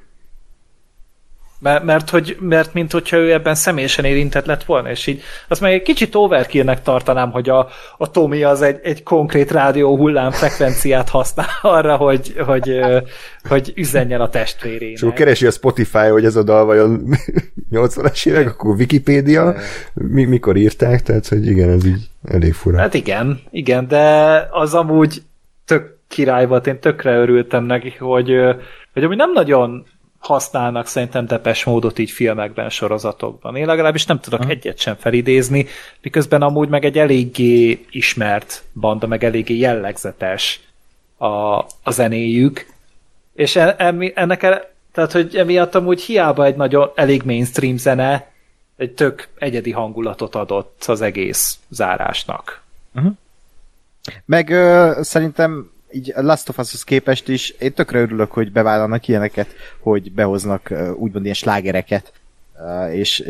Speaker 2: Mert mint hogyha ő ebben személyesen érintett lett volna, és így azt meg egy kicsit overkillnek tartanám, hogy a Tommy az egy konkrét rádió hullámfrekvenciát használ arra, hogy üzenjen a testvérének. És
Speaker 1: akkor keresi a Spotify, hogy ez a dal vajon 80-as évek, akkor Wikipédia, mikor írták, tehát hogy igen, ez így elég fura.
Speaker 2: Hát igen, de az amúgy tök király volt, én tökre örültem neki, hogy ami nem nagyon használnak szerintem Depeche Mode-ot így filmekben, sorozatokban. Én legalábbis nem tudok egyet sem felidézni, miközben amúgy meg egy eléggé ismert banda, meg eléggé jellegzetes a zenéjük, és tehát, hogy emiatt amúgy hiába egy nagyon elég mainstream zene, egy tök egyedi hangulatot adott az egész zárásnak.
Speaker 3: Meg szerintem így a Last of Us-hoz képest is én tökre örülök, hogy bevállalnak ilyeneket, hogy behoznak úgymond ilyen slágereket, és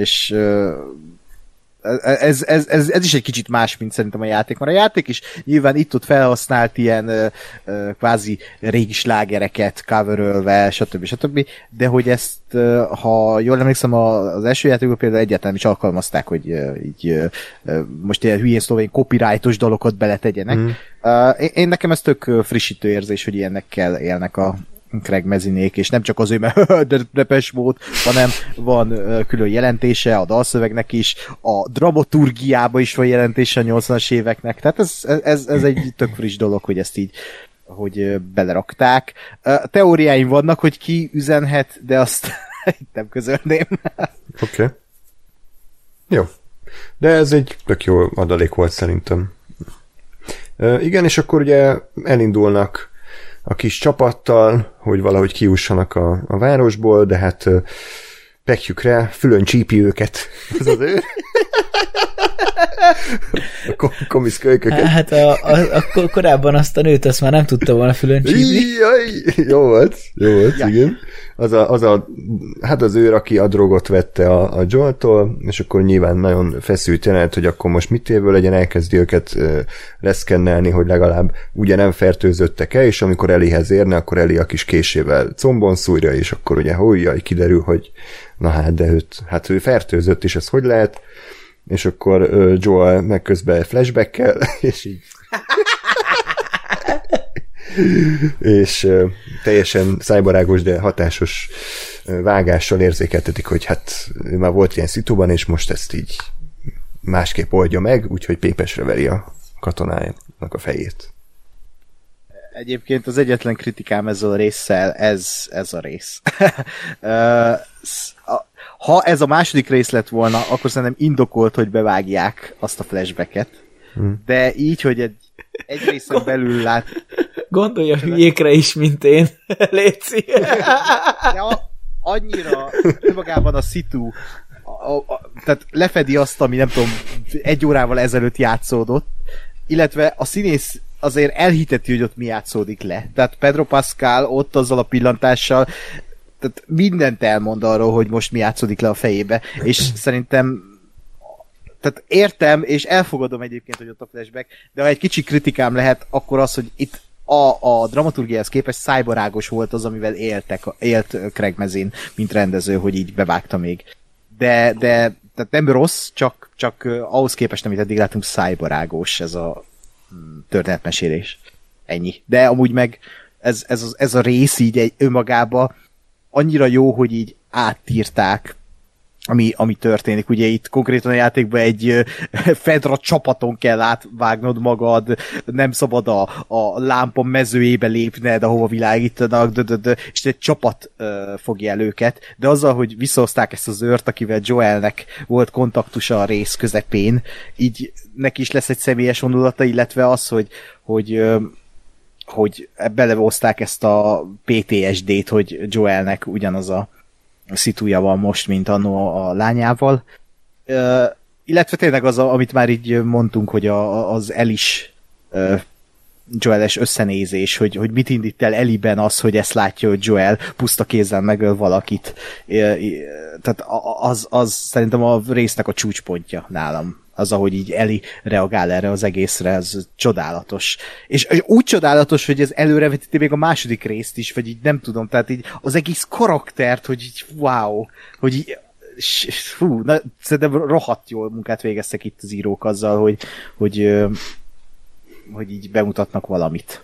Speaker 3: ez is egy kicsit más, mint szerintem a játék, mert a játék is nyilván itt-ott felhasznált ilyen kvázi régi slágereket coverölve, stb. De hogy ezt, ha jól emlékszem, az első játékban például egyáltalán is alkalmazták, hogy így most ilyen hülyén szlovén copyrightos dalokat beletegyenek. Én nekem ez tök frissítő érzés, hogy ilyenekkel élnek a Craig Mezinék, és nem csak azért, mert Depeche Mode, hanem van külön jelentése a dalszövegnek is, a dramaturgiába is van jelentése a 80-as éveknek, tehát ez egy tök friss dolog, hogy ezt így hogy belerakták. Teóriáim vannak, hogy ki üzenhet, de azt nem közölném.
Speaker 1: Oké. Jó. De ez egy tök jó adalék volt szerintem. Igen, és akkor ugye elindulnak a kis csapattal, hogy valahogy kiussanak a városból, de hát pekjük rá, fülön csípi őket. Ez az ő. A komiszkölyköket.
Speaker 4: Hát korábban azt a nőt azt már nem tudta volna fülön csípni.
Speaker 1: Jó volt, igen. hát az őr, aki a drogot vette a Joel-tól, és akkor nyilván nagyon feszült jelenet, hogy akkor most mit évvel legyen, elkezdi őket leszkennelni, hogy legalább ugye nem fertőzöttek-e, és amikor Elliehez érne, akkor Ellie a kis késével combon szúrja, és akkor ugye jaj, kiderül, hogy na hát, de ő fertőzött, és ez hogy lehet? És akkor Joel meg közben flashback-kel, és így és teljesen szájbarágos, de hatásos vágással érzékeltetik, hogy hát ő már volt ilyen szituban, és most ezt így másképp oldja meg, úgyhogy pépesre veri a katonájának a fejét.
Speaker 3: Egyébként az egyetlen kritikám ezzel a résszel ez a rész. Ha ez a második rész lett volna, akkor szerintem indokolt, hogy bevágják azt a flashbacket. De így, hogy egy részen belül lát...
Speaker 4: Gondolj a hülyékre is, mint én. Léci.
Speaker 3: De annyira önmagában a szitu, tehát lefedi azt, ami nem tudom, 1 órával ezelőtt játszódott, illetve a színész azért elhiteti, hogy ott mi játszódik le. Tehát Pedro Pascal ott azzal a pillantással, tehát mindent elmond arról, hogy most mi játszódik le a fejébe, és szerintem tehát értem, és elfogadom egyébként, hogy ott a flashback, de ha egy kicsi kritikám lehet, akkor az, hogy itt a dramaturgiához képest szájbarágos volt az, amivel élt Craig Mazin, mint rendező, hogy így bevágta még. De tehát nem rossz, csak ahhoz képest, amit eddig látunk, szájbarágos ez a történetmesélés. Ennyi. De amúgy meg ez a rész így önmagába annyira jó, hogy így átírták ami történik. Ugye itt konkrétan a játékban egy Fedra csapaton kell átvágnod magad, nem szabad a lámpa mezőjébe lépned, ahova világítanak, és egy csapat fogja el őket, de azzal, hogy visszahozták ezt az őrt, akivel Joelnek volt kontaktusa a rész közepén, így neki is lesz egy személyes vonulata, illetve az, hogy belehozták ezt a PTSD-t, hogy Joelnek ugyanaz a szitúja van most, mint annó a lányával. Illetve tényleg az, amit már így mondtunk, hogy az Elis Joel-es összenézés, hogy mit indít el Ellie-ben az, hogy ezt látja, hogy Joel puszta kézzel megöl valakit. Tehát az szerintem a résznek a csúcspontja nálam. Az, ahogy így Ellie reagál erre az egészre, ez csodálatos. És úgy csodálatos, hogy ez előrevetíti még a második részt is, vagy így nem tudom, tehát így az egész karaktert, hogy így wow, hogy így fú, na, szerintem rohadt jól munkát végeztek itt az írók azzal, hogy így bemutatnak valamit.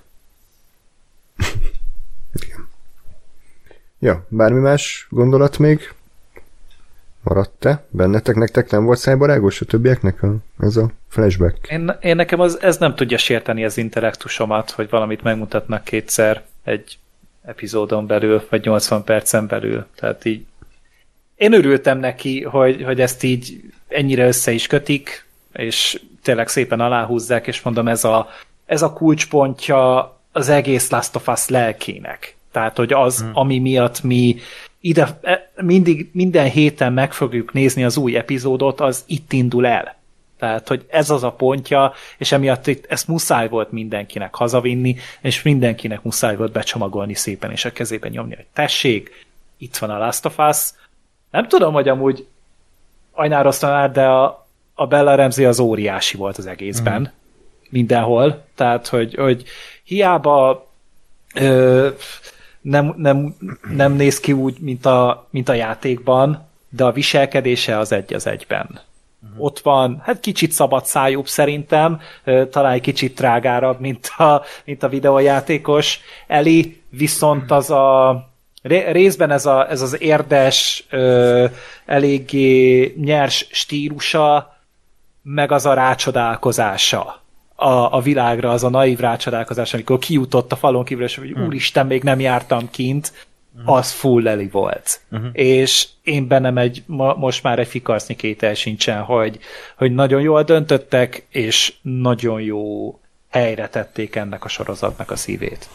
Speaker 1: Ja, bármi más gondolat még? Maradt-e? Bennetek, nektek nem volt szájbarágos a többieknek ez a flashback?
Speaker 2: Én nekem ez nem tudja sérteni az intellektusomat, hogy valamit megmutatnak kétszer egy epizódon belül, vagy 80 percen belül. Tehát így én örültem neki, hogy ezt így ennyire össze is kötik, és tényleg szépen aláhúzzák, és mondom, ez a kulcspontja az egész Last of Us lelkének. Tehát, hogy az, ami miatt mi ide minden héten meg fogjuk nézni az új epizódot, az itt indul el. Tehát, hogy ez az a pontja, és emiatt itt ezt muszáj volt mindenkinek hazavinni, és mindenkinek muszáj volt becsomagolni szépen, és a kezében nyomni, hogy tessék, itt van a Last of Us. Nem tudom, hogy amúgy ajnároztanál, de a Bella Ramsey az óriási volt az egészben. Mindenhol. Tehát, hogy hiába nem néz ki úgy, mint a játékban, de a viselkedése az egy az egyben. Ott van, hát kicsit szabadszájúbb szerintem, talán egy kicsit trágárabb, mint a videójátékos Ellie, viszont az a részben ez az érdes, eléggé nyers stílusa, meg az a rácsodálkozása a világra, az a naív rácsodálkozás, amikor kijutott a falon kívül, és hogy úristen, még nem jártam kint, az full Ellie volt. És én bennem most már egy fikarsznyi kétel sincsen, hogy nagyon jól döntöttek, és nagyon jó helyre tették ennek a sorozatnak a szívét.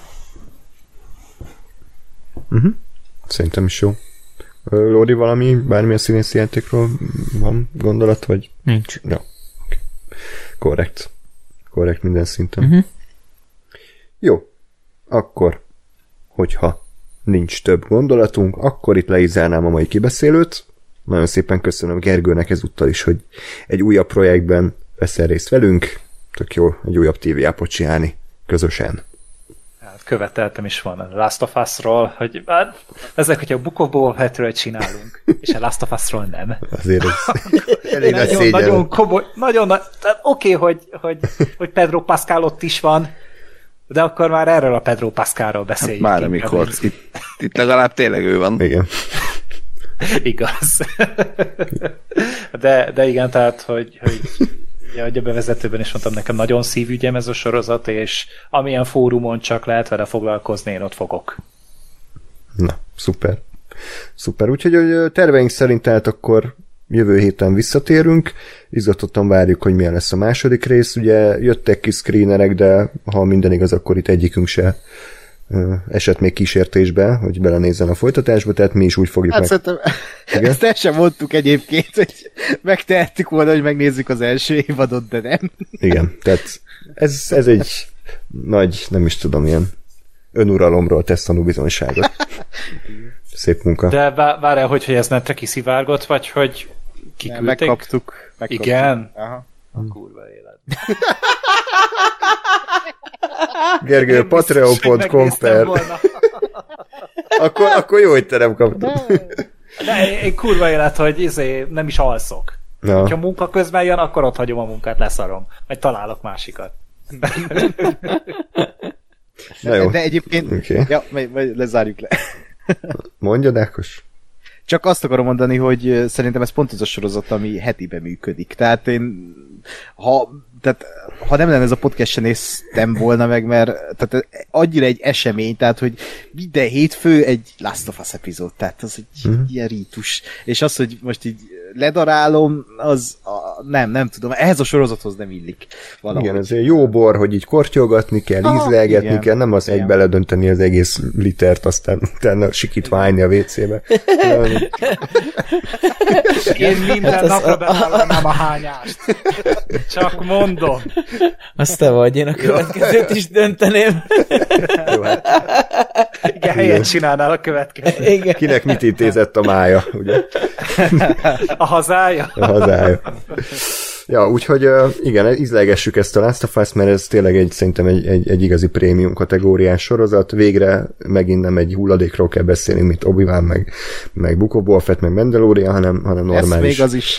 Speaker 1: Szerintem is jó. Lóri, bármilyen színészi játékról van gondolat, vagy?
Speaker 4: Nincs.
Speaker 1: Ja. Okay. Korrekt minden szinten. Jó. Akkor, hogyha nincs több gondolatunk, akkor itt le is zárnám a mai kibeszélőt. Nagyon szépen köszönöm Gergőnek ezúttal is, hogy egy újabb projektben veszel részt velünk. Tök jó egy újabb TV-ápot csinálni közösen.
Speaker 2: Hát követeltem is volna a Last of Us-ról, hogy ezek, hogyha a Book of Boba Fettről csinálunk, és a Last of Us-ról nem.
Speaker 1: Azért ez elég nagy szégyen.
Speaker 2: Nagyon komoly, nagyon nagy, oké, hogy Pedro Pascal ott is van, de akkor már erről a Pedro Pascalról beszéljünk.
Speaker 5: Hát már amikor. Itt legalább tényleg ő van.
Speaker 1: Igen.
Speaker 2: Igaz. De igen, tehát, hogy a bevezetőben is mondtam, nekem nagyon szívügyem ez a sorozat, és amilyen fórumon csak lehet vele foglalkozni, én ott fogok.
Speaker 1: Na, szuper. Szuper, úgyhogy terveink szerint tehát akkor jövő héten visszatérünk. Izgatottan várjuk, hogy milyen lesz a második rész. Ugye jöttek ki screenerek, de ha minden igaz, akkor itt egyikünk se esett még kísértésbe, hogy belenézzen a folytatásba, tehát mi is úgy fogjuk
Speaker 3: hát szerintem ezt el sem mondtuk egyébként, hogy megtehettük volna, hogy megnézzük az első évadot, de nem.
Speaker 1: Igen, tehát ez egy nagy, nem is tudom, ilyen önuralomról tesz tanúbizonyságot. Szép munka.
Speaker 2: De várjál, hogy ez netre kiszivárgott, vagy hogy kiküldték?
Speaker 3: Megkaptuk.
Speaker 2: Igen?
Speaker 3: Aha.
Speaker 2: A kurva élet.
Speaker 1: Gergő, patreon.com/. akkor jó, hogy te nem kaptad.
Speaker 2: De én kurva élet, hogy nem is alszok.
Speaker 1: Ja.
Speaker 2: Ha munka közben jön, akkor ott hagyom a munkát, leszarom. Vagy találok másikat.
Speaker 1: Na jó.
Speaker 3: De egyébként,
Speaker 1: Okay.
Speaker 3: ja, majd lezárjuk le.
Speaker 1: Mondjad, Ákos.
Speaker 3: Csak azt akarom mondani, hogy szerintem ez pont az a sorozat, ami hetibe működik. Tehát ha nem lenne ez a podcast, se néztem volna meg, mert tehát annyira egy esemény, tehát hogy minden hétfő egy Last of Us epizód, tehát az egy ilyen rítus. És az, hogy most így ledarálom, az nem tudom, ehhez a sorozathoz nem illik valahogy.
Speaker 1: Igen, ez egy jó bor, hogy így kortyolgatni kell, ízlelgetni kell, nem az egy beledönteni az egész litert, aztán utána sikítva állni a WC-be.
Speaker 2: Én minden napra bevállalnám a hányást. Csak mondom.
Speaker 4: Azt te vagy, én a következőt is dönteném.
Speaker 1: Jó, hát.
Speaker 2: Igen, helyet csinálnál a következőt.
Speaker 4: Igen.
Speaker 1: Kinek mit intézett a mája, ugye?
Speaker 2: A hazája?
Speaker 1: A hazája. Ja, úgyhogy igen, ízlelgessük ezt a Last of Us, mert ez tényleg szerintem egy igazi prémium kategóriás sorozat. Végre megint nem egy hulladékról kell beszélni, mint Obi-Wan, meg Book of Boba Fett, meg Mandalorian, hanem normális.
Speaker 3: Ez még az is.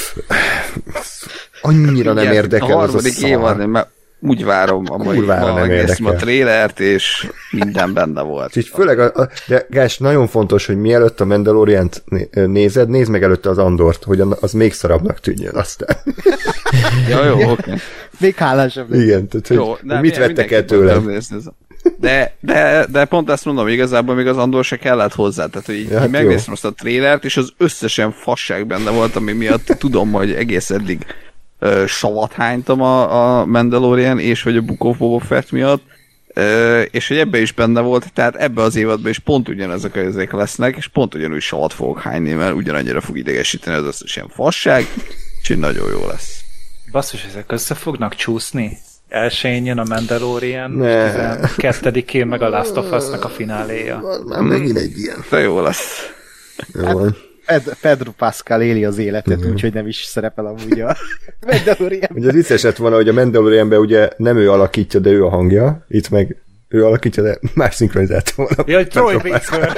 Speaker 1: Annyira nem érdekel az a szar.
Speaker 5: Évad, mert úgy várom a mai megnéztem a trélert, és minden benne volt.
Speaker 1: Úgyhogy főleg, de Gás, nagyon fontos, hogy mielőtt a Mandaloriant nézd meg előtte az Andort, hogy az még szarabbnak tűnjön aztán.
Speaker 5: Ja, jó, oké.
Speaker 3: Még hálásabb.
Speaker 1: Igen, tehát hogy mit vettek el tőlem?
Speaker 5: De pont ezt mondom, igazából még az Andor se kellett hozzá, tehát hogy
Speaker 1: ja, hát
Speaker 5: megnéztem azt a trélert, és az összesen fasság benne volt, ami miatt tudom, hogy egész eddig savat hánytam a Mandalorian és vagy a Book of Boba Fett miatt, és hogy ebbe is benne volt, tehát ebbe az évadban is pont ugyanezek ezek lesznek, és pont ugyanúgy savat fogok hányni, mert ugyanannyira fog idegesíteni az összes ilyen fasság, és nagyon jó lesz.
Speaker 2: Basszus, ezek össze fognak csúszni? Elsőjén jön a Mandalorian, 12-én meg a Last of Us-nak a fináléja.
Speaker 1: Már megint egy ilyen.
Speaker 5: De jó lesz.
Speaker 1: Jó van.
Speaker 3: Pedro Pascal éli az életet, úgyhogy nem is szerepel amúgy a Mandalorian.
Speaker 1: Ugye az vicces lett volna, hogy a Mandalorianben ugye nem ő alakítja, de ő a hangja, itt meg ő alakítja, de más szinkronizálta volna.
Speaker 2: Ja, Troy Baker.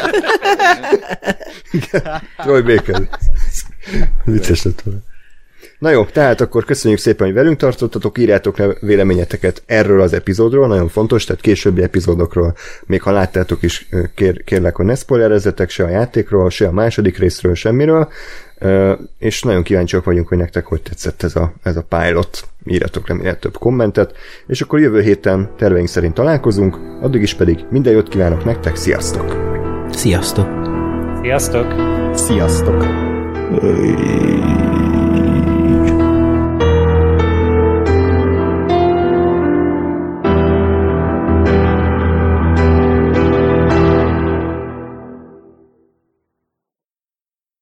Speaker 1: Troy Baker. Vicces lett volna. Na jó, tehát akkor köszönjük szépen, hogy velünk tartottatok, írjátok le véleményeteket erről az epizódról, nagyon fontos, tehát későbbi epizódokról, még ha láttátok is, kérlek, hogy ne spoilerezzetek se a játékról, se a második részről, semmiről, és nagyon kíváncsiak vagyunk, hogy nektek hogy tetszett ez a pilot, írjatok le minél több kommentet, és akkor jövő héten terveink szerint találkozunk, addig is pedig minden jót kívánok nektek, sziasztok!
Speaker 4: Sziasztok!
Speaker 2: Sziasztok!
Speaker 3: Sziasztok!